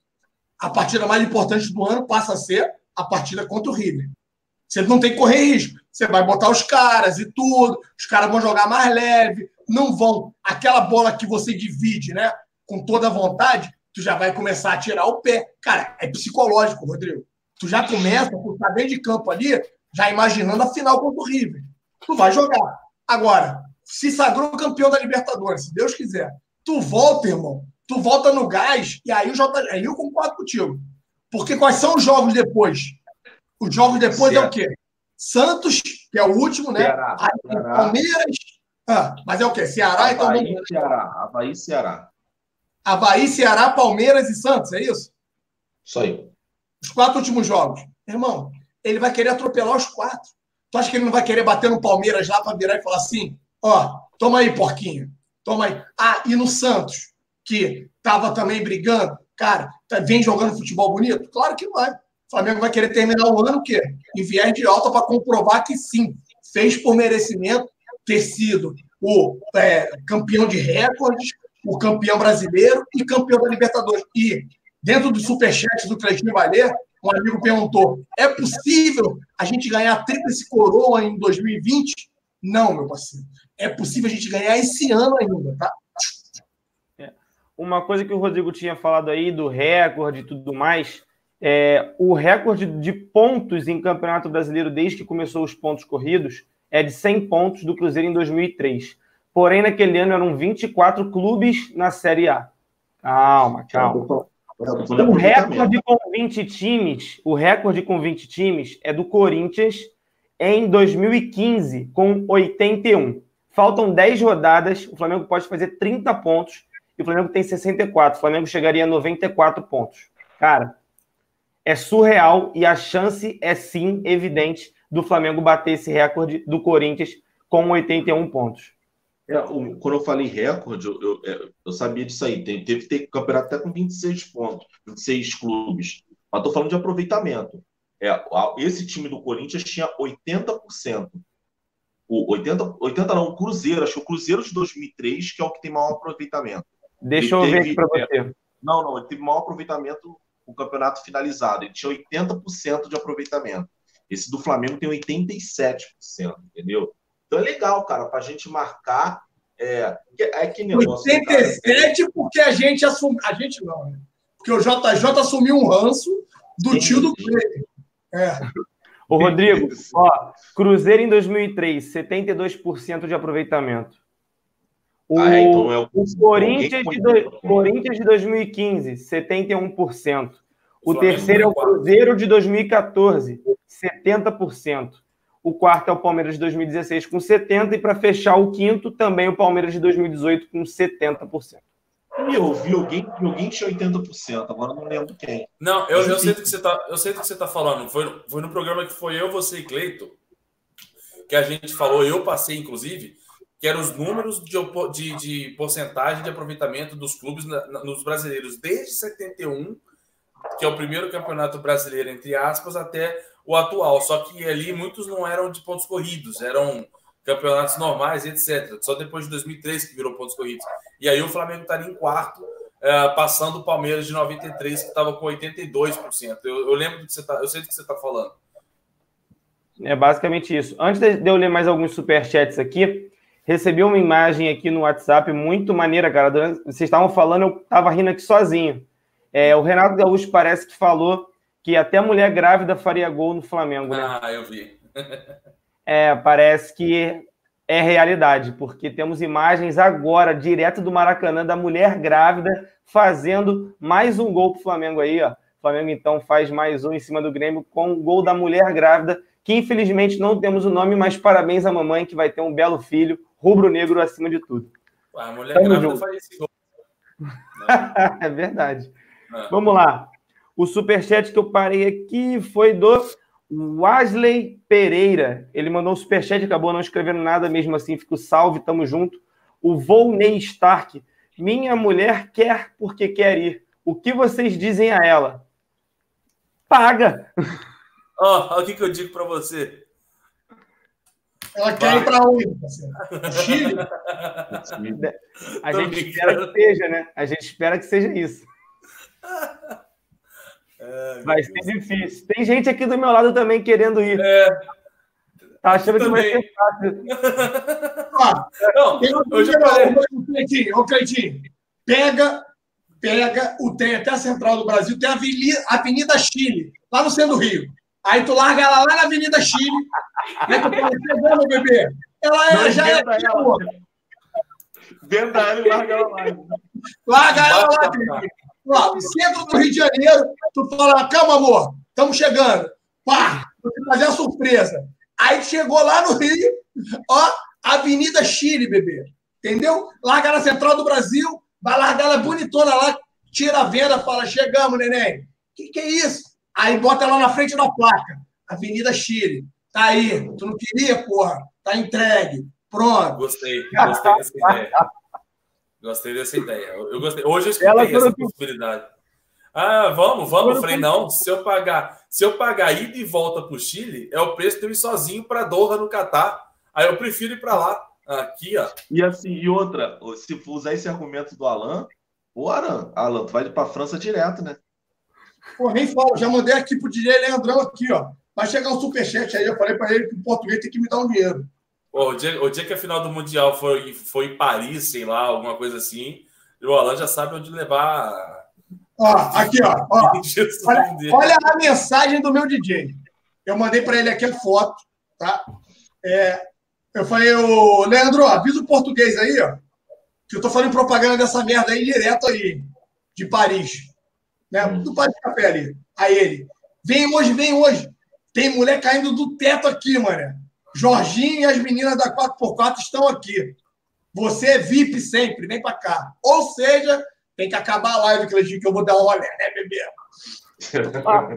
A partida mais importante do ano passa a ser a partida contra o River. Você não tem que correr risco. Você vai botar os caras e tudo, os caras vão jogar mais leve, não vão. Aquela bola que você divide, né, com toda a vontade, tu já vai começar a tirar o pé. Cara, é psicológico, Rodrigo. Tu já começa, tu tá dentro de campo ali, já imaginando a final contra o River. Tu vai jogar. Agora, se sagrou campeão da Libertadores, se Deus quiser, tu volta, irmão, tu volta no gás, e aí, o J... aí eu concordo contigo. Porque quais são os jogos depois? Os jogos depois certo. É o quê? Santos, que é o último, né? Ceará, aí, Ceará. Palmeiras. Ah, mas é o quê? Ceará, Havaí, então vamos... Ceará. Havaí, Ceará. Havaí, Ceará, Palmeiras e Santos, é isso? Isso aí. Os quatro últimos jogos. Irmão, ele vai querer atropelar os quatro. Tu acha que ele não vai querer bater no Palmeiras lá para virar e falar assim, ó, toma aí, porquinho, toma aí. Ah, e no Santos, que tava também brigando, cara, vem jogando futebol bonito? Claro que vai. O Flamengo vai querer terminar o ano o quê? Em viés de alta para comprovar que sim, fez por merecimento ter sido o é, campeão de recordes, o campeão brasileiro e campeão da Libertadores. E dentro do superchat do Cleitinho Valer, um amigo perguntou, é possível a gente ganhar a tríplice coroa em dois mil e vinte? Não, meu parceiro. É possível a gente ganhar esse ano ainda, tá? É. Uma coisa que o Rodrigo tinha falado aí do recorde e tudo mais, é, o recorde de pontos em Campeonato Brasileiro desde que começou os pontos corridos é de cem pontos do Cruzeiro em dois mil e três. Porém, naquele ano eram vinte e quatro clubes na Série A. Calma, calma. O recorde com vinte times, o recorde com vinte times é do Corinthians em dois mil e quinze, com oitenta e um. Faltam dez rodadas, o Flamengo pode fazer trinta pontos e o Flamengo tem sessenta e quatro. O Flamengo chegaria a noventa e quatro pontos. Cara, é surreal e a chance é sim evidente do Flamengo bater esse recorde do Corinthians com oitenta e um pontos. É, o, quando eu falei recorde, eu, eu, eu sabia disso aí. Tem, teve que ter campeonato até com vinte e seis pontos, vinte e seis clubes. Mas estou falando de aproveitamento. É, esse time do Corinthians tinha oitenta por cento. O oitenta, oitenta não, o Cruzeiro. Acho que o Cruzeiro de dois mil e três que é o que tem maior aproveitamento. Deixa ele eu teve, ver aqui para você. É, não, não, ele teve maior aproveitamento no campeonato finalizado. Ele tinha oitenta por cento de aproveitamento. Esse do Flamengo tem oitenta e sete por cento, entendeu? Então é legal, cara, para a gente marcar. É, é que negócio. oitenta e sete cara, porque a gente assumiu. A gente não, né? Porque o J J assumiu um ranço do sim, tio do Cleiton. É. Ô, Rodrigo, ó, Cruzeiro em dois mil e três, setenta e dois por cento de aproveitamento. O, ah, é, então é o... o Corinthians, de do... Corinthians de dois mil e quinze, setenta e um por cento. O, o terceiro é o Cruzeiro de dois mil e quatorze, setenta por cento. O quarto é o Palmeiras de dois mil e dezesseis com setenta por cento. E para fechar o quinto, também o Palmeiras de dois mil e dezoito com setenta por cento. Eu vi alguém, alguém tinha oitenta por cento, agora não lembro quem. Não, eu, eu sei do que você está, eu sei do que você está falando. Foi, foi no programa que foi eu, você e Cleiton, que a gente falou, eu passei, inclusive, que eram os números de, de, de porcentagem de aproveitamento dos clubes na, na, nos brasileiros desde setenta e um, que é o primeiro campeonato brasileiro, entre aspas, até o atual. Só que ali muitos não eram de pontos corridos, eram campeonatos normais, etcétera. Só depois de dois mil e três que virou pontos corridos. E aí o Flamengo estaria em quarto, uh, passando o Palmeiras de noventa e três, que estava com oitenta e dois por cento. Eu, eu lembro do que você tá, eu sei do que você está falando. É basicamente isso. Antes de eu ler mais alguns superchats aqui, recebi uma imagem aqui no WhatsApp muito maneira, cara. Durante, vocês estavam falando, eu estava rindo aqui sozinho. É, o Renato Gaúcho parece que falou que até mulher grávida faria gol no Flamengo, né? Ah, eu vi. É, parece que é realidade, porque temos imagens agora, direto do Maracanã, da mulher grávida fazendo mais um gol pro Flamengo aí, ó. O Flamengo, então, faz mais um em cima do Grêmio com o gol da mulher grávida, que infelizmente não temos o nome, mas parabéns à mamãe, que vai ter um belo filho, rubro-negro acima de tudo. A mulher Tamo grávida junto. faz esse gol. É verdade. Não. Vamos lá. O superchat que eu parei aqui foi do Wesley Pereira. Ele mandou um superchat, acabou não escrevendo nada, mesmo assim, fica o salve, tamo junto. O Volney Stark. Minha mulher quer porque quer ir. O que vocês dizem a ela? Paga! Ó, oh, o que, que eu digo pra você? Ela quer ir pra onde, parceiro? Chile? A Tô gente brincando. espera que seja, né? A gente espera que seja isso. É, Vai ser difícil. Tem gente aqui do meu lado também querendo ir. É, Tá achando que vai também. ser fácil. Ó, não, tem um eu já falei. Ô, Cleitinho, ô, Cleitinho, pega, pega o trem até a Central do Brasil, tem a Avenida, Avenida Chile, lá no centro do Rio. Aí tu larga ela lá na Avenida Chile, aí tu fala, chegando, bebê. Ela é, Não, já é venda aqui, ela. pô. Venda ela e larga ela lá. Larga ela lá, Basta, Cleitinho. Ó, no centro do Rio de Janeiro, tu fala, calma, amor, estamos chegando. Pá, vou te fazer a surpresa. Aí chegou lá no Rio, ó, Avenida Chile, bebê. Entendeu? Larga na Central do Brasil, vai largar ela bonitona lá, tira a venda, fala, chegamos, neném. Que que é isso? Aí bota ela na frente da placa. Avenida Chile. Tá aí. Tu não queria, porra? Tá entregue. Pronto. Gostei, gostei dessa ideia. Gostei dessa ideia. Eu eu gostei. Hoje eu Ela escutei essa tudo- possibilidade. Ah, vamos, vamos. Eu falei, não, se eu pagar, se eu pagar ida e volta para o Chile, é o preço de eu ir sozinho para Doha, no Catar. Aí eu prefiro ir para lá. Aqui, ó. E assim, e outra, se for usar esse argumento do Alan, ô Alan, Alan, tu vai pra França direto, né? Pô, nem falo. Já mandei aqui pro D J Leandrão aqui, ó. Vai chegar um superchat aí. Eu falei pra ele que o português tem que me dar um dinheiro. Pô, o, dia, o dia que a final do Mundial foi, foi em Paris, sei lá, alguma coisa assim, o Alan já sabe onde levar. Ó, aqui, ó. ó. Jesus Olha, Deus. olha a mensagem do meu D J. Eu mandei para ele aqui a foto, tá? É, eu falei, ô, Leandro, avisa o português aí, ó, que eu tô fazendo propaganda dessa merda aí direto aí, de Paris. Né? Do Paris Café ali. Aí ele, vem hoje, vem hoje. Tem mulher caindo do teto aqui, mané. Jorginho e as meninas da quatro por quatro estão aqui. Você é V I P sempre, vem pra cá. Ou seja, tem que acabar a live, que eu vou dar um rolê, né, bebê?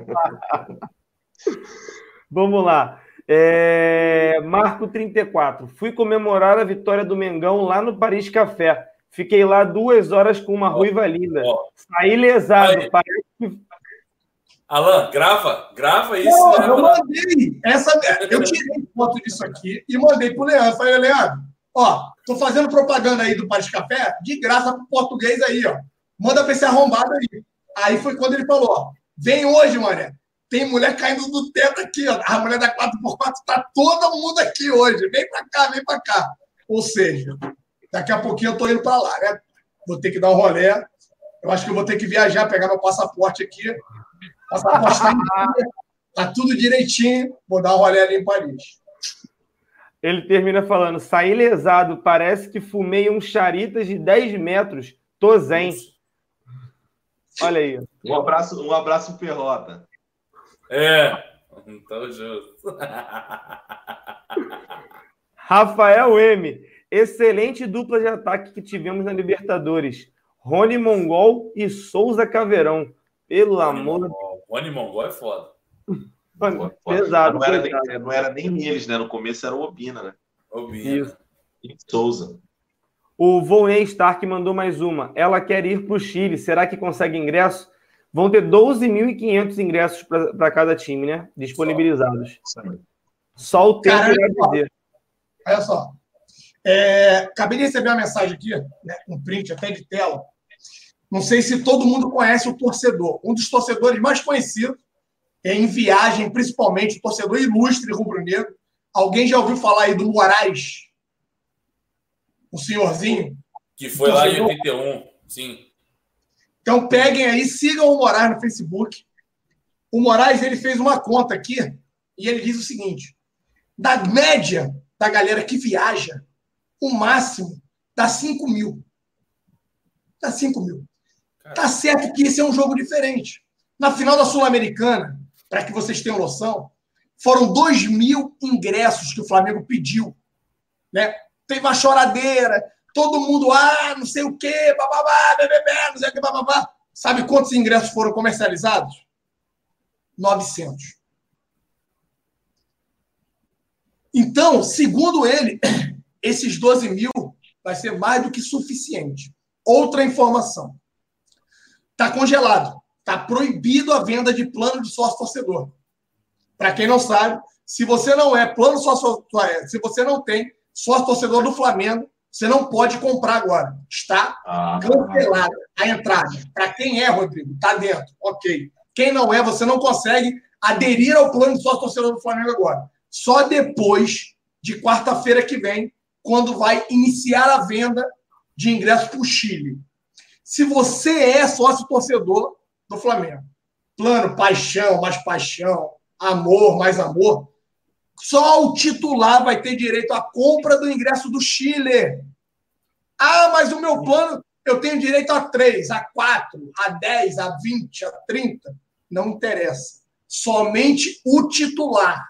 Vamos lá. É... Marco trinta e quatro. Fui comemorar a vitória do Mengão lá no Paris Café. Fiquei lá duas horas com uma ruiva linda. Ó. Saí lesado. Aí. Parece que... Alan, grava, grava isso. Não, né, eu Alan? mandei. Essa, eu tirei foto disso aqui e mandei pro Leandro. Falei, Leandro, ó, tô fazendo propaganda aí do Paris Café de graça pro português aí, ó. Manda pra esse arrombado aí. Aí foi quando ele falou, ó, vem hoje, mané. Tem mulher caindo do teto aqui, ó. A mulher da quatro por quatro tá todo mundo aqui hoje. Vem pra cá, vem pra cá. Ou seja, daqui a pouquinho eu tô indo pra lá, né? Vou ter que dar um rolê. Eu acho que eu vou ter que viajar, pegar meu passaporte aqui. Passaporte tá, em... tá tudo direitinho. Vou dar um rolê ali em Paris. Ele termina falando, saí lesado, parece que fumei um charitas de dez metros. Tô zen. Olha aí. Um abraço, um abraço, Perrota. É, então justo. Rafael M. Excelente dupla de ataque que tivemos na Libertadores. Rony Mongol e Souza Caveirão. Pelo amor de O Rony Mongol é foda. Deus. Pesado. Não era, pesado. nem, não era nem eles, né? No começo era o Obina, né? Ô, Binho. Isso. E Souza. O Volney Stark mandou mais uma. Ela quer ir para o Chile. Será que consegue ingresso? Vão ter doze mil e quinhentos ingressos para cada time, né? Disponibilizados. Só o tempo Caralho, irá dizer. Olha só. É, acabei de receber uma mensagem aqui, né, um print até de tela. Não sei se todo mundo conhece o torcedor. Um dos torcedores mais conhecidos em viagem, principalmente o torcedor ilustre rubro-negro. Alguém já ouviu falar aí do Moraes? O senhorzinho? Que foi lá em Torcedor. oitenta e um, sim. Então peguem aí, sigam o Moraes no Facebook. O Moraes ele fez uma conta aqui e ele diz o seguinte: da média da galera que viaja, o máximo dá cinco mil. Dá cinco mil. Tá certo que esse é um jogo diferente. Na final da Sul-Americana, para que vocês tenham noção, foram dois mil ingressos que o Flamengo pediu. Né? Teve uma choradeira, todo mundo, ah, não sei o quê, bababá, bebê, não sei o quê, bababá. Sabe quantos ingressos foram comercializados? novecentos. Então, segundo ele, esses doze mil vai ser mais do que suficiente. Outra informação. Está congelado. Está proibido a venda de plano de sócio-torcedor. Para quem não sabe, se você não é plano sócio, se você não tem sócio-torcedor do Flamengo, você não pode comprar agora. Está ah, cancelada a entrada. Para quem é, Rodrigo, está dentro. Ok. Quem não é, você não consegue aderir ao plano de sócio-torcedor do Flamengo agora. Só depois de quarta-feira que vem, quando vai iniciar a venda de ingressos para o Chile. Se você é sócio-torcedor do Flamengo, plano paixão, mais paixão, amor, mais amor, só o titular vai ter direito à compra do ingresso do Chile. Ah, mas o meu plano, eu tenho direito a três, a quatro, a dez, a vinte, a trinta. Não interessa. Somente o titular.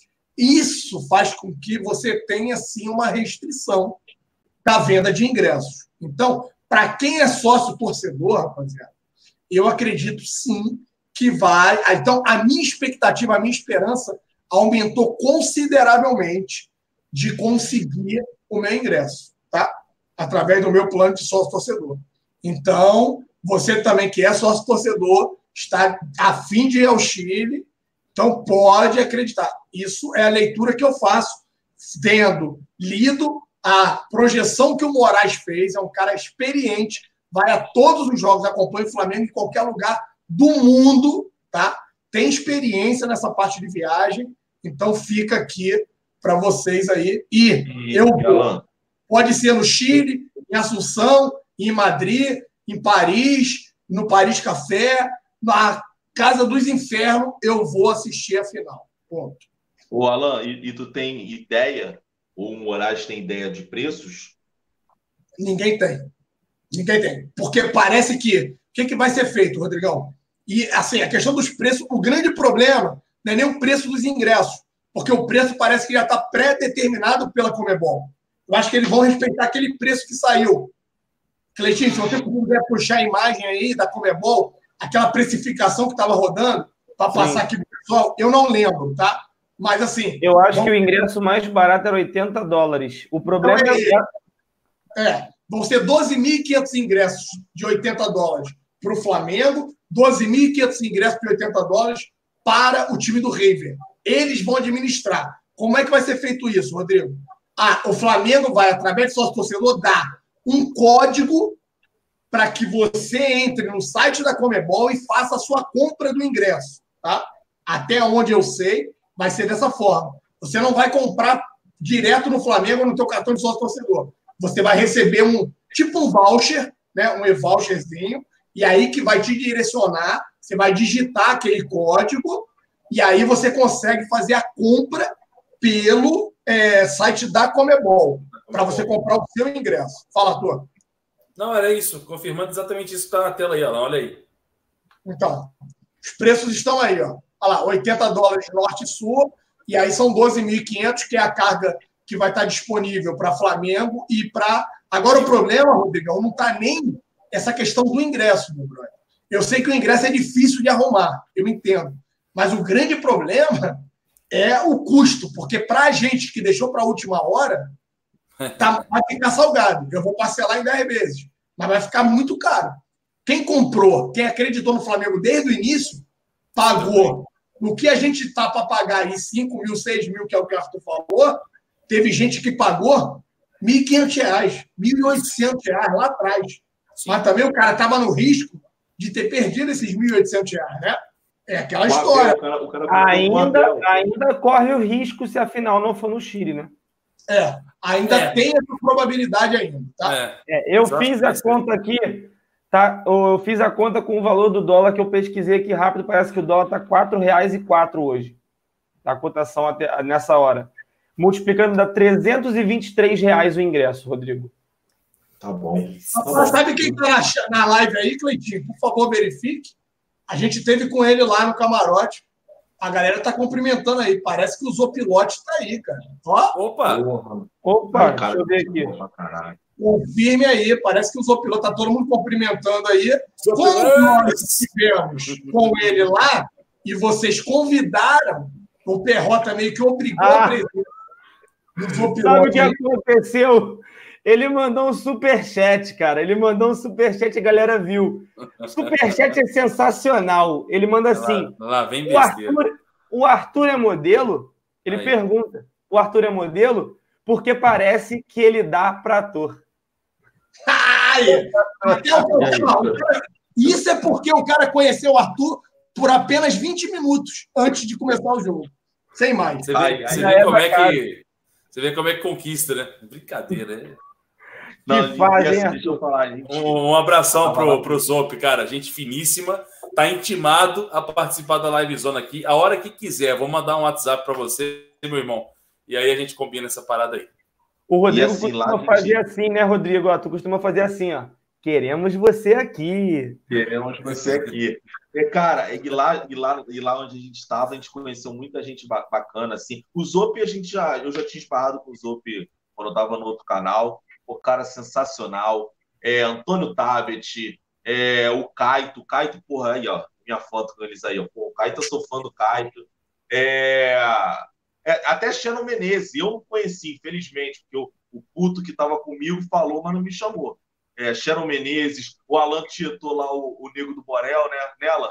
Isso faz com que você tenha, sim, uma restrição da venda de ingressos. Então, para quem é sócio-torcedor, rapaziada, eu acredito, sim, que vai... Então, a minha expectativa, a minha esperança aumentou consideravelmente de conseguir o meu ingresso, tá? Através do meu plano de sócio-torcedor. Então, você também que é sócio-torcedor, está a fim de ir ao Chile, então pode acreditar. Isso é a leitura que eu faço, tendo lido a projeção que o Moraes fez, é um cara experiente, vai a todos os jogos, acompanha o Flamengo em qualquer lugar do mundo, tá? Tem experiência nessa parte de viagem, então fica aqui para vocês aí. E, e eu vou. Pode ser no Chile, em Assunção, em Madrid, em Paris, no Paris Café, na Casa dos Infernos, eu vou assistir a final. Ponto. Ô, Alan, e, e tu tem ideia, ou o Moraes tem ideia de preços? Ninguém tem. Ninguém tem. Porque parece que... O que, que vai ser feito, Rodrigão? E, assim, a questão dos preços, o grande problema não é nem o preço dos ingressos, porque o preço parece que já está pré-determinado pela Conmebol. Eu acho que eles vão respeitar aquele preço que saiu. Cleitinho, se você puder puxar a imagem aí da Conmebol, aquela precificação que estava rodando, para passar aqui para o pessoal, eu não lembro, tá? Mas, assim... Eu acho vamos... que o ingresso mais barato era oitenta dólares. O problema então, é... É, vão ser doze mil e quinhentos ingressos de oitenta dólares para o Flamengo, doze mil e quinhentos ingressos de oitenta dólares para o time do River. Eles vão administrar. Como é que vai ser feito isso, Rodrigo? Ah, o Flamengo vai, através de sócio-torcedor, dar um código para que você entre no site da Conmebol e faça a sua compra do ingresso. Tá? Até onde eu sei, vai ser dessa forma. Você não vai comprar direto no Flamengo no teu cartão de sócio-torcedor. Você vai receber um tipo um voucher, né, um e-voucherzinho, e aí que vai te direcionar, você vai digitar aquele código, e aí você consegue fazer a compra pelo é, site da Conmebol, para você comprar o seu ingresso. Fala, Arthur. Não, era isso, confirmando exatamente isso que está na tela aí, Alan, olha aí. Então, os preços estão aí, ó. Olha lá, oitenta dólares norte e sul, e aí são doze mil e quinhentos, que é a carga que vai estar disponível para Flamengo e para... Agora, o problema, Rodrigão, não está nem essa questão do ingresso, meu brother. Eu sei que o ingresso é difícil de arrumar, eu entendo. Mas o grande problema é o custo, porque para a gente que deixou para a última hora, tá, vai ficar salgado. Eu vou parcelar em dez vezes, mas vai ficar muito caro. Quem comprou, quem acreditou no Flamengo desde o início, pagou. No que a gente está para pagar aí, cinco mil, seis mil, que é o que o Arthur falou, teve gente que pagou mil e quinhentos reais, mil e oitocentos reais lá atrás. Sim. Mas também o cara estava no risco de ter perdido esses mil e oitocentos reais, né? É aquela o história. Abel, o cara, o cara ainda, ainda corre o risco se a final não for no Chile, né? É, ainda é. tem essa probabilidade ainda, tá? É. É, eu Exato. fiz a conta aqui, tá? Eu fiz a conta com o valor do dólar que eu pesquisei aqui rápido, parece que o dólar está quatro reais e quatro hoje. Tá a cotação até nessa hora. Multiplicando dá trezentos e vinte e três reais o ingresso, Rodrigo. Tá bom. Tá bom. Sabe quem está na, na live aí, Cleitinho? Por favor, verifique. A gente teve com ele lá no camarote. A galera tá cumprimentando aí. Parece que o Zopilote tá aí, cara. Ó. Opa! Opa, Cara, deixa eu ver aqui. pra caralho. Confirme aí. Parece que o Zopilote tá todo mundo cumprimentando aí. Como nós estivemos com ele lá e vocês convidaram, o Perrota meio que obrigou Ah. a presença do Sabe o Zopilote. que aconteceu? Ele mandou um superchat, cara. Ele mandou um superchat e a galera viu. O superchat é sensacional. Ele manda assim: Lá, lá vem o besteira. Arthur, o Arthur é modelo? Ele Aí. pergunta: o Arthur é modelo? Porque parece que ele dá para ator. Ai, até o- Isso é porque o cara conheceu o Arthur por apenas vinte minutos antes de começar o jogo. Sem mais. Você vê, Ai, ai, você já vê é como é bacana. que. Você vê como é que conquista, né? Brincadeira, né? Que faz, e assim, hein, deixa eu falar, gente. Um, um abração pro, pro Zop, cara. Gente finíssima. Tá intimado a participar da live zona aqui. A hora que quiser, vou mandar um WhatsApp para você, meu irmão. E aí a gente combina essa parada aí. O Rodrigo E assim, lá, costuma gente- fazer assim, né, Rodrigo? Ó, tu costuma fazer assim, ó. Queremos você aqui. Queremos você aqui. E, cara, e lá, e, lá, e lá onde a gente estava, a gente conheceu muita gente ba- bacana, assim. O Zop, a gente já, eu já tinha esparrado com o Zop quando eu estava no outro canal. O cara sensacional. É, Antônio Tabet, é, o Caito. Caito, porra, aí, ó. Minha foto com eles aí, ó. Pô, o Caito, eu sou fã do Caito. É, é, até Shannon Menezes. Eu não conheci, infelizmente, porque o, o puto que estava comigo falou, mas não me chamou. É, Sharon Menezes, o Alan tietou lá o, o Nego do Borel, né? Nela.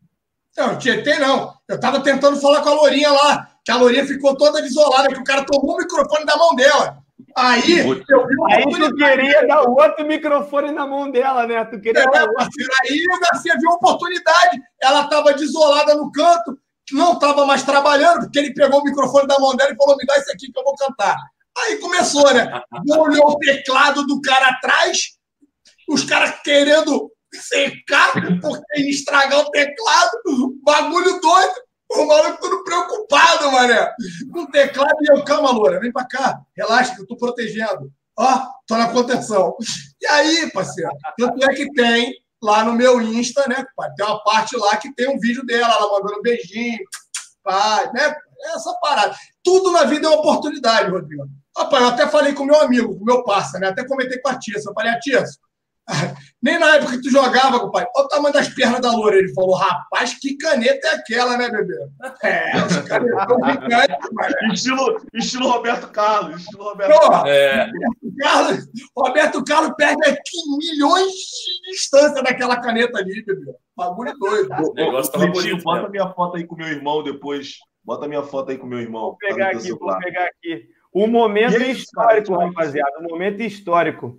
Não, Tietê não. Eu tava tentando falar com a Lourinha lá, que a Lourinha ficou toda desolada, que o cara tomou o microfone da mão dela. Aí, Putz. eu vi uma Aí tu oportunidade. queria dar outro microfone na mão dela, né? Tu queria É, dar outro. parceiro, aí o Garcia viu uma oportunidade. Ela estava desolada no canto, não estava mais trabalhando, porque ele pegou o microfone da mão dela e falou: me dá isso aqui que eu vou cantar. Aí começou, né? Olhou o teclado do cara atrás, os caras querendo secar, porque ia estragar o teclado, bagulho doido. O maluco todo preocupado, mané. Com o teclado e eu, calma, Loura, vem pra cá, relaxa que eu tô protegendo. Ó, tô na contenção. E aí, parceiro, tanto é que tem lá no meu Insta, né, pai? Tem uma parte lá que tem um vídeo dela, ela mandando um beijinho, pai, né? Essa parada. Tudo na vida é uma oportunidade, Rodrigo. Rapaz, eu até falei com o meu amigo, com o meu parceiro, né? Até comentei com a Tirso. Eu falei, a Tirso, nem na época que tu jogava, compadre, olha o tamanho das pernas da Loura. Ele falou, rapaz, que caneta é aquela, né, bebê? É, os canetão gigantes, mano. Estilo, estilo Roberto Carlos. Estilo Roberto Pô, Carlos. É, Carlos, Roberto Carlos perde aqui milhões de distância daquela caneta ali, bebê. Bagulho doido. o negócio tava Cleitinho, bonito. bota Né? minha foto aí com meu irmão depois. Bota minha foto aí com meu irmão. Vou pegar tá no teu aqui, vou celular. pegar aqui. O momento E é isso, histórico, cara, rapaziada. O momento histórico.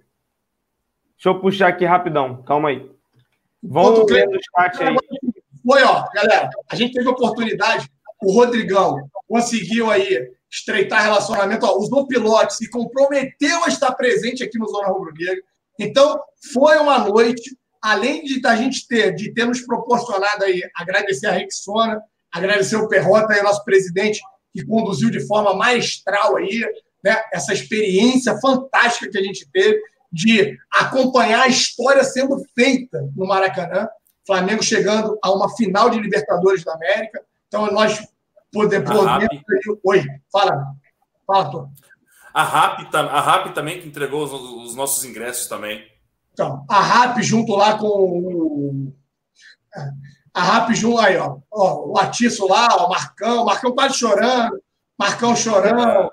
Deixa eu puxar aqui rapidão. Calma aí. Vamos Enquanto o ver no chat aí. Foi, ó, galera, a gente teve a oportunidade, o Rodrigão conseguiu aí estreitar relacionamento, ó, usou pilote, se comprometeu a estar presente aqui no Zona Rubro Negra. Então, foi uma noite, além de a gente ter, de ter nos proporcionado aí, agradecer a Rexona, agradecer o Perrota aí, nosso presidente, que conduziu de forma maestral aí, né, essa experiência fantástica que a gente teve de acompanhar a história sendo feita no Maracanã. Flamengo chegando a uma final de Libertadores da América. Então, nós podemos... A RAP. Oi, fala. Fala, Tom. A RAP, tam- a RAP também, que entregou os, os nossos ingressos também. Então, a RAP junto lá com o... A RAP junto aí, ó. ó o Atiço lá, ó, o Marcão. O Marcão quase chorando. Marcão chorando.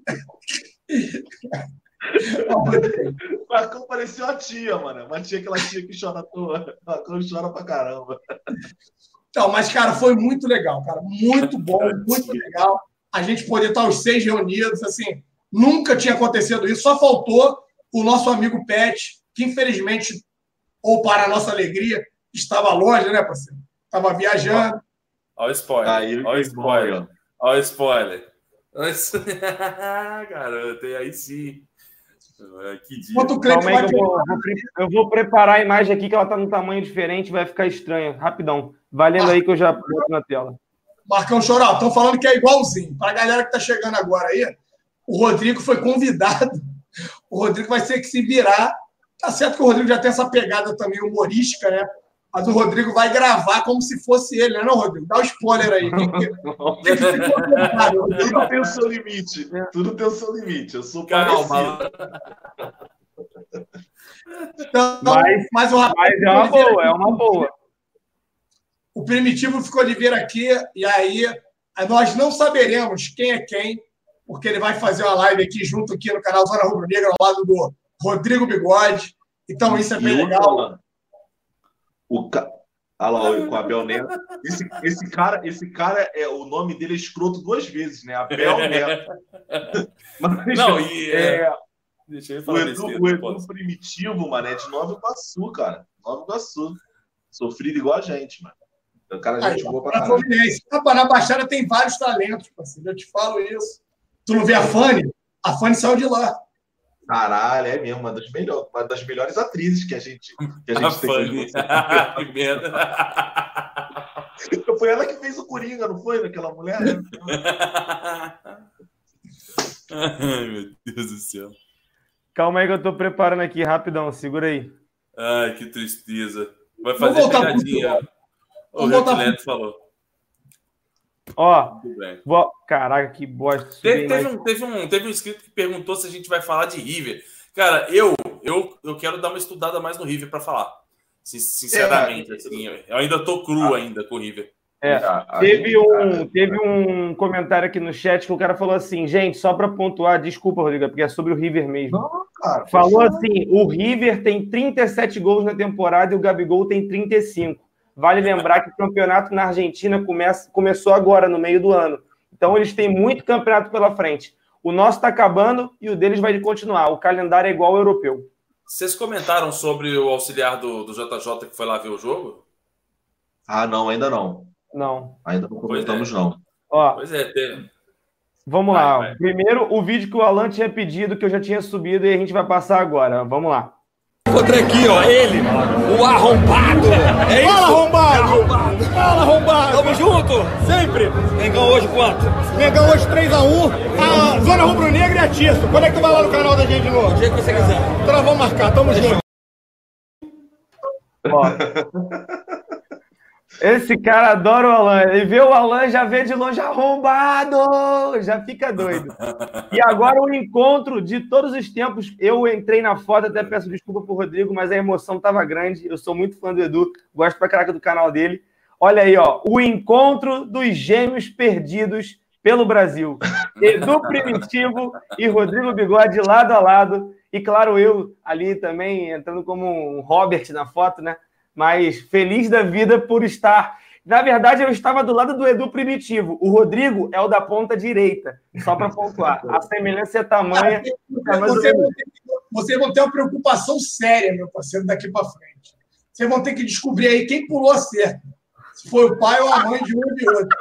O Marcão parecia uma tia, mano. Uma tia, aquela tia que chora à toa. O Marcão chora pra caramba. Então, mas, cara, foi muito legal, cara. Muito bom, muito legal. A gente poder estar os seis reunidos, assim, nunca tinha acontecido isso. Só faltou o nosso amigo Pet, que infelizmente, ou para a nossa alegria, estava longe, né, parceiro? Estava viajando. Olha o spoiler. Aí, Olha o spoiler. ó. Olha o spoiler. Garoto, e aí sim. Que dia. Enquanto o Cleiton Calma aí vai que eu vou, vou pre- eu vou preparar a imagem aqui, que ela tá num tamanho diferente, vai ficar estranha. Rapidão. Valendo aí que eu já boto na tela. Marcão Choral, estão falando que é igualzinho. Para a galera que está chegando agora aí, o Rodrigo foi convidado. O Rodrigo vai ter que se virar. Tá certo que o Rodrigo já tem essa pegada também humorística, né? Mas o Rodrigo vai gravar como se fosse ele, né, não, Rodrigo? Dá um spoiler aí. Que que... Que que ficou claro? Tudo tem o seu limite. Tudo tem o seu limite. Eu sou Calma. parecido. Então, Mas- mas o rapaz Mas é uma ficou de vir boa, aqui. é uma boa. O Primitivo ficou de vir aqui, e aí nós não saberemos quem é quem, porque ele vai fazer uma live aqui junto aqui no canal Zona Rubro Negra, ao lado do Rodrigo Bigode. Então, isso é bem E o- legal. O ca... Olha lá, o- com o Abel Neto. Esse, esse, cara, esse cara, é, o nome dele é escroto duas vezes, né? Abel Neto. Mas, Não, e. É... é, Deixa eu o falar Edu, besteira, o não Edu posso. Primitivo, mano, é de Nova Iguaçu, cara. Nova Iguaçu. Sofrido igual a gente, mano. O cara é Aí, gente boa pra pra caralho. Fluminense. Rapaz, na Baixada tem vários talentos, parceiro. Eu te falo isso. Tu não vê a Fanny? A Fanny saiu de lá. Caralho, é mesmo, uma das, melhor, uma das melhores atrizes que a gente, que a A gente tem. Fanny. Que merda. Foi ela que fez o Coringa, não foi? Daquela mulher? Né? Ai, meu Deus do céu. Calma aí que eu tô preparando aqui, rapidão. Segura aí. Ai, que tristeza. Vai Vamos fazer voltar pro pegadinha. O Vamos voltar Rio Neto falou. Ó, Tudo bem. vou... caraca, que bosta. Teve, Subi teve, mais- um, teve, um, teve um inscrito que perguntou se a gente vai falar de River. Cara, eu, eu, eu quero dar uma estudada mais no River para falar. Sin- Sinceramente, É. assim, eu ainda tô cru ainda com o River. É, A- a teve, gente, um, cara, teve um comentário aqui no chat que o cara falou assim, gente, só para pontuar, desculpa, Rodrigo, é porque é sobre o River mesmo. Não, cara. Falou pode falar. assim, o River tem trinta e sete gols na temporada e o Gabigol tem trinta e cinco. Vale lembrar que o campeonato na Argentina começa, começou agora, no meio do ano. Então, eles têm muito campeonato pela frente. O nosso está acabando e o deles vai continuar. O calendário é igual ao europeu. Vocês comentaram sobre o auxiliar do, do J J que foi lá ver o jogo? Ah, não, ainda não. Não. Ainda não comentamos, não. Ó, Pois é, tem. vamos Vai, lá. vai. Primeiro, o vídeo que o Alan tinha pedido, que eu já tinha subido, e a gente vai passar agora. Vamos lá. Outro aqui, ó, ele, o arrombado. É isso? Fala, arrombado. Fala, arrombado. Tamo junto. Sempre. Mengão hoje quanto? Mengão hoje três a um. A Zona Rubro Negra e a Tirso. Quando é que tu vai lá no canal da gente de novo? O dia que você quiser. Então nós vamos marcar, tamo junto. Ó. Esse cara adora o Alan. Ele vê o Alan, já vê de longe arrombado, já fica doido. E agora o encontro de todos os tempos. Eu entrei na foto, até peço desculpa pro Rodrigo, mas a emoção estava grande. Eu sou muito fã do Edu, gosto pra caraca do canal dele. Olha aí, ó, o encontro dos gêmeos perdidos pelo Brasil. Edu Primitivo e Rodrigo Bigode lado a lado. E claro, eu ali também entrando como um Robert na foto, né? Mas feliz da vida por estar. Na verdade, eu estava do lado do Edu Primitivo. O Rodrigo é o da ponta direita, só para pontuar. A semelhança é tamanha. É mais ou Vocês menos. vão, ter, vocês vão ter uma preocupação séria, meu parceiro, daqui para frente. Vocês vão ter que descobrir aí quem pulou a cerca. Se foi o pai ou a mãe de um e de outro.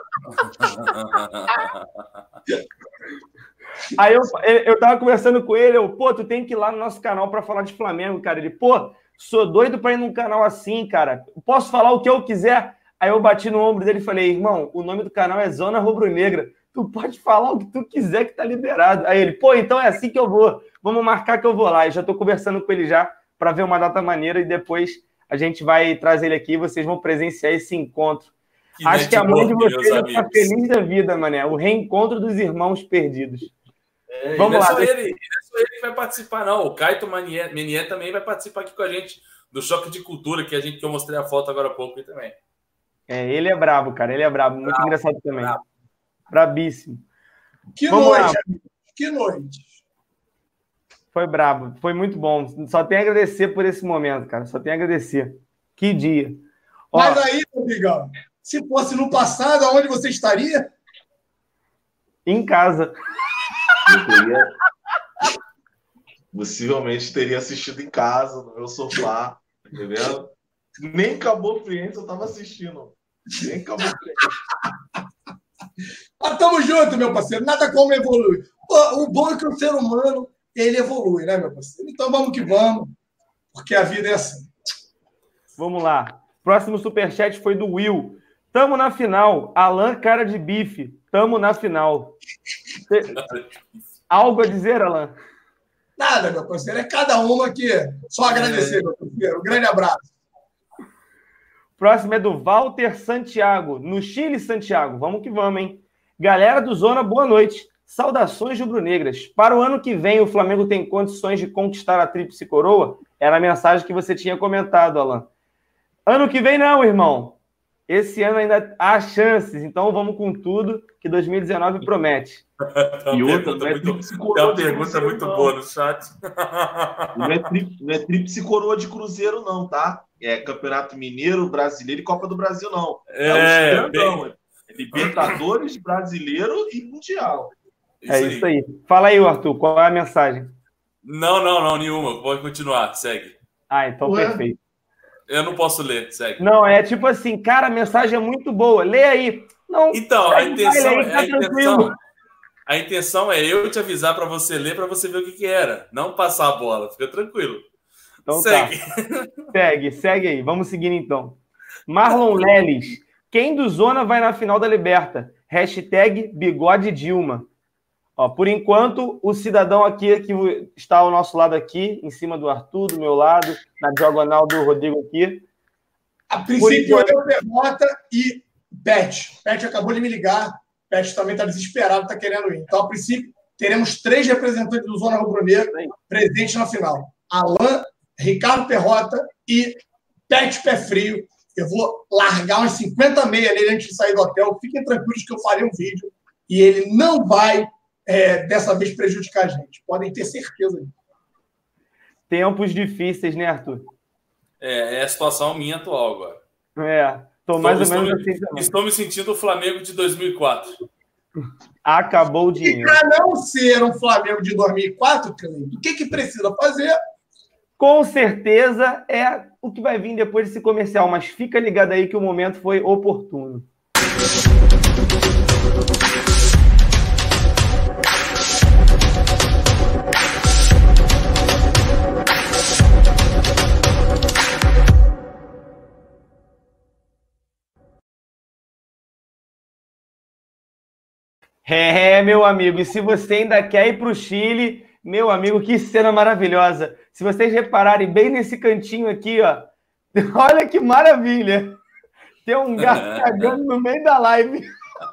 Aí eu, eu tava conversando com ele, eu, pô, tu tem que ir lá no nosso canal para falar de Flamengo, cara. Ele, pô, sou doido para ir num canal assim, cara. Posso falar o que eu quiser? Aí eu bati no ombro dele e falei, irmão, o nome do canal é Zona Rubro Negra. Tu pode falar o que tu quiser que tá liberado. Aí ele, pô, então é assim que eu vou. Vamos marcar que eu vou lá. E já tô conversando com ele já para ver uma data maneira e depois a gente vai trazer ele aqui e vocês vão presenciar esse encontro. Que Acho que a mãe de network, vocês meus já tá amigos. feliz da vida, mané. O reencontro dos irmãos perdidos. É, Vamos e não lá, É só deixa- ele, não é só ele que vai participar, não. O Caito Menier, Menier também vai participar aqui com a gente do Choque de Cultura, que a gente que eu mostrei a foto agora há pouco aí também. É, ele é brabo, cara. Ele é brabo. Muito Brabo, engraçado também. brabo. Brabíssimo. Que Vamos noite, lá. amigo. Que noite. Foi brabo. Foi muito bom. Só tenho a agradecer por esse momento, cara. Só tenho a agradecer. Que dia. Ó, Mas aí, Rodrigão, se fosse no passado, aonde você estaria? em casa. Eu teria... Possivelmente teria assistido em casa, no meu sofá, tá entendendo? Nem acabou o Friends, eu tava assistindo. Nem acabou o Friends. Mas tamo junto, meu parceiro. Nada como evoluir. Pô, o bom é que o ser humano, ele evolui, né, meu parceiro? Então vamos que vamos, porque a vida é assim. Vamos lá. Próximo superchat foi do Will. Tamo na final. Alan, cara de bife. Tamo na final. Cê- Algo a dizer, Alan? Nada, meu parceiro. É cada uma que... Só agradecer, meu parceiro. Um grande abraço. Próximo é do Walter Santiago, no Chile, Santiago. Vamos que vamos, hein? Galera do Zona, boa noite. Saudações rubro-negras. Para o ano que vem, o Flamengo tem condições de conquistar a tríplice coroa? Era a mensagem que você tinha comentado, Alan. Ano que vem não, irmão. Esse ano ainda há chances, então vamos com tudo, que dois mil e dezenove promete. E outra, não é muito, tem uma pergunta muito não. boa no chat. Não é, tri, não é tríplice coroa de Cruzeiro, não, tá? É Campeonato Mineiro, Brasileiro e Copa do Brasil, não. É, é, o bem... é Libertadores, Brasileiro e Mundial. Isso é isso aí. aí. Fala aí, Arthur, qual é a mensagem? Não, não, não, nenhuma. Pode continuar, segue. Ah, então Ué? perfeito. Eu não posso ler, segue. Não, é tipo assim, cara, a mensagem é muito boa, lê aí. Não, então, a intenção, aí, tá a, intenção, a intenção é eu te avisar para você ler, para você ver o que, que era. Não passar a bola, fica tranquilo. Então segue. Tá. Segue, segue aí. Vamos seguindo então. Marlon Leles. Quem do Zona vai na final da Liberta? Hashtag Bigode Dilma. Ó, por enquanto, o cidadão aqui que está ao nosso lado aqui, em cima do Arthur, do meu lado, na diagonal do Rodrigo aqui. A princípio, enquanto... eu, Derrota e Pet. Pet acabou de me ligar. Pet também está desesperado, está querendo ir. Então, a princípio, teremos três representantes do Zona Rubro-Negra presentes na final. Alan, Ricardo Perrota e Pet Pé Frio. Eu vou largar umas cinquenta meia nele antes de sair do hotel. Fiquem tranquilos que eu farei um vídeo e ele não vai... É, dessa vez prejudicar a gente. Podem ter certeza disso. Tempos difíceis, né, Arthur? É, é a situação minha atual agora. É, tô mais estou, ou menos estou, assim também. Estou me sentindo o Flamengo de dois mil e quatro. Acabou o dinheiro. E para não ser um Flamengo de dois mil e quatro, Cleide, o que, que precisa fazer? Com certeza é o que vai vir depois desse comercial, mas fica ligado aí que o momento foi oportuno. É, meu amigo, e se você ainda quer ir para o Chile, meu amigo, que cena maravilhosa. Se vocês repararem bem nesse cantinho aqui, ó, olha que maravilha. Tem um gato cagando no meio da live.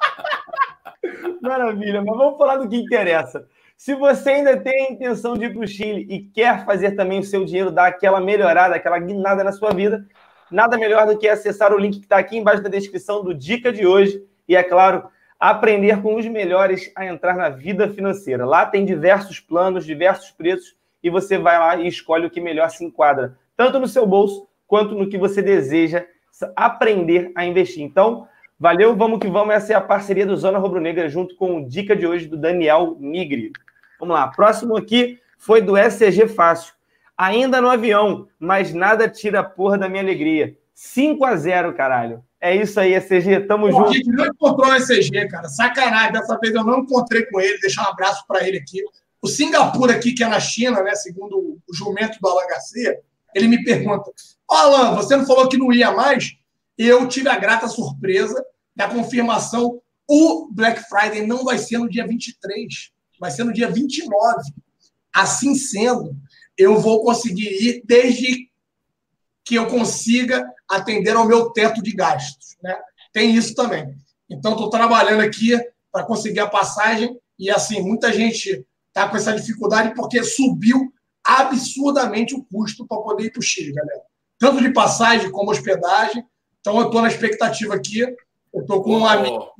Maravilha, mas vamos falar do que interessa. Se você ainda tem a intenção de ir para o Chile e quer fazer também o seu dinheiro dar aquela melhorada, aquela guinada na sua vida, nada melhor do que acessar o link que está aqui embaixo da descrição do Dica de hoje e, é claro, aprender com os melhores a entrar na vida financeira. Lá tem diversos planos, diversos preços, e você vai lá e escolhe o que melhor se enquadra, tanto no seu bolso, quanto no que você deseja aprender a investir. Então, valeu, vamos que vamos. Essa é a parceria do Zona Rubro-Negra, junto com o Dica de hoje do Daniel Nigri. Vamos lá, próximo aqui foi do S C G Fácil. Ainda no avião, mas nada tira a porra da minha alegria. cinco a zero, caralho. É isso aí, S C G, tamo Pô, junto. A gente não encontrou o S C G, cara. Sacanagem. Dessa vez eu não encontrei com ele. Deixar um abraço para ele aqui. O Singapura aqui, que é na China, né, segundo o jumento do Alan Garcia, ele me pergunta, ó, Alan, você não falou que não ia mais? Eu tive a grata surpresa da confirmação. O Black Friday não vai ser no dia vinte e três, vai ser no dia vinte e nove. Assim sendo, eu vou conseguir ir desde que eu consiga atender ao meu teto de gastos, né? Tem isso também. Então, estou trabalhando aqui para conseguir a passagem e, assim, muita gente está com essa dificuldade porque subiu absurdamente o custo para poder ir para o Chile, galera. Tanto de passagem como hospedagem. Então, eu estou na expectativa aqui. Eu estou com um amigo,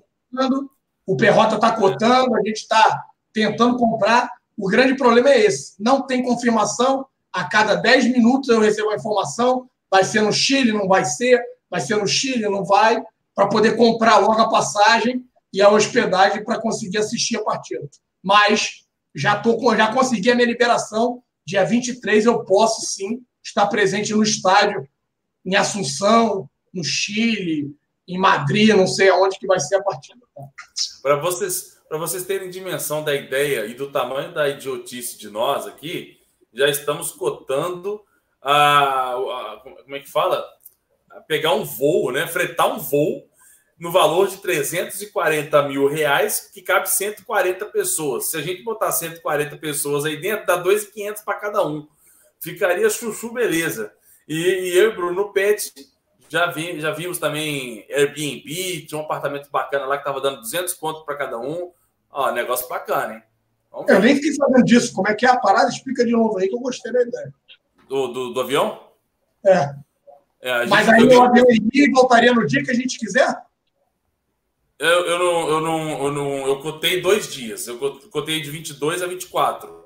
o Perrota está cotando, a gente está tentando comprar. O grande problema é esse. Não tem confirmação. A cada dez minutos eu recebo a informação. Vai ser no Chile, não vai ser. Vai ser no Chile, não vai. Para poder comprar logo a passagem e a hospedagem para conseguir assistir a partida. Mas já, tô, já consegui a minha liberação. Dia vinte e três eu posso, sim, estar presente no estádio, em Assunção, no Chile, em Madrid, não sei aonde que vai ser a partida. Tá? Para vocês, para vocês terem dimensão da ideia e do tamanho da idiotice de nós aqui, já estamos cotando a, a como é que fala? A pegar um voo, né? Fretar um voo no valor de trezentos e quarenta mil reais, que cabe cento e quarenta pessoas. Se a gente botar cento e quarenta pessoas aí dentro, dá dois mil e quinhentos para cada um. Ficaria chuchu beleza. E, e eu e Bruno Pet Já, vi, já vimos também Airbnb, tinha um apartamento bacana lá que tava dando duzentos conto para cada um. Ó, negócio bacana, hein? Vamos Eu ver. nem fiquei sabendo disso. Como é que é a parada? Explica de novo aí que eu gostei da ideia. Do, do, do avião? É. É, a gente- Mas aí o avião iria e voltaria no dia que a gente quiser? Eu, eu, não, eu, não, eu não. Eu cotei dois dias. Eu cotei de vinte e dois a vinte e quatro.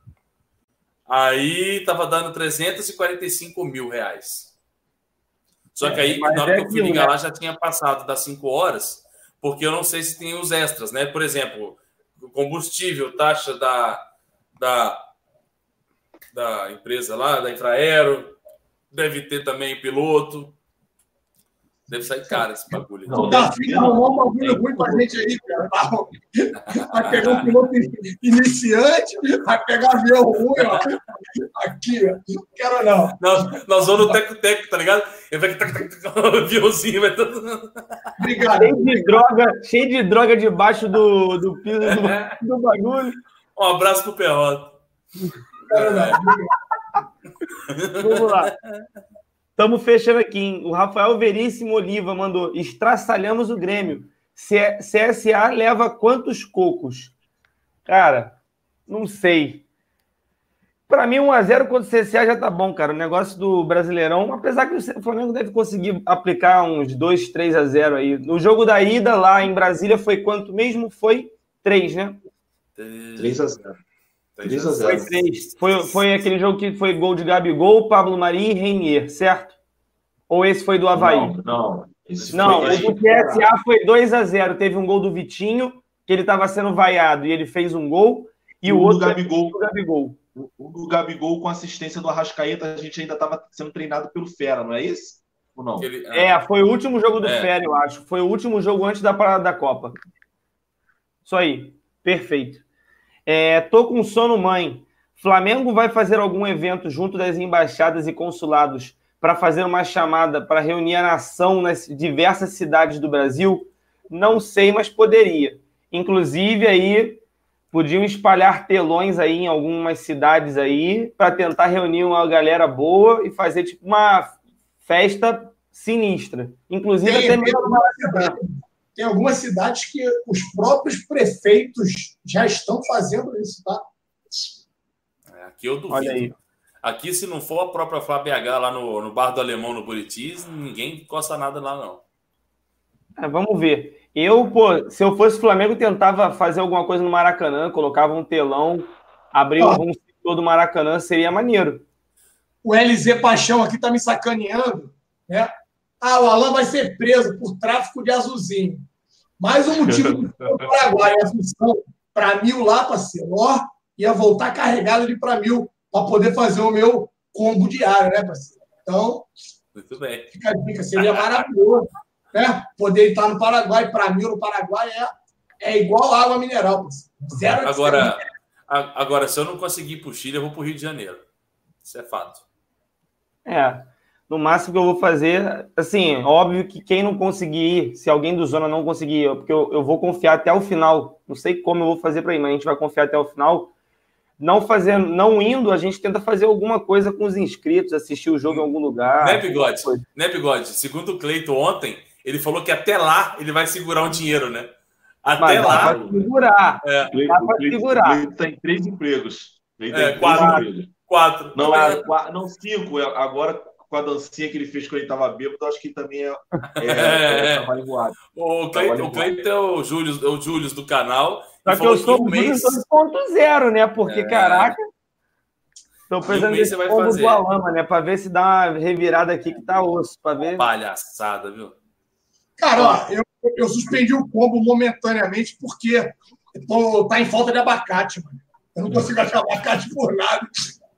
Aí tava dando trezentos e quarenta e cinco mil reais. Só que aí, mas na hora é que eu fui aquilo, ligar né? lá, já tinha passado das cinco horas, porque eu não sei se tem os extras, né? Por exemplo, combustível, taxa da, da, da empresa lá, da Infraero, deve ter também piloto. Deve sair caro esse bagulho. Não, Tá deve afim ter, de não. arrumar um bagulho ruim pra gente aí, cara. Vai pegar um piloto iniciante, vai pegar avião ruim, ó. Aqui, ó. Não quero não. Nós, nós vamos no teco-teco, tá ligado? Ele vai tac, tac, tac, o aviãozinho, vai todo. Obrigado. Cheio de droga, cheio de droga debaixo do, do piso do, do bagulho. Um abraço pro Perrota. Quero não. Vamos lá. Estamos fechando aqui, hein? O Rafael Veríssimo Oliva mandou: estraçalhamos o Grêmio. C S A leva quantos cocos? Cara, não sei. Para mim, um a zero contra o C S A já tá bom, cara. O negócio do Brasileirão, apesar que o Flamengo deve conseguir aplicar uns dois, três a zero aí. No jogo da ida lá em Brasília foi quanto mesmo? Foi três, né? três a zero. três a Foi zero. três. Foi, foi aquele jogo que foi gol de Gabigol, Pablo Mari e Reinier, certo? Ou esse foi do Avaí? Não, não. Esse Não, foi, o esse do C S A foi dois a zero. Teve um gol do Vitinho, que ele estava sendo vaiado e ele fez um gol. E o do outro Gabigol. do Gabigol. O do Gabigol com assistência do Arrascaeta, a gente ainda estava sendo treinado pelo Fera, não é esse? Ou não? Ele- É, foi o último jogo do É. Fera, eu acho. Foi o último jogo antes da parada da Copa. Isso aí. Perfeito. É, tô com sono, mãe. Flamengo vai fazer algum evento junto das embaixadas e consulados para fazer uma chamada para reunir a nação nas diversas cidades do Brasil? Não sei, mas poderia. Inclusive, aí, podiam espalhar telões aí em algumas cidades aí para tentar reunir uma galera boa e fazer tipo uma festa sinistra. Inclusive, Tem, até tem, mesmo algumas cidades, tem algumas cidades que os próprios prefeitos já estão fazendo isso, tá? Aqui eu duvido. Olha aí. Aqui, se não for a própria Flá B H lá no, no Bar do Alemão, no Buritis, ninguém encosta nada lá, não. É, vamos ver. Eu, pô, se eu fosse Flamengo, tentava fazer alguma coisa no Maracanã, colocava um telão, abria Ó. um setor do Maracanã, seria maneiro. O L Z Paixão aqui tá me sacaneando, né? Ah, o Alan vai ser preso por tráfico de azulzinho. Mais um motivo do Paraguai. A função para mil lá, parceiro, ó, ia voltar carregado de para mil para poder fazer o meu combo diário, né, parceiro? Então, Muito bem. fica a dica, seria maravilhoso, né? Poder estar no Paraguai, para mil no Paraguai é, é igual água mineral, parceiro. Zero Agora, a- agora, se eu não conseguir ir pro Chile, eu vou pro Rio de Janeiro. Isso é fato. É, no máximo que eu vou fazer, assim, óbvio que quem não conseguir ir, se alguém do Zona não conseguir ir, porque eu, eu vou confiar até o final, não sei como eu vou fazer para ir, mas a gente vai confiar até o final. Não fazendo, não indo, a gente tenta fazer alguma coisa com os inscritos, assistir o jogo em algum lugar. né, Bigode? coisa. Né, Bigode? Segundo o Cleito ontem, ele falou que até lá ele vai segurar um dinheiro, né? Até Mas dá lá. pra segurar. É, Dá pra segurar. Ele está em três empregos. Ele tá É, em três quatro. empregos. quatro. Não, é, qua- não, cinco. Agora, com a dancinha que ele fez quando ele estava bêbado, eu acho que também é, é, é, É. trabalho voado. O Cleito, o Cleito é o Júlio, é o Júlio do canal. Só e que eu falou sou em um o mês. dois ponto zero, né? Porque, É. caraca, tô precisando mês desse você vai combo fazer. do Alama, né? Pra ver se dá uma revirada aqui que tá osso. Pra ver. Palhaçada, viu? Cara, ó, eu, eu suspendi o combo momentaneamente porque tô, tá em falta de abacate, mano. Eu não consigo achar abacate por nada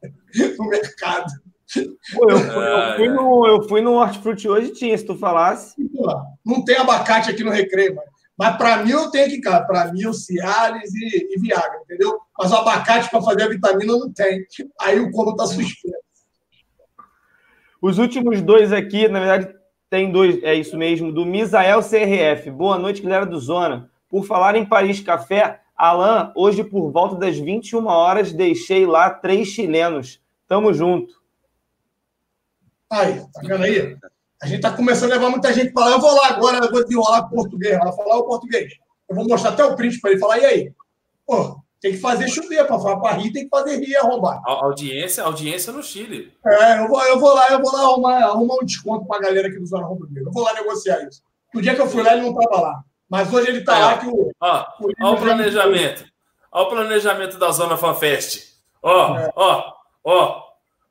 no mercado. Pô, eu, fui, eu, Ai, fui ai. no, eu fui no Hortifruti hoje e tinha, se tu falasse. Pô, não tem abacate aqui no Recreio, mano. Mas para mim eu tenho que, cara. Para mim, o Cialis e, e Viagra, entendeu? Mas o abacate para fazer a vitamina não tem. Aí o combo tá suspenso. Os últimos dois aqui, na verdade, tem dois, é isso mesmo, do Misael C R F. Boa noite, galera do Zona. Por falar em Paris Café, Alan, hoje por volta das vinte e uma horas, deixei lá três chilenos. Tamo junto. Aí, tá vendo aí? A gente tá começando a levar muita gente para lá. Eu vou lá agora, eu vou desenrolar o português. Ela falar o português. Eu vou mostrar até o print para ele falar, e aí? Pô, tem que fazer chover para falar para rir, tem que fazer rir e arrombar. A audiência, audiência no Chile. É, eu vou, eu vou lá, eu vou lá arrumar, arrumar um desconto para a galera aqui do Zona Rubro-Negra. Eu vou lá negociar isso. No dia que eu fui lá, ele não estava lá. Mas hoje ele está é, lá. Que o, ó, o, ó o planejamento. Olha o planejamento da Zona FanFest. Ó, é. ó, ó.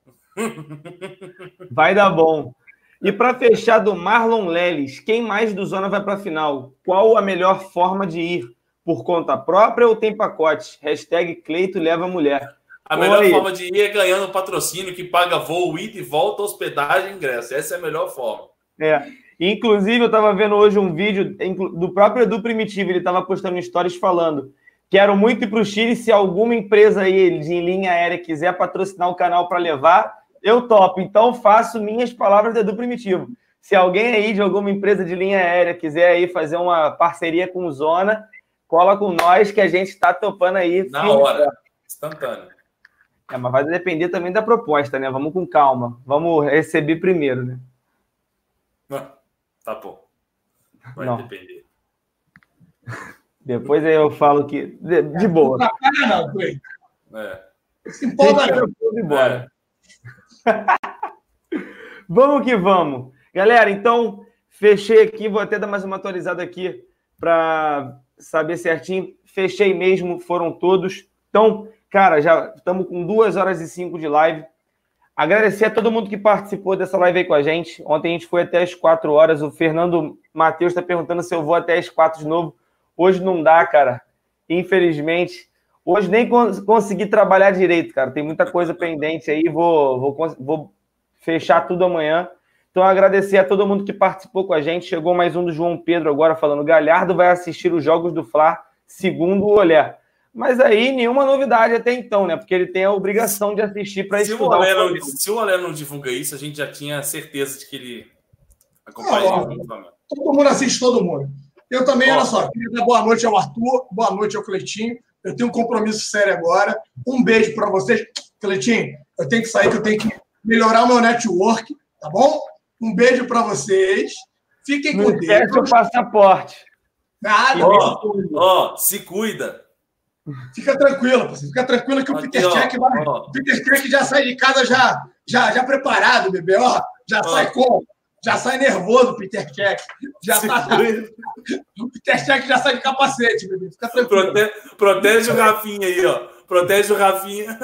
Vai dar bom. E para fechar do Marlon Leles, quem mais do Zona vai para a final? Qual a melhor forma de ir? Por conta própria ou tem pacote? Hashtag Cleito leva mulher. A melhor Oi. forma de ir é ganhando um patrocínio que paga voo, ida e volta, hospedagem e ingresso. Essa é a melhor forma. É. Inclusive, eu estava vendo hoje um vídeo do próprio Edu Primitivo. Ele estava postando stories falando: quero muito ir para o Chile. Se alguma empresa aí de linha aérea quiser patrocinar o canal para levar, eu topo. Então, faço minhas palavras do Edu Primitivo. Se alguém aí de alguma empresa de linha aérea quiser aí fazer uma parceria com o Zona, cola com nós que a gente está topando aí. Na hora. Instantâneo. É, mas vai depender também da proposta, né? Vamos com calma. Vamos receber primeiro, né? Tá bom. Vai Não. depender. Depois aí eu falo que... De, de boa. Não, não, é. Se empolga, não. Embora. É. Vamos que vamos. Galera, então, fechei aqui. Vou até dar mais uma atualizada aqui para saber certinho. Fechei mesmo, foram todos. Então, cara, já estamos com duas horas e cinco de live. Agradecer a todo mundo que participou dessa live aí com a gente. Ontem a gente foi até as quatro horas. O Fernando Matheus está perguntando se eu vou até as quatro de novo. Hoje não dá, cara. Infelizmente. Hoje nem cons- consegui trabalhar direito, cara. Tem muita coisa pendente aí. Vou, vou, vou fechar tudo amanhã. Então, agradecer a todo mundo que participou com a gente. Chegou mais um do João Pedro agora falando: Galhardo vai assistir os jogos do Fla, segundo o Olé. Mas aí, nenhuma novidade até então, né? Porque ele tem a obrigação de assistir para estudar. Se o, não, se o Olé não divulga isso, a gente já tinha certeza de que ele acompanha. Todo mundo assiste todo mundo. Eu também, olha só, queria dar boa noite ao Arthur, boa noite ao Cleitinho. Eu tenho um compromisso sério agora. Um beijo para vocês. Cleitinho, eu tenho que sair, que eu tenho que melhorar o meu network, tá bom? Um beijo para vocês. Fiquem com Deus. Não esquece o passaporte. Nada. Ó, ó, se cuida. Fica tranquilo, fica tranquilo que o Aqui, Peter Check vai. O Peter Check já sai de casa já, já, já preparado, bebê. Ó, já ó. sai com. Já sai nervoso, Peter Check. Já tá. O Peter Check já sai de capacete, bebê. Fica tranquilo. Prote... Protege o Rafinha aí, ó. Protege o Rafinha.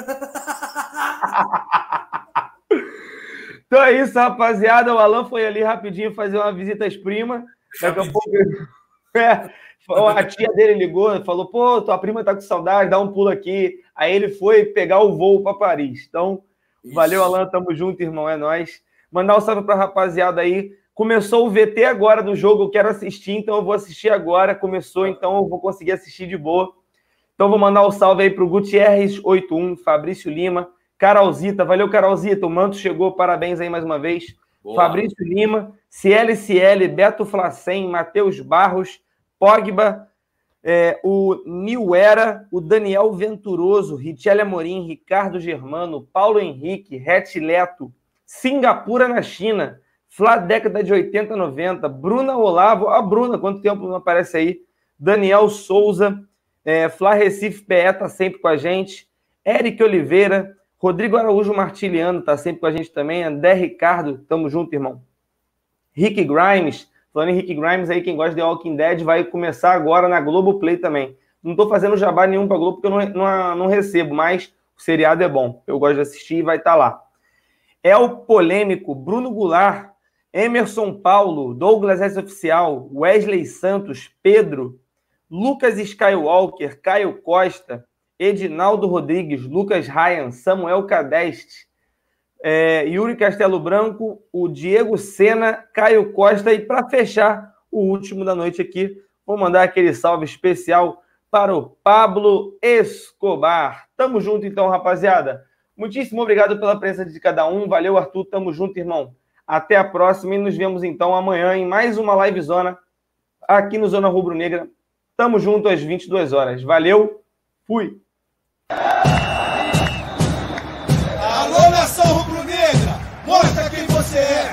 Então é isso, rapaziada. O Alan foi ali rapidinho fazer uma visita às primas. Daqui a pouco. É. A tia dele ligou e falou: pô, tua prima tá com saudade, dá um pulo aqui. Aí ele foi pegar o voo para Paris. Então, Ixi. valeu, Alan, tamo junto, irmão, é nóis. Mandar um salve pra rapaziada aí. Começou o V T agora do jogo, eu quero assistir, então eu vou assistir agora. Começou, então eu vou conseguir assistir de boa. Então vou mandar um salve aí pro Gutierrez oitenta e um, Fabrício Lima, Carolzita, valeu, Carolzita, o manto chegou, parabéns aí mais uma vez. Boa. Fabrício Lima, C L C L, Beto Flacem, Matheus Barros, Pogba, é, o Niuera, o Daniel Venturoso, Richelle Amorim, Ricardo Germano, Paulo Henrique, Reti Leto, Singapura na China, Flá década de oitenta, noventa, Bruna Olavo, a Bruna, quanto tempo não aparece aí, Daniel Souza, é, Flá Recife P E tá sempre com a gente, Eric Oliveira, Rodrigo Araújo Martiliano tá sempre com a gente também, André Ricardo, tamo junto, irmão. Rick Grimes, falando em Rick Grimes aí, quem gosta de The Walking Dead vai começar agora na Globoplay também. Não estou fazendo jabá nenhum para Globo porque eu não, não, não recebo, mas o seriado é bom. Eu gosto de assistir e vai estar lá. É o polêmico Bruno Goulart, Emerson Paulo, Douglas S. Oficial, Wesley Santos, Pedro, Lucas Skywalker, Caio Costa, Edinaldo Rodrigues, Lucas Ryan, Samuel Cadeste, É, Yuri Castelo Branco, o Diego Sena, Caio Costa, e para fechar o último da noite aqui, vou mandar aquele salve especial para o Pablo Escobar. Tamo junto então, rapaziada. Muitíssimo obrigado pela presença de cada um. Valeu, Arthur. Tamo junto, irmão. Até a próxima e nos vemos então amanhã em mais uma live zona aqui no Zona Rubro Negra. Tamo junto às vinte e duas horas. Valeu, fui! Alô, nação rubro-negra, mostra quem você é.